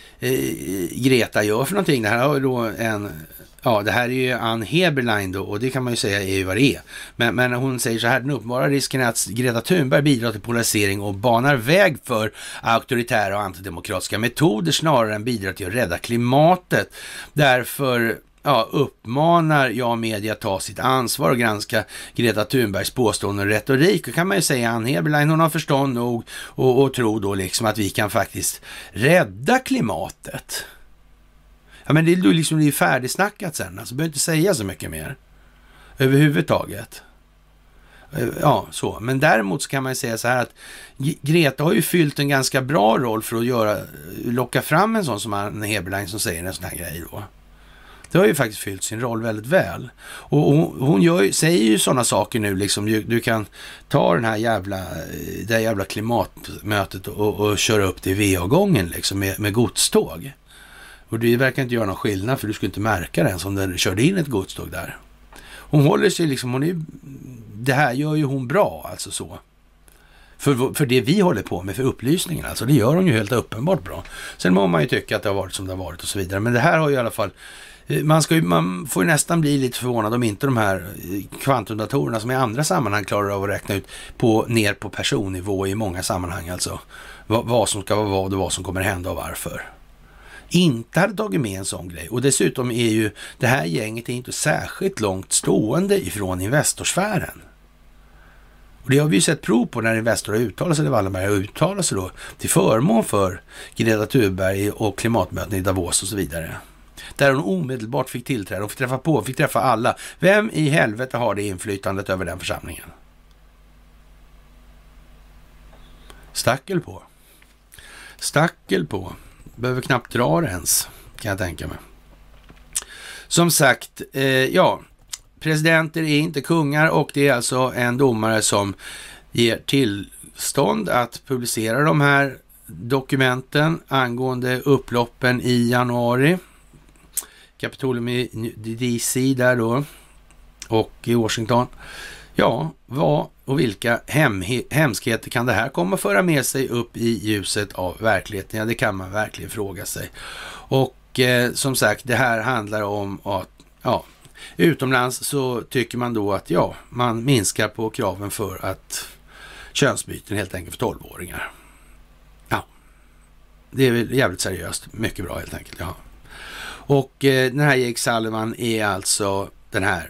Greta gör för någonting. Det här har ju då det här är ju Ann Heberlein då, och det kan man ju säga är ju vad det är. Men hon säger så här: den uppenbara risken är att Greta Thunberg bidrar till polarisering och banar väg för auktoritära och antidemokratiska metoder snarare än bidrar till att rädda klimatet. Därför uppmanar jag media att ta sitt ansvar och granska Greta Thunbergs påståenden och retorik. Och kan man ju säga Ann Heberlein, hon har förstånd nog och tror då liksom att vi kan faktiskt rädda klimatet. Ja, men det är liksom det är färdigsnackat sen. Alltså behöver inte säga så mycket mer överhuvudtaget. Ja, så. Men däremot så kan man ju säga så här att Greta har ju fyllt en ganska bra roll för att locka fram en sån som Ann Heberlein som säger en sån här grej då. Det har ju faktiskt fyllt sin roll väldigt väl. Och hon säger ju sådana saker nu liksom. Du kan ta det här jävla klimatmötet och köra upp det i VA-gången liksom med godståg. Och det verkar inte göra någon skillnad, för du skulle inte märka den som den körde in ett godståg där. Hon håller sig liksom, det här gör ju hon bra alltså så. För det vi håller på med, för upplysningen alltså, det gör hon ju helt uppenbart bra. Sen må man ju tycka att det har varit som det har varit och så vidare. Men det här har ju i alla fall, man får ju nästan bli lite förvånad om inte de här kvantumdatorerna som i andra sammanhang klarar av att räkna ut ner på personnivå i många sammanhang alltså. Vad som ska vara vad och vad som kommer hända och varför. Inte hade tagit med en sån grej. Och dessutom är ju det här gänget inte särskilt långt stående ifrån Investorsfären. Och det har vi ju sett prov på när Investor har uttalat sig, Wallenberg har uttalat sig då till förmån för Greta Thunberg och klimatmöten i Davos och så vidare. Där hon omedelbart fick tillträda och fick träffa alla. Vem i helvete har det inflytandet över den församlingen? Stackel på. Behöver knappt dra det ens, kan jag tänka mig. Som sagt, presidenter är inte kungar, och det är alltså en domare som ger tillstånd att publicera de här dokumenten angående upploppen i januari. Kapitolium i DC där då, och i Washington. Ja, vad och vilka hemskheter kan det här komma att föra med sig upp i ljuset av verkligheten? Ja, det kan man verkligen fråga sig. Och som sagt, det här handlar om att, utomlands så tycker man då att, man minskar på kraven för att könsbyten helt enkelt för 12-åringar. Ja, det är väl jävligt seriöst. Mycket bra helt enkelt, ja. Och den här Jake Sullivan är alltså den här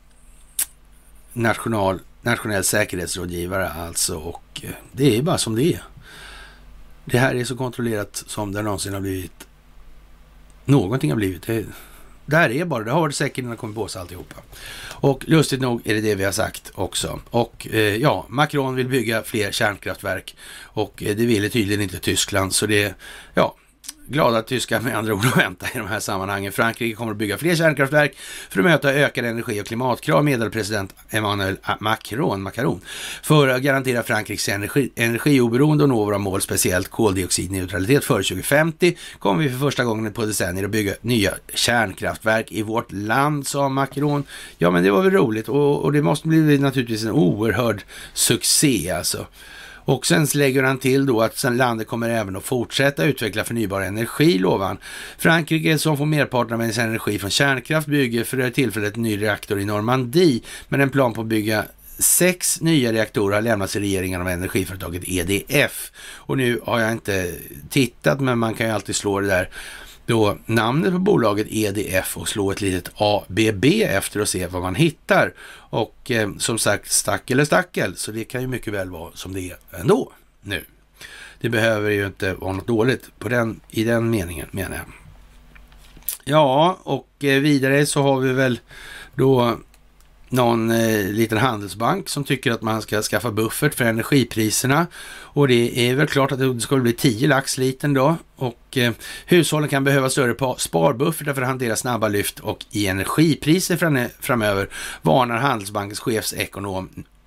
nationell säkerhetsrådgivare alltså, och det är bara som det är. Det här är så kontrollerat som det någonsin har blivit. Någonting har blivit. Det här är bara, det har varit säkert innan det kommer på sig alltihopa. Och lustigt nog är det vi har sagt också. Och Macron vill bygga fler kärnkraftverk, och det ville tydligen inte Tyskland, så det, glada tyskar med andra ord att vänta i de här sammanhangen. Frankrike kommer att bygga fler kärnkraftverk för att möta ökade energi- och klimatkrav, meddelar president Emmanuel Macron. För att garantera Frankrikes energioberoende och nå våra mål, speciellt koldioxidneutralitet före 2050, kommer vi för första gången på decennier att bygga nya kärnkraftverk i vårt land, sa Macron. Ja, men det var väl roligt, och det måste bli naturligtvis en oerhörd succé alltså. Och sen lägger han till då att landet kommer även att fortsätta utveckla förnybar energi, lovar han. Frankrike, som får merparten av sin energi från kärnkraft, bygger för det tillfället en ny reaktor i Normandie, men en plan på att bygga 6 nya reaktorer har lämnats i regeringen av energiföretaget EDF. Och nu har jag inte tittat, men man kan ju alltid slå det där då namnet på bolaget EDF och slå ett litet ABB efter och se vad man hittar. Och som sagt, stackel, så det kan ju mycket väl vara som det är ändå nu. Det behöver ju inte vara något dåligt i den meningen, menar jag. Ja, och vidare så har vi väl då någon liten handelsbank som tycker att man ska skaffa buffert för energipriserna, och det är väl klart att det ska bli 10 lax liten då, och hushållen kan behöva större sparbuffertar för att hantera snabba lyft och i energipriser framöver, varnar Handelsbankens chefsekonom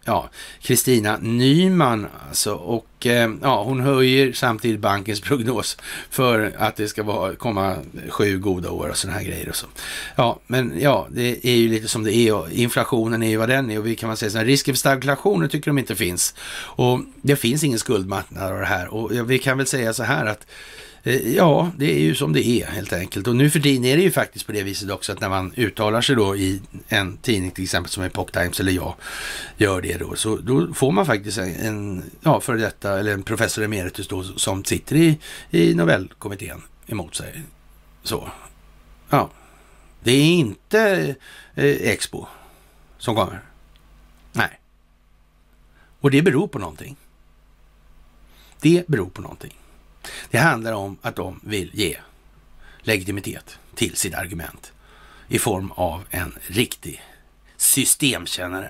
Kristina Nyman alltså, och hon höjer samtidigt bankens prognos för att det ska komma 7 goda år och såna här grejer och så. Ja, men det är ju lite som det är och inflationen är ju vad den är och vi kan man säga så här, risken för stagflationen tycker de inte finns och det finns ingen skuldmarknad av det här och vi kan väl säga så här att det är ju som det är helt enkelt. Och nu för tiden är det ju faktiskt på det viset också att när man uttalar sig då i en tidning till exempel som Epoch Times eller jag gör det då, så då får man faktiskt en för detta eller en professor emeritus då som sitter i Nobelkommittén emot sig. Så, det är inte Expo som kommer. Nej. Och det beror på någonting. Det handlar om att de vill ge legitimitet till sitt argument i form av en riktig systemkännare.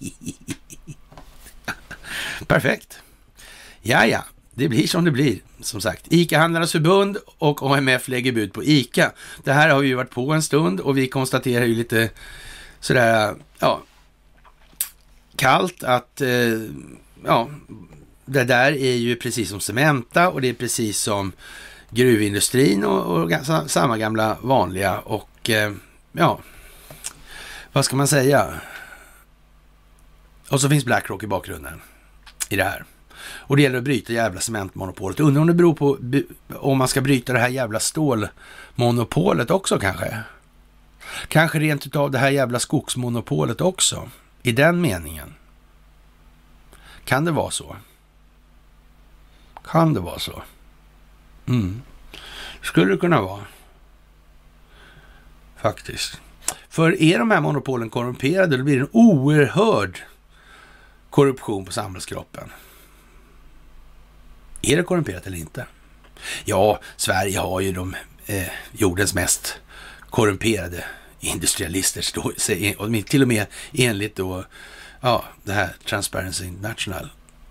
Perfekt. Ja, det blir som det blir. Som sagt, ICA-handlarnas förbund och AMF lägger bud på ICA. Det här har vi ju varit på en stund och vi konstaterar ju lite sådär, kallt att, det där är ju precis som Cementa och det är precis som gruvindustrin och samma gamla vanliga och vad ska man säga? Och så finns BlackRock i bakgrunden i det här. Och det gäller att bryta jävla cementmonopolet. Undrar om det beror på om man ska bryta det här jävla stålmonopolet också kanske. Kanske rent utav det här jävla skogsmonopolet också. I den meningen. Kan det vara så? Skulle det kunna vara. Faktiskt. För är de här monopolen korrumperade då blir det en oerhörd korruption på samhällskroppen. Är det korrumperat eller inte? Ja, Sverige har ju de jordens mest korrumperade industrialister till och med enligt då det här Transparency International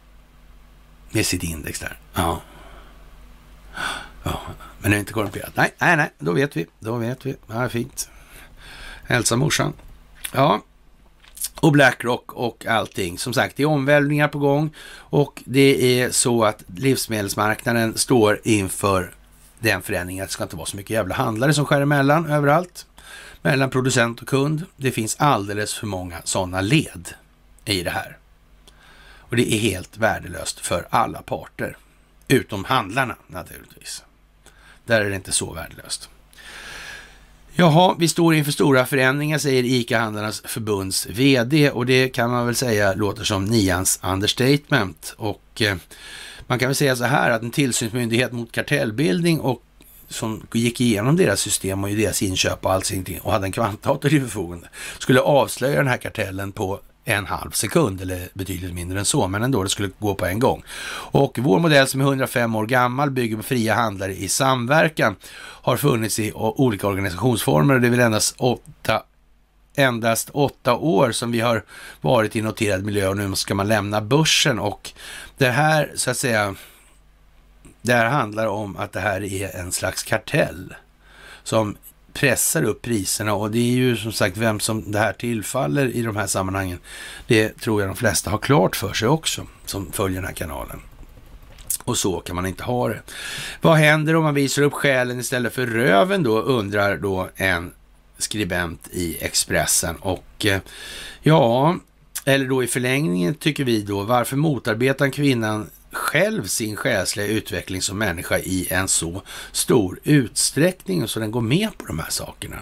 med sitt index där. Ja, men det är inte korrumperat. Nej, då vet vi. Ja, fint. Hälsa morsan. Ja, och BlackRock och allting. Som sagt, det är omvälvningar på gång och det är så att livsmedelsmarknaden står inför den förändringen att det ska inte vara så mycket jävla handlare som skär emellan överallt. Mellan producent och kund. Det finns alldeles för många sådana led i det här. Och det är helt värdelöst för alla parter. Utom handlarna naturligtvis. Där är det inte så värdelöst. Jaha, vi står inför stora förändringar, säger ICA-handlarnas förbunds vd. Och det kan man väl säga låter som nians understatement. Och man kan väl säga så här att en tillsynsmyndighet mot kartellbildning och som gick igenom deras system och deras inköp och allting och hade en kvantdator i förfogande skulle avslöja den här kartellen på 1/2 sekund eller betydligt mindre än så, men ändå det skulle gå på en gång. Och vår modell som är 105 år gammal bygger på fria handlare i samverkan, har funnits i olika organisationsformer och det är väl endast 8 år som vi har varit i noterad miljö och nu ska man lämna börsen och det här så att säga, det här handlar om att det här är en slags kartell som pressar upp priserna och det är ju som sagt vem som det här tillfaller i de här sammanhangen. Det tror jag de flesta har klart för sig också som följer den här kanalen. Och så kan man inte ha det. Vad händer om man visar upp själen istället för röven då, undrar då en skribent i Expressen. Och eller då i förlängningen tycker vi då, varför motarbetar kvinnan själv sin själsliga utveckling som människa i en så stor utsträckning och så den går med på de här sakerna?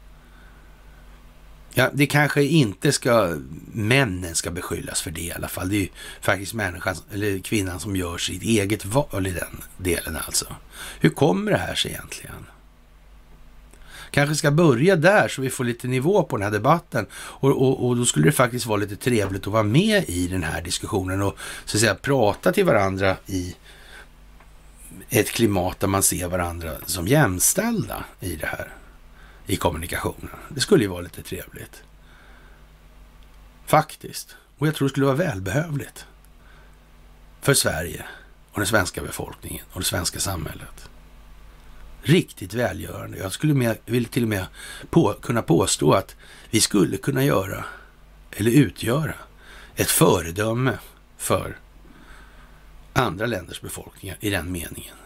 Ja, det kanske inte männen ska beskyllas för det i alla fall. Det är ju faktiskt människan eller kvinnan som gör sitt eget val i den delen alltså. Hur kommer det här sig egentligen? Kanske ska börja där så vi får lite nivå på den här debatten och då skulle det faktiskt vara lite trevligt att vara med i den här diskussionen och så att säga prata till varandra i ett klimat där man ser varandra som jämställda i det här, i kommunikationen. Det skulle ju vara lite trevligt. Faktiskt. Och jag tror det skulle vara välbehövligt för Sverige och den svenska befolkningen och det svenska samhället. Riktigt välgörande. Jag vill till och med kunna påstå att vi skulle kunna göra eller utgöra ett föredöme för andra länders befolkningar i den meningen.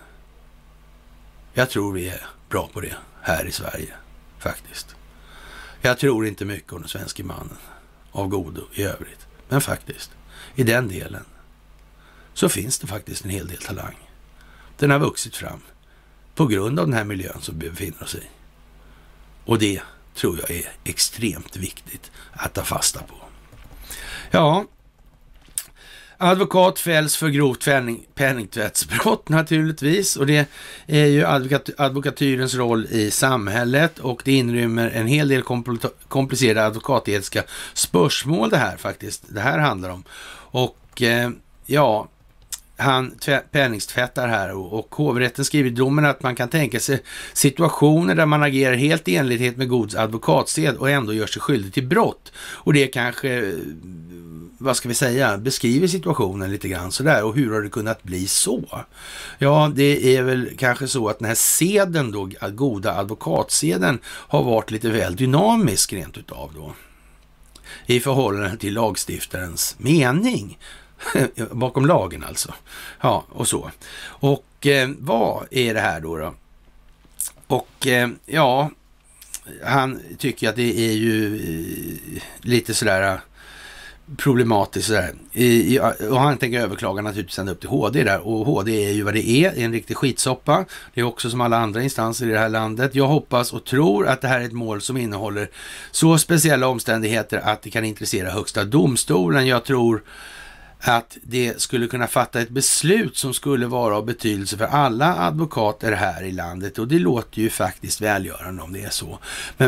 Jag tror vi är bra på det här i Sverige faktiskt. Jag tror inte mycket om den svenska mannen av godo i övrigt. Men faktiskt, i den delen så finns det faktiskt en hel del talang. Den har vuxit fram på grund av den här miljön som vi befinner oss i. Och det tror jag är extremt viktigt att ta fasta på. Ja, advokat fälls för grovt penningtvättsbrott naturligtvis. Och det är ju advokatyrens roll i samhället. Och det inrymmer en hel del komplicerade advokatetiska spörsmål det här faktiskt. Det här handlar om. Och ja, han penningtvättar här och hovrätten skriver i domen att man kan tänka sig situationer där man agerar helt i enlighet med god advokatsed och ändå gör sig skyldig till brott. Och det kanske, vad ska vi säga, beskriver situationen lite grann sådär. Och hur har det kunnat bli så? Ja, det är väl kanske så att den här seden då, goda advokatseden, har varit lite väl dynamisk rent utav då. I förhållande till lagstiftarens mening. Bakom lagen alltså. Ja, och så. Och vad är det här då? Och ja, han tycker att det är ju lite sådär problematiskt sådär. Och han tänker överklaga naturligtvis ända upp till HD där. Och HD är ju vad det är, en riktig skitsoppa. Det är också som alla andra instanser i det här landet. Jag hoppas och tror att det här är ett mål som innehåller så speciella omständigheter att det kan intressera högsta domstolen. Jag tror att det skulle kunna fatta ett beslut som skulle vara av betydelse för alla advokater här i landet. Och det låter ju faktiskt välgörande om det är så.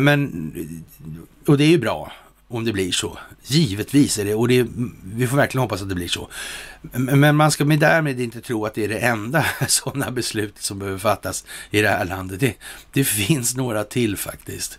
Och det är ju bra om det blir så. Givetvis är det. Och vi får verkligen hoppas att det blir så. Men man ska därmed inte tro att det är det enda sådana beslut som behöver fattas i det här landet. Det finns några till faktiskt.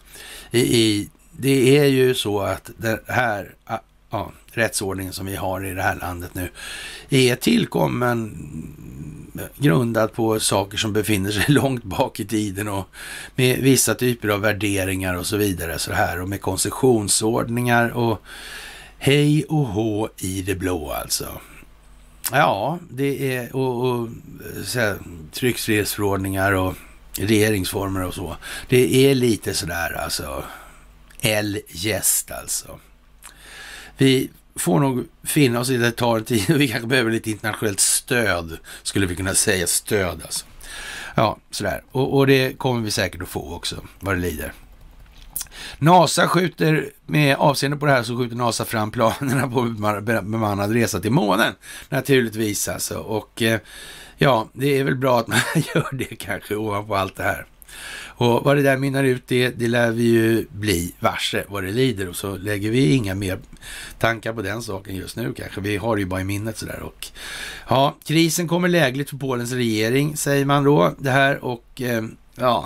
Det är ju så att det här... Ja, rättsordningen som vi har i det här landet nu är tillkommen grundad på saker som befinner sig långt bak i tiden och med vissa typer av värderingar och så vidare så här, och med koncessionsordningar och hej och hå i det blå alltså. Ja, det är och så här, tryckfrihetsförordningar och regeringsformer och så. Det är lite sådär alltså eljest alltså. Vi får nog finna oss i det, tar en tid och vi kanske behöver lite internationellt stöd, skulle vi kunna säga, stöd alltså. Ja, sådär. Och det kommer vi säkert att få också, vad det lider. NASA skjuter, med avseende på det här så skjuter NASA fram planerna på bemannad resa till månen, naturligtvis alltså. Och ja, det är väl bra att man gör det kanske ovanpå allt det här. Och vad det där minnar ut det lär vi ju bli varse vad det lider, och så lägger vi inga mer tankar på den saken just nu kanske. Vi har ju bara i minnet sådär. Och ja, krisen kommer lägligt för Polens regering, säger man då det här. Och ja,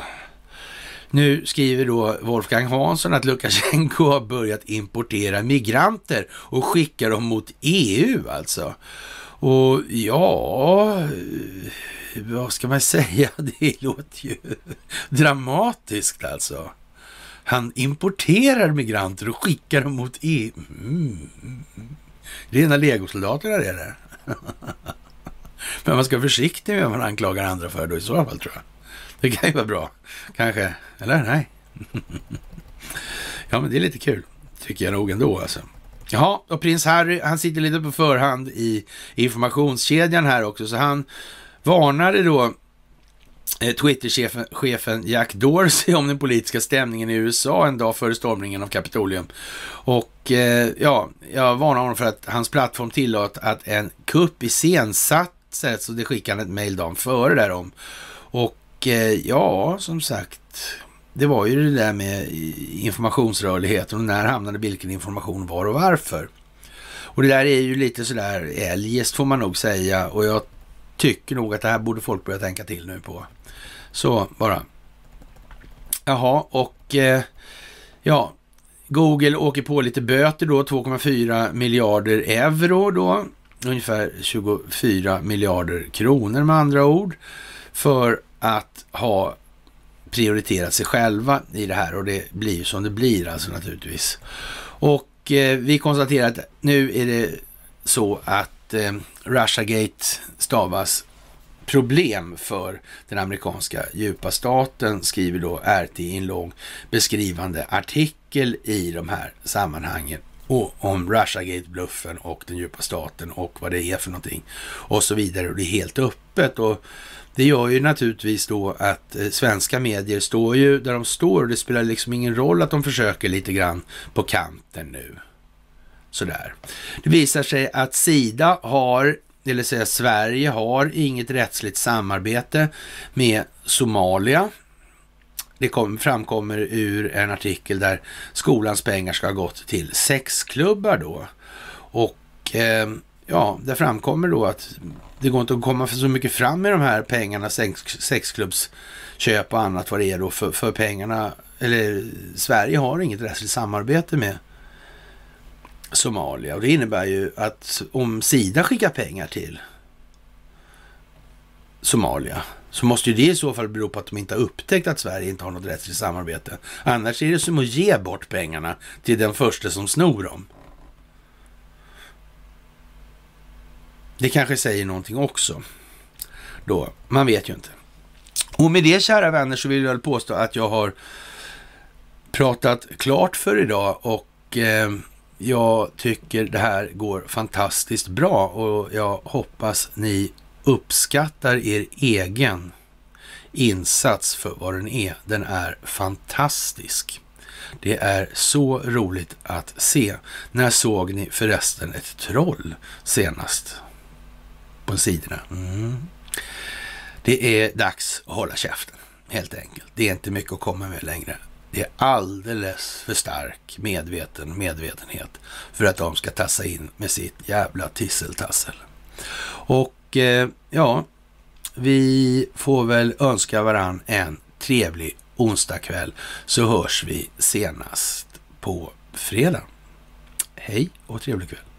nu skriver då Wolfgang Hansson att Lukasjenko har börjat importera migranter och skicka dem mot EU alltså. Och ja, vad ska man säga? Det låter ju dramatiskt alltså. Han importerar migranter och skickar dem mot EU. Rena legosoldater är det. Men man ska vara försiktig med vad man anklagar andra för då i så fall, tror jag. Det kan ju vara bra. Kanske. Eller nej. Ja, men det är lite kul. Tycker jag nog ändå alltså. Jaha, och prins Harry, han sitter lite på förhand i informationskedjan här också. Så han varnade då Twitter-chefen Jack Dorsey om den politiska stämningen i USA en dag före stormningen av Kapitolium. Och ja, jag varnar honom för att hans plattform tillåt att en kupp iscensattes, så det skickade han ett mejl dagen före därom. Och ja, som sagt, det var ju det där med informationsrörligheten och när hamnade vilken information var och varför. Och det där är ju lite sådär eljest får man nog säga, och jag tycker nog att det här borde folk börja tänka till nu på. Så bara. Jaha, och ja, Google åker på lite böter då, 2,4 miljarder euro då, ungefär 24 miljarder kronor med andra ord, för att ha prioriterat sig själva i det här, och det blir som det blir alltså naturligtvis. Och vi konstaterar att nu är det så att Russiagate stavas problem för den amerikanska djupa staten, skriver då RT i en lång beskrivande artikel i de här sammanhangen och om Russiagate-bluffen och den djupa staten och vad det är för någonting och så vidare, och det är helt öppet. Och det gör ju naturligtvis då att svenska medier står ju där de står, och det spelar liksom ingen roll att de försöker lite grann på kanten nu. Sådär. Det visar sig att SIDA har, eller säga Sverige har inget rättsligt samarbete med Somalia. Det framkommer ur en artikel där skolans pengar ska ha gått till sexklubbar då. Och det framkommer då att det går inte att komma för så mycket fram med de här pengarna, sexklubbsköp och annat vad det är då för pengarna. Eller Sverige har inget rättsligt samarbete med Somalia, och det innebär ju att om SIDA skickar pengar till Somalia så måste ju det i så fall bero på att de inte har upptäckt att Sverige inte har något rättsligt samarbete. Annars är det som att ge bort pengarna till den första som snor dem. Det kanske säger någonting också då, man vet ju inte. Och med det, kära vänner, så vill jag påstå att jag har pratat klart för idag, och jag tycker det här går fantastiskt bra, och jag hoppas ni uppskattar er egen insats för vad den är. Den är fantastisk. Det är så roligt att se. När såg ni förresten ett troll senast på sidorna? Det är dags att hålla käften, helt enkelt. Det är inte mycket att komma med längre. Det är alldeles för stark medvetenhet för att de ska tassa in med sitt jävla tisseltassel. Och vi får väl önska varann en trevlig onsdagkväll, så hörs vi senast på fredag. Hej och trevlig kväll.